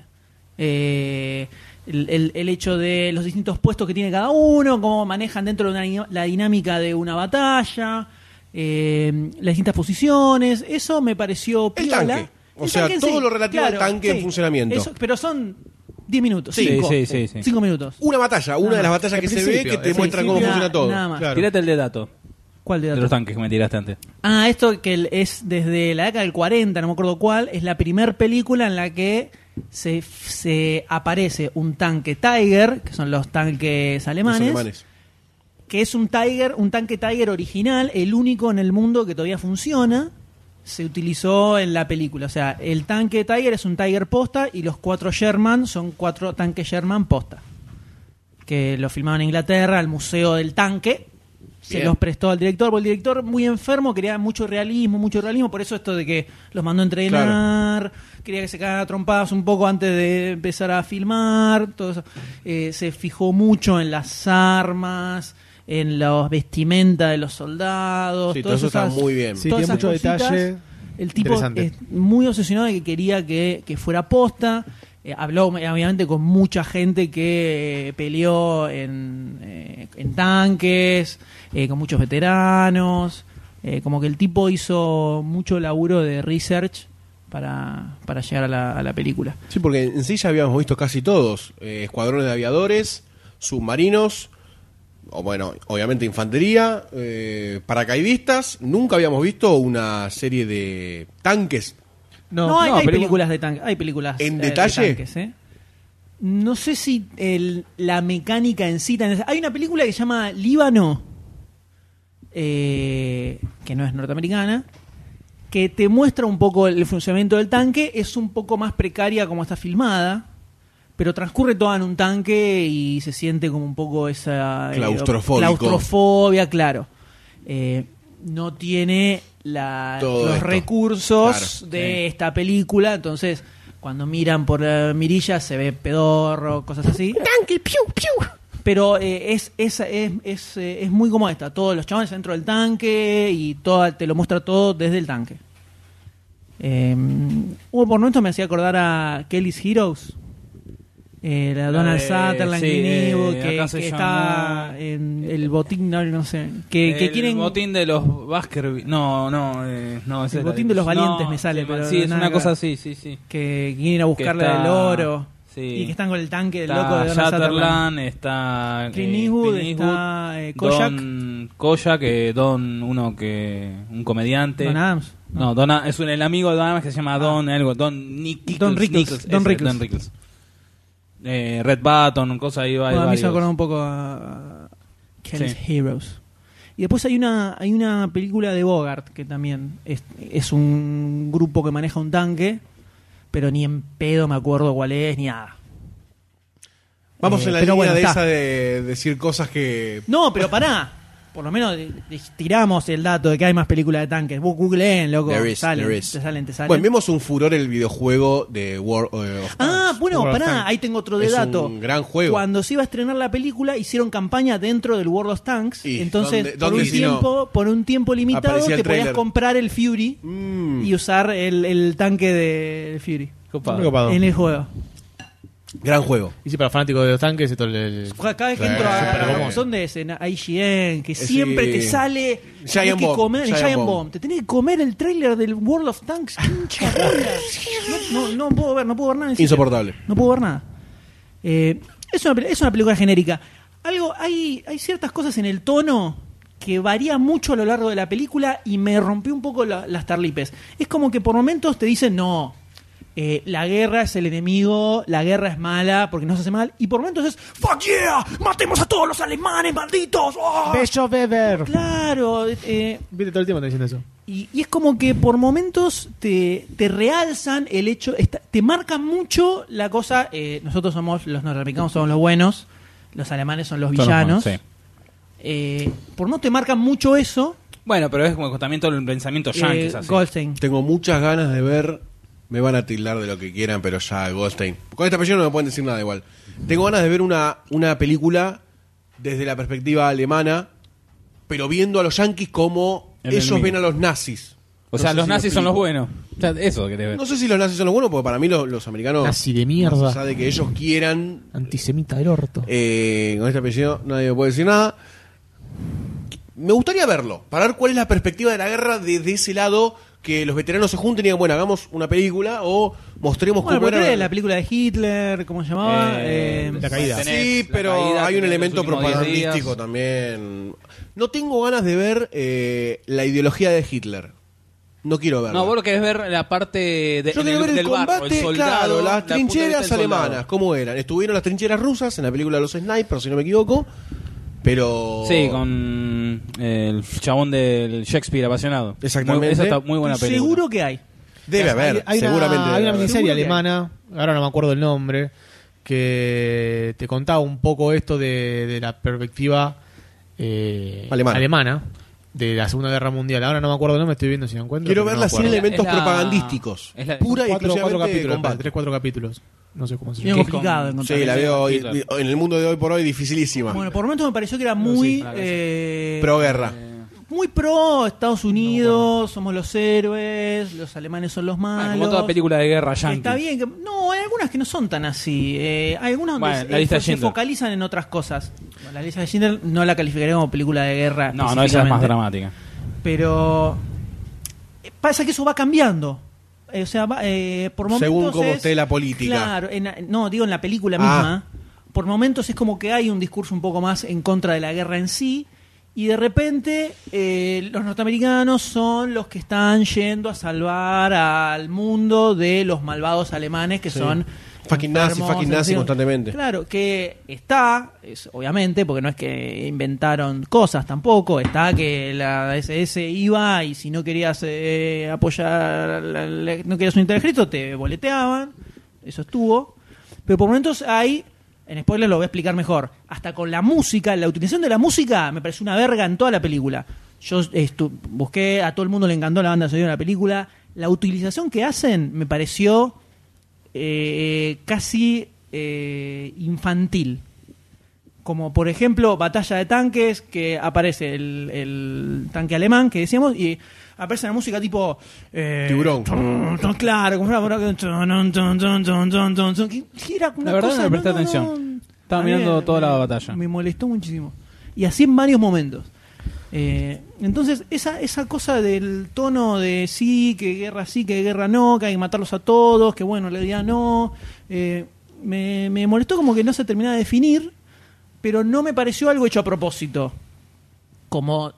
El hecho de los distintos puestos que tiene cada uno, cómo manejan dentro de la dinámica de una batalla, las distintas posiciones. Eso me pareció El piola. tanque. O El sea, tanque en todo sí, lo relativo al claro, tanque en sí. funcionamiento. Eso, pero son 10 minutos. Sí, 5 sí. 5 minutos. Una batalla, una de las batallas Al que se ve principio, que te al muestra cómo principio, funciona todo. nada más. Claro. Tírate el de dato. ¿Cuál de De datos? los tanques que me tiraste antes. Esto que es desde la década del 40, no me acuerdo cuál, es la primer película en la que se aparece un tanque Tiger, que son los tanques Los alemanes, alemanes. que es un tanque Tiger original, el único en el mundo que todavía funciona. Se utilizó en la película, o sea, el tanque Tiger es un Tiger posta y los 4 Sherman son 4 tanques Sherman posta, que lo filmaban en Inglaterra, al Museo del Tanque. Se Bien. los prestó al director, porque el director, muy enfermo, quería mucho realismo, por eso esto de que los mandó a entrenar, quería que se cagaran a trompadas un poco antes de empezar a filmar, todo eso. Se fijó mucho en las armas, en la vestimenta de los soldados. Sí, todo todas eso está esas- muy bien. Sí, todas tiene esas mucho cositas. detalle. El tipo Interesante. es muy obsesionado de que quería que fuera posta. Habló obviamente con mucha gente que peleó en tanques, con muchos veteranos. Como que el tipo hizo mucho laburo de research para llegar a la película. Sí, porque en sí ya habíamos visto casi todos. Escuadrones de aviadores, submarinos, o bueno, obviamente infantería, paracaidistas. Nunca habíamos visto una serie de tanques No, hay pero- películas de tanques. Hay películas ¿En de detalle? tanques, No sé si la mecánica en sí... Hay una película que se llama Líbano, que no es norteamericana, que te muestra un poco el funcionamiento del tanque. Es un poco más precaria como está filmada, pero transcurre toda en un tanque y se siente como un poco esa... claustrofobia, claro. No tiene Todo los esto. recursos Claro, de esta película, entonces cuando miran por la mirilla se ve pedorro, cosas así. ¡Tanque! ¡Piu, piu! Pero es muy como esta, todos los chavales dentro del tanque y te lo muestra todo desde el tanque. Por momentos me hacía acordar a Kelly's Heroes. La Donald Sutherland, sí, Clint Eastwood, que acá se está llamó- en el botín, no sé, que el quieren... botín de los Baskerville. No, es El botín de los valientes me sale, pero sí, es nada una que cosa ver. así, sí. Que quieren ir a buscarle está- el oro. sí. Y que están con el tanque del Está loco de Donald Sutherland. Sutherland, está Clint Eastwood, está Kojak. Don Kojak, un comediante. Don Adams. No, es el amigo de Don Adams que se llama Don Rickles. Don Rickles. Red Button, cosa ahí va. Bueno, a mí se me acordó un poco a Kelly's Heroes. Y después hay una película de Bogart que también es un grupo que maneja un tanque, pero ni en pedo me acuerdo cuál es ni nada. Vamos en la pero línea bueno, de está. esa de decir cosas que... No, pero pará. Por lo menos tiramos el dato de que hay más películas de tanques. Vos googleen, loco. There is. Te salen. Bueno, vemos un furor en el videojuego de World of Tanks. Bueno, World of pará, Tanks. ahí tengo otro de Es dato. un gran juego. Cuando se iba a estrenar la película, hicieron campaña dentro del World of Tanks. Y, entonces, ¿dónde si no? por un tiempo limitado, Aparecía el te podías tráiler. comprar el Fury y usar el tanque de Fury en el juego. Gran juego. Y sí, para fanáticos de los tanques, esto Cada vez que entro a... ¿Dónde es? En IGN, que siempre te sale... Giant Bomb. Giant Bomb. Te tenés que comer el tráiler del World of Tanks. ¡Qué hincha bola! No puedo ver nada. Insoportable. No puedo ver nada. Es una película genérica. Hay ciertas cosas en el tono que varía mucho a lo largo de la película y me rompió un poco las tarlipes. Es como que por momentos te dicen, no, la guerra es el enemigo, la guerra es mala porque nos hace mal, y por momentos es ¡fuck yeah! ¡Matemos a todos los alemanes, malditos! ¡Oh! Bello Weber. Claro. Viste todo el tiempo diciendo eso. Y es como que por momentos te realzan el hecho, te marcan mucho la cosa. Nosotros somos, los norteamericanos somos los buenos, los alemanes son los villanos. Por no te marcan mucho eso. Bueno, pero es como también todo el pensamiento yankee. Goldstein. Tengo muchas ganas de ver. Me van a tildar de lo que quieran, pero ya Goldstein. Con esta apellido no me pueden decir nada igual. Tengo ganas de ver una película desde la perspectiva alemana, pero viendo a los yanquis como ellos ven a los nazis. O sea, No sé los si nazis son los explico. buenos. O sea, eso que te ves. No sé si los nazis son los buenos, porque para mí los americanos... Nazi de mierda. Más allá de que ellos quieran... Antisemita del orto. con este apellido nadie me puede decir nada. Me gustaría verlo, para ver cuál es la perspectiva de la guerra desde ese lado, que los veteranos se junten y digan, bueno, hagamos una película o mostremos Bueno, cómo pero era... la película de Hitler, ¿cómo se llamaba? La caída. Sí, La pero caída, hay un que elemento en los últimos 10 días. propagandístico también. No tengo ganas de ver la ideología de Hitler. No quiero verla. No, vos lo querés ver la parte Yo quiero ver el del barro, combate, el soldado, claro, la las punta de vista trincheras del soldado. alemanas, ¿cómo eran? Estuvieron las trincheras rusas en la película de los Snipers, si no me equivoco, pero... Sí, con el chabón del Shakespeare apasionado. Exactamente. Esa está muy buena película. Seguro que hay. Debe haber, seguramente. Hay debe una haber. miniserie Seguro que alemana, ahora no me acuerdo el nombre, que te contaba un poco esto de la perspectiva alemana de la Segunda Guerra Mundial. Ahora no me acuerdo el nombre, estoy viendo si lo encuentro. Quiero pero no verla me acuerdo. sin elementos Es la- propagandísticos. es la- Pura y Cuatro exclusivamente capítulos, combate. 3-4 capítulos. No sé cómo se Bien llama. Que complicado con- encontrar. Sí, la veo hoy, Hitler. en el mundo de hoy por hoy dificilísima. Bueno, por momentos me pareció que era muy... Pro guerra. muy pro Estados Unidos, somos los héroes, los alemanes son los malos. Como toda película de guerra yankee. Está bien, no, hay algunas que no son tan así. Hay algunas Bueno, donde la lista de se Schindler. focalizan en otras cosas. Bueno, la lista de Schindler no la calificaría como película de guerra. No, esa es más específicamente. dramática. Pero pasa que eso va cambiando. O sea, por momentos Según cómo es- esté la política. Claro, no, digo en la película Ah. misma. Por momentos es como que hay un discurso un poco más en contra de la guerra en sí. y de repente los norteamericanos son los que están yendo a salvar al mundo de los malvados alemanes que son fucking nazi constantemente. Claro, que está, obviamente, porque no es que inventaron cosas tampoco, está que la SS iba y si no querías apoyar, no querías unirte al ejército, te boleteaban, eso estuvo. Pero por momentos hay, en spoiler lo voy a explicar mejor, hasta con la música, la utilización de la música me pareció una verga en toda la película. Yo busqué, a todo el mundo le encantó la banda sonora de la película, la utilización que hacen me pareció casi infantil, como por ejemplo batalla de tanques, que aparece el tanque alemán que decíamos y aparece la música tipo Tiburón, claro, como una que era una la verdad cosa, no me presté atención, estaba mirando toda la batalla, me molestó muchísimo y así en varios momentos. Entonces esa cosa del tono de sí, que guerra no, que hay que matarlos a todos, que bueno, la idea no, me molestó como que no se terminaba de definir, pero no me pareció algo hecho a propósito, como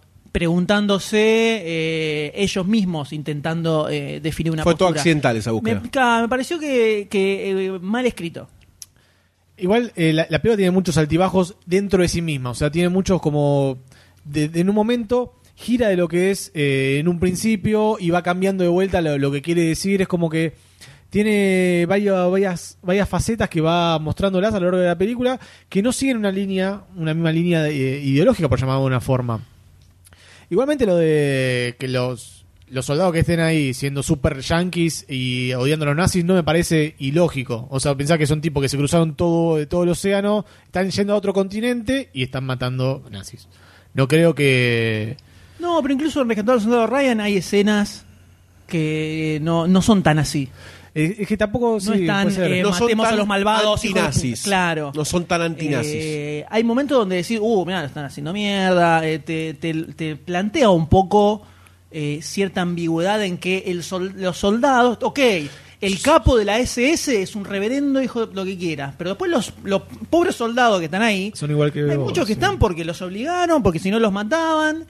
preguntándose ellos mismos, intentando definir una postura. Fue todo accidental esa búsqueda. Me pareció que mal escrito. Igual la película tiene muchos altibajos dentro de sí misma, o sea, tiene muchos como... en un momento gira de lo que es en un principio y va cambiando de vuelta lo que quiere decir. Es como que tiene varias facetas que va mostrándolas a lo largo de la película que no siguen una misma línea ideológica, por llamarlo de una forma. Igualmente lo de que los soldados que estén ahí siendo super yanquis y odiando a los nazis no me parece ilógico. O sea, pensar que son tipos que se cruzaron todo el océano, están yendo a otro continente y están matando nazis. No creo que... No, pero incluso en Rescatado al Soldado Ryan hay escenas que no son tan así. Es que tampoco... No están, no son matemos tan a los malvados antinazis. Claro. No son tan antinazis. Hay momentos donde decís, mirá, están haciendo mierda. Te plantea un poco cierta ambigüedad en que los soldados... Ok, el capo de la SS es un reverendo hijo de lo que quiera, pero después los pobres soldados que están ahí son igual que hay muchos que están porque los obligaron, porque si no los mataban,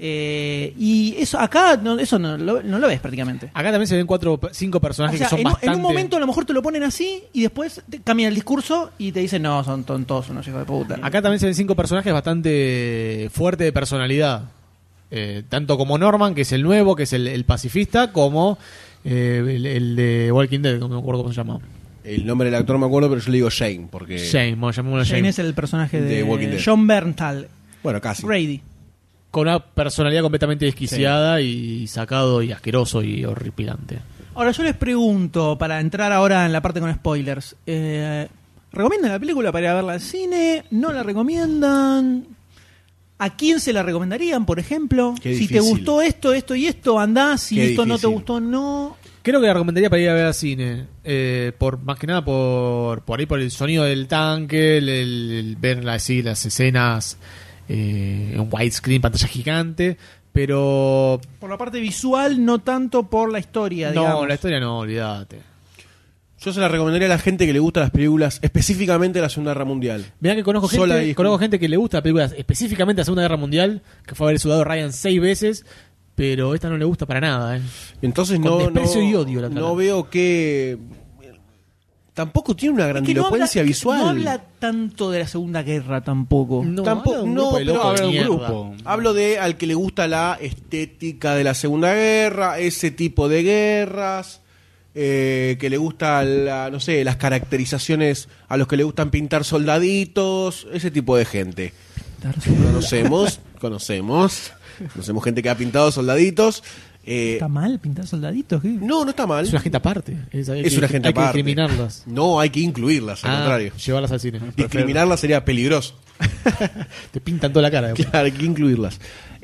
y eso acá no lo ves prácticamente. Acá también se ven 5 personajes, o sea, que son bastante... En un momento a lo mejor te lo ponen así y después cambia el discurso y te dicen no, son todos unos hijos de puta. Acá también se ven 5 personajes bastante fuertes de personalidad, tanto como Norman, que es el nuevo, que es el pacifista, como el de Walking Dead, no me acuerdo cómo se llama. El nombre del actor no me acuerdo, pero yo le digo Shane, porque... Shane es el personaje de Walking Dead. John Bernthal. Bueno, casi. Grady. Con una personalidad completamente desquiciada y sacado y asqueroso y horripilante. Ahora yo les pregunto, para entrar ahora en la parte con spoilers, ¿recomiendan la película para ir a verla al cine? ¿No la recomiendan? ¿A quién se la recomendarían, por ejemplo? Si te gustó esto y esto, andás. Si esto no te gustó, no. Creo que la recomendaría para ir a ver al cine. Más que nada por ahí, por el sonido del tanque, el ver así las escenas en widescreen, pantalla gigante. Pero... por la parte visual, no tanto por la historia, digamos. No, la historia no, olvídate. Yo se la recomendaría a la gente que le gusta las películas, específicamente de la Segunda Guerra Mundial. Mirá que conozco gente que le gusta las películas específicamente de la Segunda Guerra Mundial, que fue a ver Soldado Ryan 6 veces, pero esta no le gusta para nada. Entonces con desprecio y odio no veo que... Tampoco tiene una grandilocuencia visual. No habla tanto de la Segunda Guerra tampoco. Hablo de al que le gusta la estética de la Segunda Guerra, ese tipo de guerras... que le gusta las caracterizaciones, a los que le gustan pintar soldaditos, ese tipo de gente. Conocemos gente que ha pintado soldaditos. ¿Está mal pintar soldaditos? ¿Qué? No está mal. Es una gente aparte. Es una gente aparte. Hay que discriminarlas. No, hay que incluirlas, al contrario. Llevarlas al cine. Discriminarlas sería peligroso. Te pintan toda la cara. Claro, hay que incluirlas.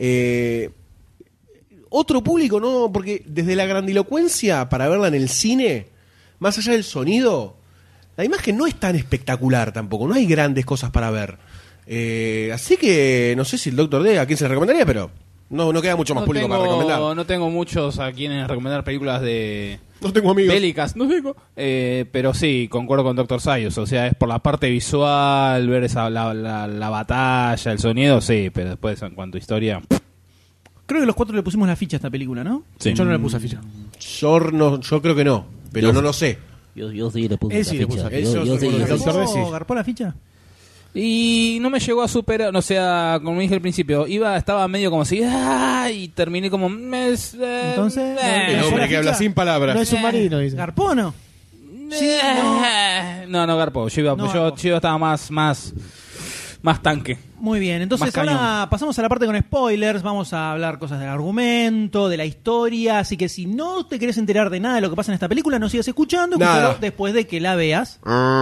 Otro público, no, porque desde la grandilocuencia para verla en el cine, más allá del sonido, la imagen no es tan espectacular tampoco, no hay grandes cosas para ver. Así que no sé si el Dr. D a quién se le recomendaría, pero no queda mucho más público para recomendar. No tengo muchos a quienes recomendar películas de No tengo amigos. bélicas, no tengo. Pero sí, concuerdo con Dr. Sayus. O sea, es por la parte visual, ver esa, la batalla, el sonido, sí, pero después en cuanto a historia... Creo que los 4 le pusimos la ficha a esta película, ¿no? Sí. Yo no le puse ficha. Yo creo que no, pero no lo sé. Yo sí le puse Él sí le puso ficha. la Yo ficha. sí. El doctor D sí. ¿Garpó la ficha? Y no me llegó a superar, o sea, como dije al principio, estaba medio como así, y terminé como... Entonces, El hombre que habla sin palabras. No es submarino, dice. ¿Garpó o no? Sí, No, Garpo, yo estaba más tanque. Muy bien, entonces Más ahora pasamos a la parte con spoilers, vamos a hablar cosas del argumento, de la historia, así que si no te querés enterar de nada de lo que pasa en esta película, no sigas escuchando, escúchalo después de que la veas.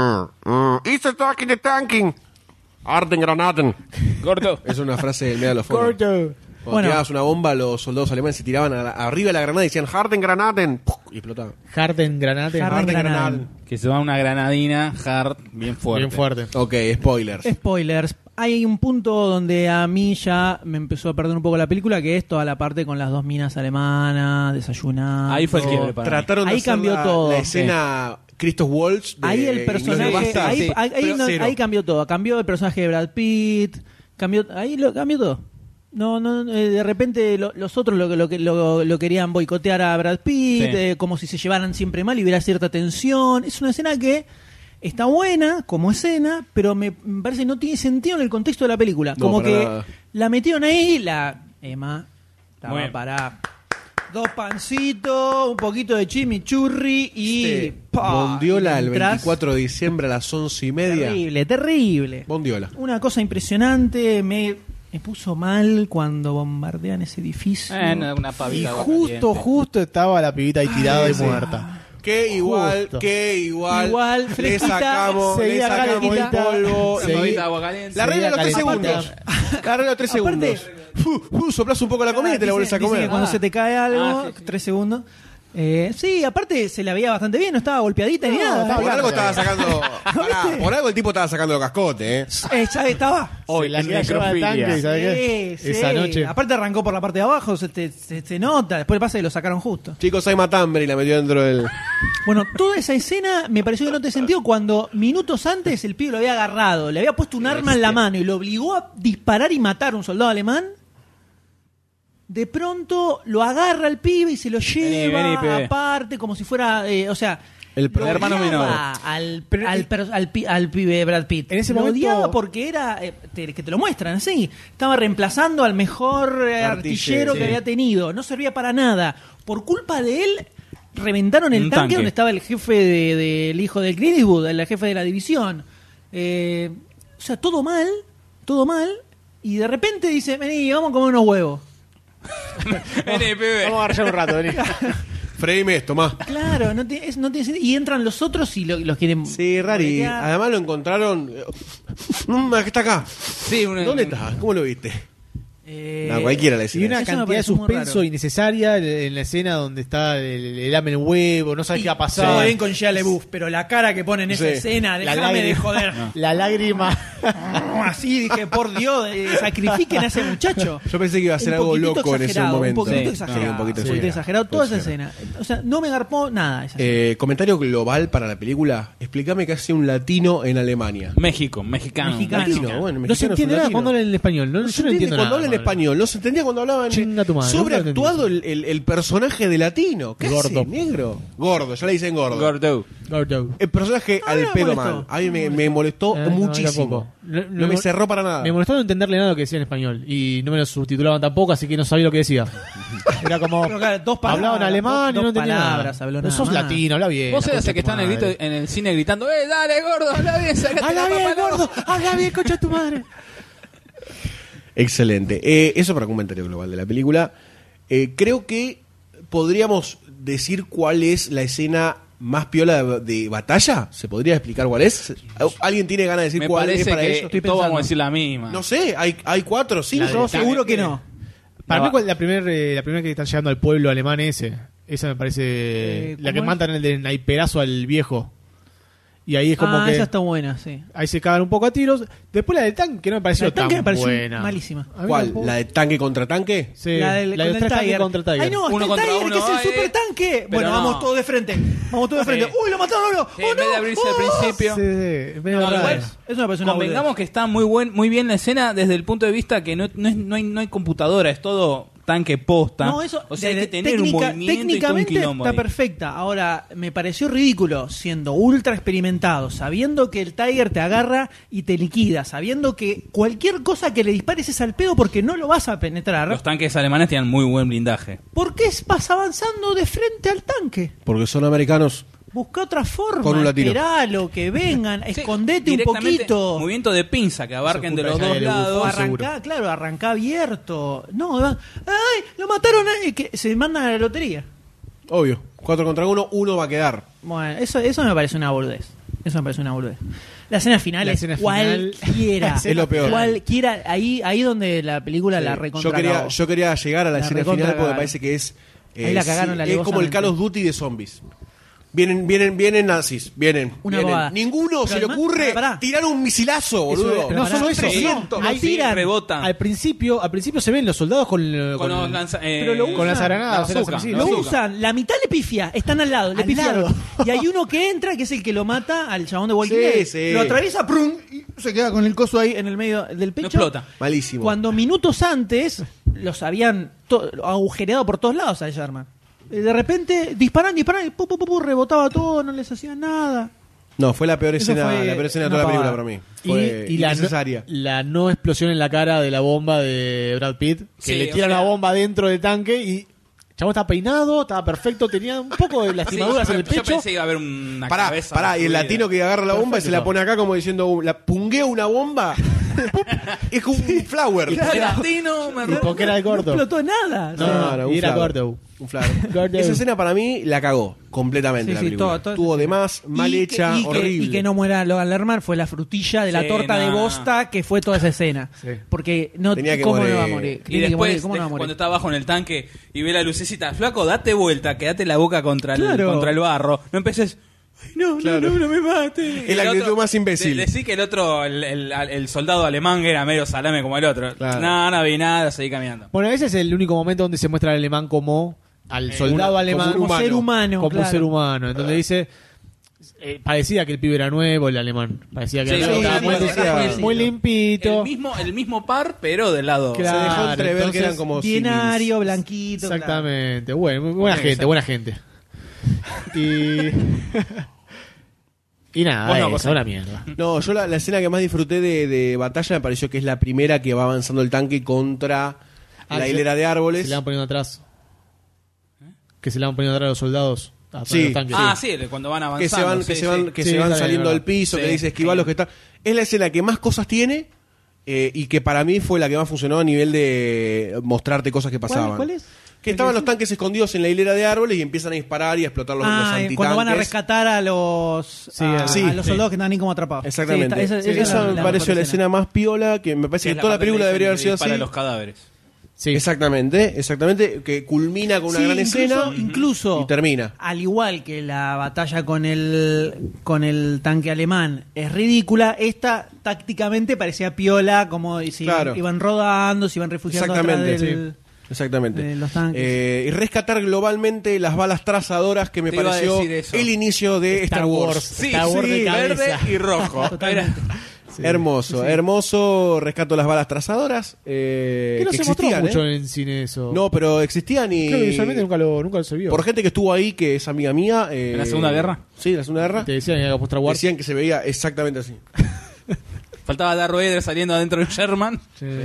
Easter talking the tanking. Arden Granaten. Gordo. Es una frase del medio de los fondos. Corto. Cuando Bueno. tirabas una bomba, los soldados alemanes se tiraban arriba de la granada y decían Harden Granaten. Y explotaban. Harden Granate. Harden Granate. Que se va una granadina hard bien fuerte. Bien fuerte. Ok, spoilers. Spoilers. Hay un punto donde a mí ya me empezó a perder un poco la película, que es toda la parte con las 2 minas alemanas, desayunando. Ahí fue el quiebre para mí. Trataron de Ahí hacer cambió todo. la escena Christoph Waltz. De Ahí el Inglourious personaje, Basterds. ahí, sí, ahí- ahí pero no- cero. ahí cambió todo. Cambió el personaje de Brad Pitt, cambió todo. No, de repente los otros lo querían boicotear a Brad Pitt, Sí. como si se llevaran siempre mal y hubiera cierta tensión. Es una escena que está buena como escena, pero me parece que no tiene sentido en el contexto de la película. No, Como para que nada. la metieron ahí, Emma estaba Bueno. para 2 pancitos, un poquito de chimichurri y... ¡pah! Bondiola el Mientras- 24 de diciembre a las 11:30. Terrible. Bondiola. Una cosa impresionante, me puso mal cuando bombardean ese edificio. Una Y pavita. de agua caliente. justo estaba la pibita ahí tirada y sí. muerta. Que igual, Justo. Igual, le fresquita, sacamos seguía el calentita. polvo. Una pavita de agua caliente. La regla de los 3 Seguía segundos. La regla de los 3 Aparte- segundos. Soplás un poco la comida y te la volvés a Dicen comer. que cuando se te cae algo, Ah, sí. 3 segundos. Sí, aparte se la veía bastante bien, no estaba golpeadita ni nada. Por algo blanca. estaba sacando. Pará, por algo el tipo estaba sacando los cascotes, Ya estaba. Hoy la quería llevar al tanque, ¿sabes qué? Sí, Esa sí. noche. Aparte arrancó por la parte de abajo, se nota. Después pasa que lo sacaron justo. Chicos, hay matambre y la metió dentro del. Bueno, toda esa escena me pareció que no te sentido cuando minutos antes el pibe lo había agarrado, le había puesto un arma en la mano y lo obligó a disparar y matar a un soldado alemán. De pronto lo agarra el pibe y se lo lleva vení, pibe. aparte como si fuera, o sea, El lo hermano odiaba menor. al pibe Brad Pitt. En ese lo momento- odiaba porque era, que te lo muestran así, estaba reemplazando al mejor artillero sí. que había tenido, no servía para nada. Por culpa de él reventaron el Un tanque tanque. donde estaba el jefe del hijo del Clint Eastwood, el jefe de la división. O sea, todo mal, y de repente dice, vení, vamos a comer unos huevos. Vení, pibe. Vamos a agarrar un rato, vení. Freíme esto, más. Claro, no tiene sentido. Y entran los otros y los quieren... Sí, Rari. boletear. Además lo encontraron. Está acá. Sí, ¿Dónde está? ¿Cómo lo viste? Eh, No, cualquiera le Y decía. una Eso me cantidad de pareció muy suspenso raro. innecesaria en la escena donde está el lame el huevo, no sabes qué va a Todo pasar. bien con Shia LaBeouf, pero la cara que pone en esa Sí. escena, La déjame de lágrima. joder. La lágrima. Así dije, por Dios, sacrifiquen a ese muchacho. Yo pensé que iba a ser Un algo poquitito loco en ese exagerado, momento. Un poquito Sí, exagerado. sí, un poquito exagerado toda esa Puede ser. escena. O sea, no me garpó nada esa escena. Comentario global para la película. Explícame qué hace un latino en Alemania. México, mexicano. Latino, bueno, No se mexicano es un entiende nada latino. cuando hablan en español. No, No yo se no entiende entiendo cuando nada. hablan en español, no se entendía cuando hablaban. Chinga tu madre, Sobreactuado nunca el personaje de latino. ¿Qué Gordo. hace, negro? Gordo, ya le dicen gordo. Gordo. Gordo. El personaje A mí al me pedo molestó. mal. A mí me molestó No, muchísimo. tampoco. No me cerró para nada. Me molestó no entenderle nada lo que decía en español. Y no me lo subtitulaban tampoco, así que no sabía lo que decía. Era como. Pero claro, dos palabras, Hablaba en alemán y dos no entendía palabras, nada. habló No nada sos más. latino, habla bien. Vos eras concha el que tu está en el, madre. en el cine gritando, dale gordo, habla bien, sacate Habla la bien, papa, gordo, habla bien, concha tu madre. Excelente. Eso para un comentario global de la película. Creo que podríamos decir cuál es la escena más piola de batalla. ¿Se podría explicar cuál es? ¿Alguien tiene ganas de decir Me cuál es parece para que eso? todos vamos a decir la misma. No sé, hay 4 o 5. Yo seguro que no. Para No, mí, la primera que están llegando al pueblo alemán ese. Esa me parece. la que ¿cómo es? matan el de naiperazo al viejo. Y ahí es como que esa está buena, sí. ahí se cagan un poco a tiros. Después la del tanque, que no me pareció La del tanque tan me pareció buena. malísima. A mí ¿Cuál? tampoco. ¿La de tanque contra tanque? Sí, La del, la con de el tres tanques Tiger. contra Tiger. Ay, no, Uno está el contra Tiger, uno, que es el ay, super tanque. Bueno, no. vamos todos de frente. Vamos todos de frente. Sí. ¡Uy, lo mataron! ¡No! Sí, ¡Oh, en vez no! de abrirse al ¡Oh! principio. Sí, es medio No, raro. igual, Eso me parece una convengamos boludez. que está muy bien la escena desde el punto de vista que no hay computadora, es todo tanque posta. No, eso o sea, hay de- que tener un movimiento y todo un técnicamente quilombo está ahí. perfecta. Ahora, me pareció ridículo siendo ultra experimentado, sabiendo que el Tiger te agarra y te liquida, sabiendo que cualquier cosa que le dispares es al pedo porque no lo vas a penetrar. Los tanques alemanes tienen muy buen blindaje. ¿Por qué vas avanzando de frente al tanque? Porque son americanos. Busca otra forma, Con un latino. esperalo, que vengan, Sí, escondete un directamente, poquito. Movimiento de pinza que abarquen de los culpa dos de Shia LaBeouf, O lados. arrancá, claro, arrancá abierto. No, ¡ay! Lo mataron, que se mandan a la lotería. Obvio. 4 contra 1, uno va a quedar. Bueno, eso me parece una boludez. Eso me parece una boludez. La escena final La es escena final- cualquiera. Es lo peor. Cualquiera. Ahí donde la película la Sí. recontra Yo quería llegar a la La escena recontra final porque me cagaron. parece que es... Ahí la cagaron es como el alevosamente. Call of Duty de zombies. Vienen nazis, vienen. Una vienen. bobada. Ninguno Pero se le además, ocurre pará. tirar un misilazo, boludo. pero No pará, solo eso, 300, no Sí, tiran. rebotan. Al principio se ven los soldados con Con los Pero lo con las usan. granadas, la bazooka, sí, la Lo bazooka. usan, la mitad le pifia, están al lado, le Al pifiaron. lado. Y hay uno que entra, que es el que lo mata al chabón de Walking Sí, Dead. sí. Lo atraviesa, ¡prum! Y se queda con el coso ahí en el medio del pecho. No explota. Malísimo. Cuando minutos antes los habían agujereado por todos lados al Sherman. De repente disparan y pu, pu, pu, pu, rebotaba todo, no les hacían nada. No, fue la peor Eso escena, fue la peor escena de una toda la película pavada. para mí. Fue y la innecesaria. la no explosión en la cara de la bomba de Brad Pitt, que Sí, le o tira sea- una bomba dentro del tanque y el chabón estaba peinado, estaba perfecto, tenía un poco de lastimaduras en el Yo pecho. pensé que iba a haber una Pará, cabeza. y el fluida. latino que agarra la bomba y se la pone acá como diciendo, la pungueo una bomba. Es como un flower. El latino me Y porque era el No gordo. explotó nada. No, No, un y era flower. gordo. Un flower. Gordo. Esa escena para mí la cagó completamente Sí, la sí, película. todo Estuvo esa de más, mal Y hecha, que- y que- horrible. Y que no muera Logan Lerman fue la frutilla de la Sí, torta de no. bosta que fue toda esa escena. Sí. Porque no, Tenía que ¿cómo morir. no va a morir? Y Tiene que después, morir, ¿cómo no va a cuando morir? está abajo en el tanque y ve la lucecita, flaco, date vuelta, quédate la boca contra Claro. contra el barro. No empeces. "Ay, no, Claro. no me mates. Es la actitud más imbécil. Decí que el otro, el soldado alemán era medio salame como el otro. Claro. No vi nada, seguí caminando. Bueno, ese es el único momento donde se muestra al alemán como al soldado alemán como un ser humano, como claro. un ser humano, en donde dice parecía que el pibe era nuevo, el alemán, parecía que Sí, era sí, estaba sí, muy, sí, decía, sí. muy limpito. El mismo par, pero del lado. Claro. Se dejó entrever entonces, que eran como Binario, blanquito. claro. Exactamente. Bueno, muy buena Porque gente, buena gente. Y y nada, Vos no, eso, vos una mierda. No, yo la escena que más disfruté de batalla me pareció que es la primera que va avanzando el tanque contra la que hilera de árboles. Se le van poniendo atrás. Que se le van poniendo atrás a los soldados. atrás Sí. de los tanques. Sí, cuando van avanzando. Que se van, sí, se van, que Sí, se van está bien, saliendo verdad. del piso, Sí, que dice esquivar genial. los que están. Es la escena que más cosas tiene y que para mí fue la que más funcionó a nivel de mostrarte cosas que pasaban. ¿Cuál es? Que estaban los tanques escondidos en la hilera de árboles y empiezan a disparar y a explotar los antitanques. Cuando van a rescatar a los Sí, sí. a los soldados que están ahí como atrapados. Exactamente. Sí, esa Esa es me pareció la mejor escena más piola, que me parece que toda la película debería haber sido así. Para los cadáveres. Sí. Exactamente, que culmina con una Sí, gran escena incluso y termina. al igual que la batalla con el tanque alemán es ridícula, esta tácticamente parecía piola, como si Claro. iban rodando, se iban refugiando atrás Exactamente, del- Exactamente. de los tanques. Y rescatar globalmente las balas trazadoras que me Te iba a pareció decir eso. el inicio de Star Wars. Sí, Star Wars de cabeza. verde y rojo. Totalmente. Hermoso, hermoso. Rescato las balas trazadoras. Que no que se mostró existían, mucho en cine eso. No, pero existían y. Creo que visualmente nunca lo se vio. Por gente que estuvo ahí, que es amiga mía. ¿En la Segunda Guerra? Sí, en la Segunda Guerra. Te decían que era como Star Wars. Decían que se veía exactamente así. Faltaba Darth Vader saliendo adentro de un Sherman.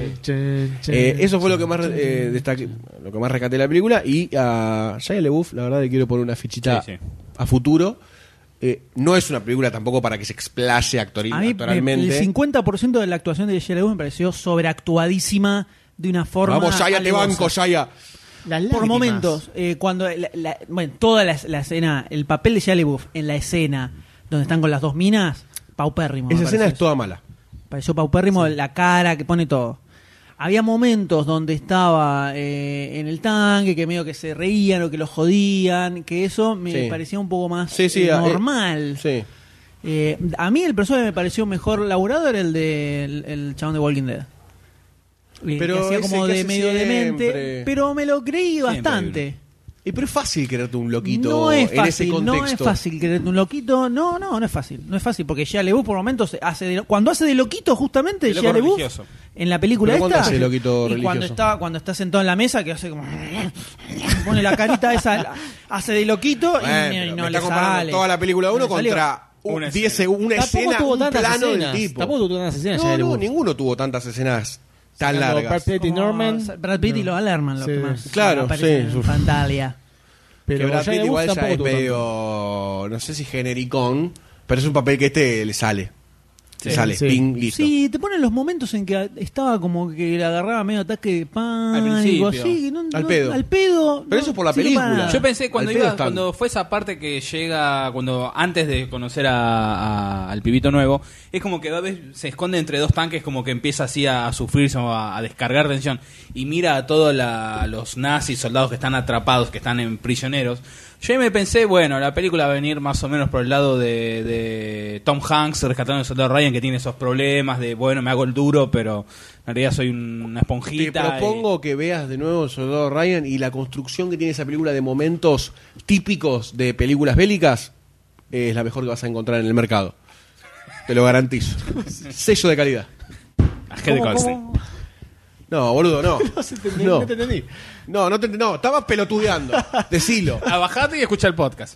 Eso fue lo que más destaqué, lo que más rescaté de la película. Y a Shia LaBeouf, la verdad, le quiero poner una fichita Sí, sí. a futuro. No es una película tampoco para que se explaye A mí actoralmente. el 50% de la actuación de Shia LaBeouf me pareció sobreactuadísima de una forma Vamos, Shia, te alevosa. banco, Shia. Las Por lágrimas. momentos, cuando bueno, toda la escena, el papel de Shia LaBeouf en la escena donde están con las dos minas, paupérrimo. me Esa escena pareció es toda mala. Pareció paupérrimo la cara que pone todo. Había momentos donde estaba en el tanque, que medio que se reían o que lo jodían, que eso me Sí. parecía un poco más Sí, sí, normal. Sí. A mí el personaje que me pareció mejor laburado era el de el chabón de Walking Dead. Pero que hacía ese como que de hace medio demente, siempre. pero me lo creí bastante. Pero es fácil creerte un loquito No es en ese fácil, contexto. no es fácil creerte un loquito. No es fácil. No es fácil porque Shia LaBeouf por momentos cuando hace de loquito justamente El loco Shia LaBeouf religioso. en la película ¿Pero cuándo esta hace de loquito y religioso? cuando está sentado en la mesa que hace como pone la carita esa, hace de loquito y Pero no me le está comparando sale. toda la película 1 No le salió. contra Una 10 escena. una Tampoco escena, tuvo un tantas plano escenas. del tipo. Tampoco tuvo tantas escenas. Shia No, LaBeouf. ninguno tuvo tantas escenas tan Sacando largas. Brad Pitt y Como Norman. Brad Pitt y los Alerman los Sí. que más Claro, aparecen sí. en pantalla. Que Pero Brad Shia Pitt LaBeouf igual ya tampoco es tuvo tanto. medio, no sé si genericón, pero es un papel que le sale. Le sale, sí. ping, listo. Sí, te ponen los momentos en que estaba como que le agarraba medio ataque de pánico, principio. así, Al pedo. al pedo. Pero eso es por la sirve película. para nada. Yo pensé Al pedo están. cuando fue esa parte que llega, cuando antes de conocer al pibito nuevo, es como que a veces se esconde entre dos tanques, como que empieza así a sufrirse o a descargar tensión y mira a todos los nazis, soldados que están atrapados, que están en prisioneros. Yo ahí me pensé, bueno, la película va a venir más o menos por el lado de Tom Hanks rescatando al soldado Ryan, que tiene esos problemas de, bueno, me hago el duro, pero en realidad soy una Te esponjita. propongo que veas de nuevo el Soldado Ryan y la construcción que tiene esa película de momentos típicos de películas bélicas es la mejor que vas a encontrar en el mercado. Te lo garantizo. Sello de calidad. Agente de Goldstein. No, boludo, no. No te entendí. No, estabas pelotudeando. Decilo. Bajate y escucha el podcast.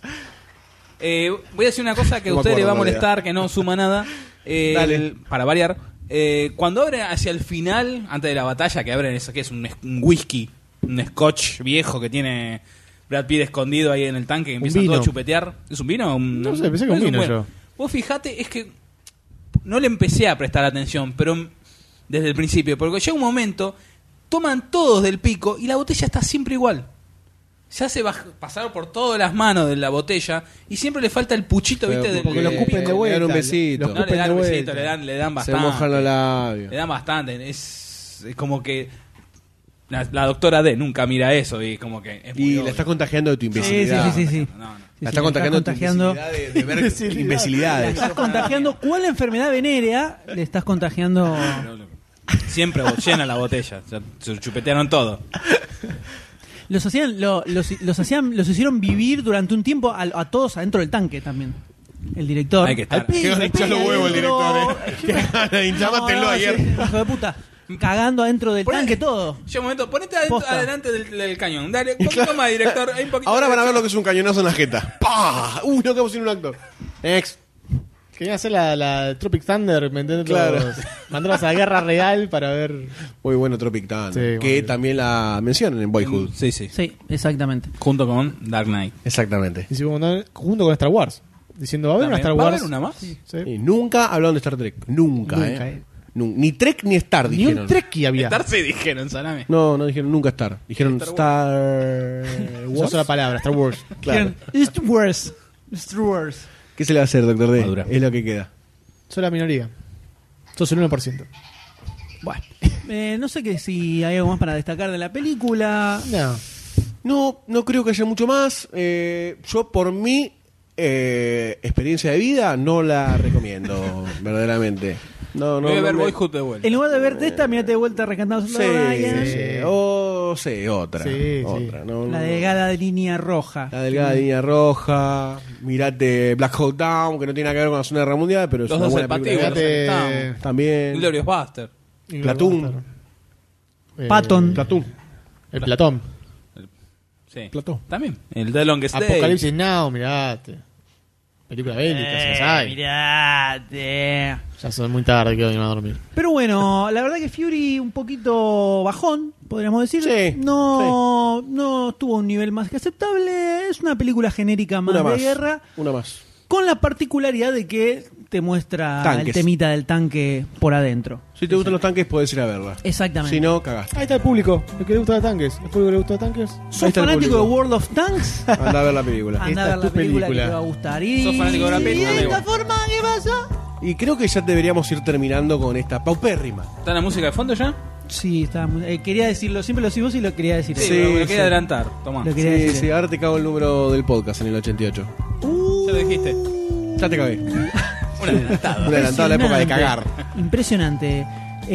Voy a decir una cosa que a No me usted le va a acuerdo cuál molestar, que no suma nada. Dale. Para variar. Cuando abren hacia el final, antes de la batalla, que abren eso que es un whisky, un scotch viejo que tiene Brad Pitt escondido ahí en el tanque, que empiezan vino. todos a chupetear. ¿Es un vino? No sé, pensé que un vino yo. Vos fijate, es que no le empecé a prestar atención, pero desde el principio, porque llega un momento, toman todos del pico y la botella está siempre igual. Se hace pasar por todas las manos de la botella y siempre le falta el puchito, ¿viste? Del porque lo escupen de vuelta. Le dan un besito. Los No, le dan un de besito, vuelta. le dan Se bastante. mojan los labios. Le dan bastante. Es como que la doctora D nunca mira eso y como que es muy Y obvio. la estás contagiando de tu imbecilidad. Sí. No, no. La estás contagiando de tu contagiando. imbecilidad de ver imbecilidades. Estás contagiando ¿cuál enfermedad venérea le estás contagiando? Siempre llena la botella. O sea, se chupetearon todo. Los hicieron vivir durante un tiempo a todos adentro del tanque también. El director. Hay que estar. Qué hincha los huevos el director, Qué gana, hinchamatelo ayer. Hijo de puta. Cagando adentro del tanque todo. Llega un momento, ponete Posta. adelante del cañón. Dale, un poquito más, director. Hay un poquito Ahora más van a de ver lo que es un cañonazo en la jeta. ¡Pah! Uy, no quedamos sin un actor. Next. Quería hacer la Tropic Thunder, ¿me entiendes? Claro. Mandarlos a la guerra real para ver. Muy bueno Tropic Thunder. Sí, que bueno. también la mencionan en Boyhood. Sí, sí. Sí, exactamente. Junto con Dark Knight. Exactamente. Y junto con Star Wars. Diciendo, ¿va a haber una También. Star ¿Va a Wars? haber una más? Sí. Y nunca hablaron de Star Trek. Nunca, Nunca, Ni Trek ni Star Ni dijeron. un Trekkie había. Star se dijeron, salame. No dijeron nunca Star. Dijeron Star Esa Wars. es la palabra, Star Wars. Claro. It's worse. It's worse. ¿Qué se le va a hacer, Doctor D? Madura. Es lo que queda. Soy la minoría. Sos el 1%. Bueno. No sé si hay algo más para destacar de la película. No. No creo que haya mucho más. Yo, por mi experiencia de vida, no la recomiendo, verdaderamente. No, Voy a ver me- Boyhood de vuelta. En lugar de verte esta, mirate de vuelta Rescatando Sí, Soldado Ryan. sí, otra. Sí, otra. No, La no. delgada de línea roja. La delgada línea roja. Mirate Black Hawk Down, que no tiene nada que ver con la Segunda Guerra Mundial, pero es Los una dos buena película. patíbulos. Fíjate- También. Glorious Buster. Platoon. Patton. Platoon. El Platón. Sí. Platón. También. El The Longest Day. Apocalipsis Now, mirate. Película bélica, si las hay. Mirate. Ya son muy tarde, quiero irme a dormir. Pero bueno, la verdad que Fury un poquito bajón, podríamos decir. Sí, no tuvo un nivel más que aceptable. Es una película genérica más Una de más. guerra, Una más. con la particularidad de que te muestra Tanques. el temita del tanque por adentro. Si te gustan los tanques, podés ir a verla. Exactamente. Si no, cagaste. Ahí está el público, el que le gusta de tanques. El público que le gusta de tanques. ¿Sos Ahí está el fanático de público. World of Tanks? Anda a ver la película. Anda a Esta ver la es tu película, película. que te va a gustar. Y ¿Sos fanático de Brad Pitt? y de Amigo. esta forma, ¿qué pasa? Y creo que ya deberíamos ir terminando con esta paupérrima. ¿Está la música de fondo ya? Sí, estaba quería decirlo, siempre lo decís vos y lo quería decir. Sí, él. me lo sí. quería adelantar. Tomá. Lo quería Sí, decir. sí, ahora te cago el número del podcast en el 88. Ya lo dijiste. Ya te cagué. Un adelantado. Un adelantado a la época de cagar. Impresionante.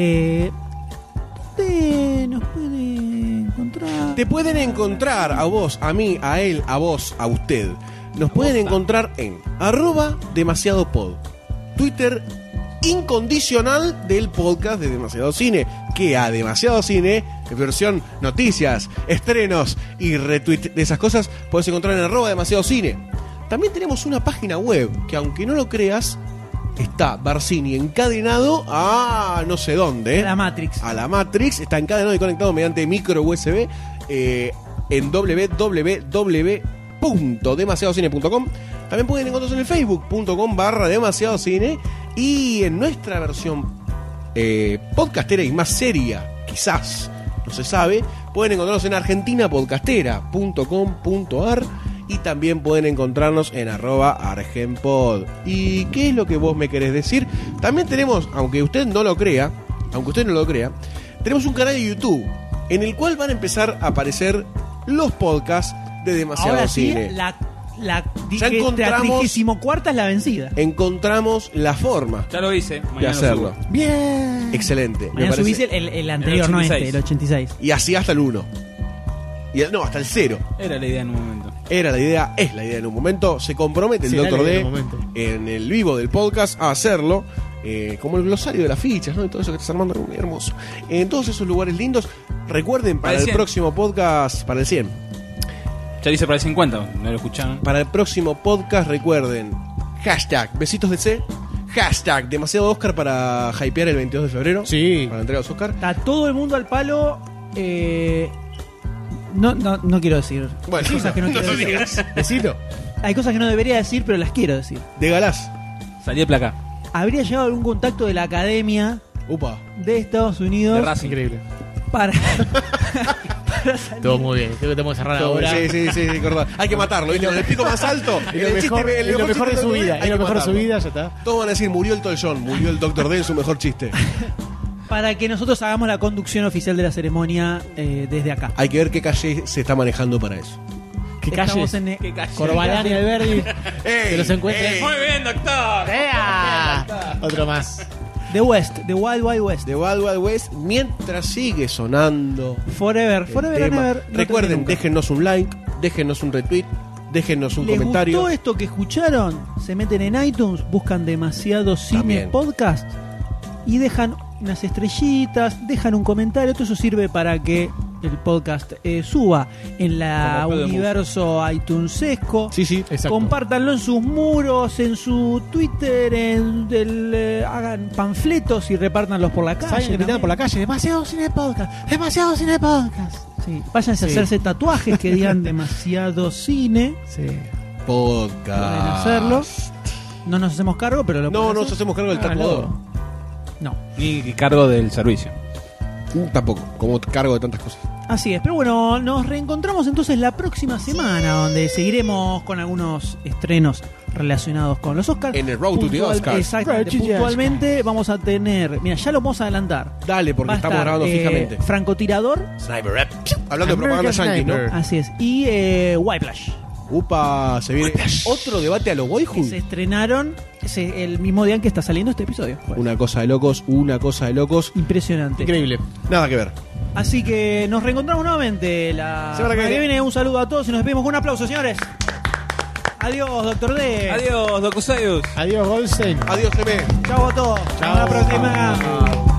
¿Dónde nos puede encontrar? Te pueden encontrar a vos, a mí, a él, a vos, a usted. Nos pueden encontrar en @demasiadopod. Twitter incondicional del podcast de Demasiado Cine, que a Demasiado Cine, en versión noticias, estrenos y retweet de esas cosas, puedes encontrar en @demasiado cine. También tenemos una página web que, aunque no lo creas, está Barcini encadenado a no sé dónde. A la Matrix. A la Matrix, está encadenado y conectado mediante micro USB en www.demasiadocine.com. También pueden encontrarnos en el facebook.com/demasiadocine y en nuestra versión podcastera y más seria, quizás, no se sabe, pueden encontrarnos en argentinapodcastera.com.ar y también pueden encontrarnos en @argenpod. ¿Y qué es lo que vos me querés decir? También tenemos, aunque usted no lo crea, tenemos un canal de YouTube en el cual van a empezar a aparecer los podcasts de Demasiado Ahora sí, Cine. la Ya encontramos- 34ª es la vencida. Encontramos la forma Ya lo hice. de Mañana hacerlo. subo. Bien. Excelente. me Mañana parece. subís el anterior, no este, el 86. Y así hasta el 1. No, hasta el 0. Era la idea en un momento. Era la idea, es la idea en un momento. Se compromete el Será Dr. la idea D en un momento. en el vivo del podcast a hacerlo. Como el glosario de las fichas, ¿no? Y todo eso que estás armando, muy hermoso. En todos esos lugares lindos. Recuerden, para Para el el 100. próximo podcast, para el 100. Ya dice para el 50, no lo escucharon. Para el próximo podcast, recuerden, hashtag besitos de C, hashtag demasiado Oscar para hypear el 22 de febrero. Sí. Para la entrega de los Oscar. Está todo el mundo al palo. No quiero decir. Bueno, Hay cosas que no no quiero lo decir. digas. Besito. Hay cosas que no debería decir, pero las quiero decir. De Galás. Salí de placa. Habría llegado algún contacto de la academia Upa. de Estados Unidos De Racing. Increíble. para Todo muy bien. Creo que tenemos que cerrar ahora. Sí, acordá. Hay que matarlo, ¿viste? Con el pico más alto. Y lo mejor, y lo mejor de su vida. Hay Y lo que mejor de su matarlo. vida, ya está. Todos van a decir, murió el Tolson, murió el Dr. D en su mejor chiste. para que nosotros hagamos la conducción oficial de la ceremonia desde acá. Hay que ver qué calle se está manejando para eso. ¿Qué Estamos calles? en Corbalán y Alberdi. ¡Ey! Que los encuentren. ¡Ey! Muy bien, doctor. ¡Ea! Otro más. The West, The Wild Wild West. The Wild Wild West, mientras sigue sonando Forever, el Forever and tema. ever. no Recuerden, termina nunca. déjennos un like, déjennos un retweet, déjennos un ¿Les comentario. gustó esto que escucharon? Se meten en iTunes, buscan Demasiado Cine También. Podcast y dejan unas estrellitas, dejan un comentario. Todo eso sirve para que el podcast suba en la Como pedo de universo iTunesesco. Sí, Exacto. Compártanlo en sus muros, en su Twitter, hagan panfletos y repártanlos por la calle. Salgan gritando también. por la calle. Demasiado cine podcast. Demasiado cine podcast. Sí. Váyanse a Sí. hacerse tatuajes que digan Demasiado Cine. Sí. Podcast. Pueden hacerlo. No nos hacemos cargo, pero lo No, pueden nos hacer. hacemos cargo del Háganlo. tatuador. No. Ni cargo del servicio. Tampoco, como cargo de tantas cosas. Así es, pero bueno, nos reencontramos entonces la próxima semana, donde seguiremos con algunos estrenos relacionados con los Oscars. En el Road to the Oscars. Exactamente, Road to the puntualmente vamos a tener, mira, ya lo vamos a adelantar. Dale, porque Va a estamos estar, grabando fijamente. Francotirador, Sniper Rap. Hablando de propaganda American yankee, ¿no? Sniper. así es, y Whiplash. Upa, se viene otro debate a los Que Boyhood. se estrenaron el mismo día en que está saliendo este episodio. Una cosa de locos, una cosa de locos. Impresionante. Increíble. Nada que ver. Así que nos reencontramos nuevamente la Semana que viene. Un saludo a todos y nos despedimos con un aplauso, señores. Adiós, doctor D. Adiós, Docusayus. Adiós, Goldstein. Adiós, GB. Chao a todos. Chao. Hasta la próxima.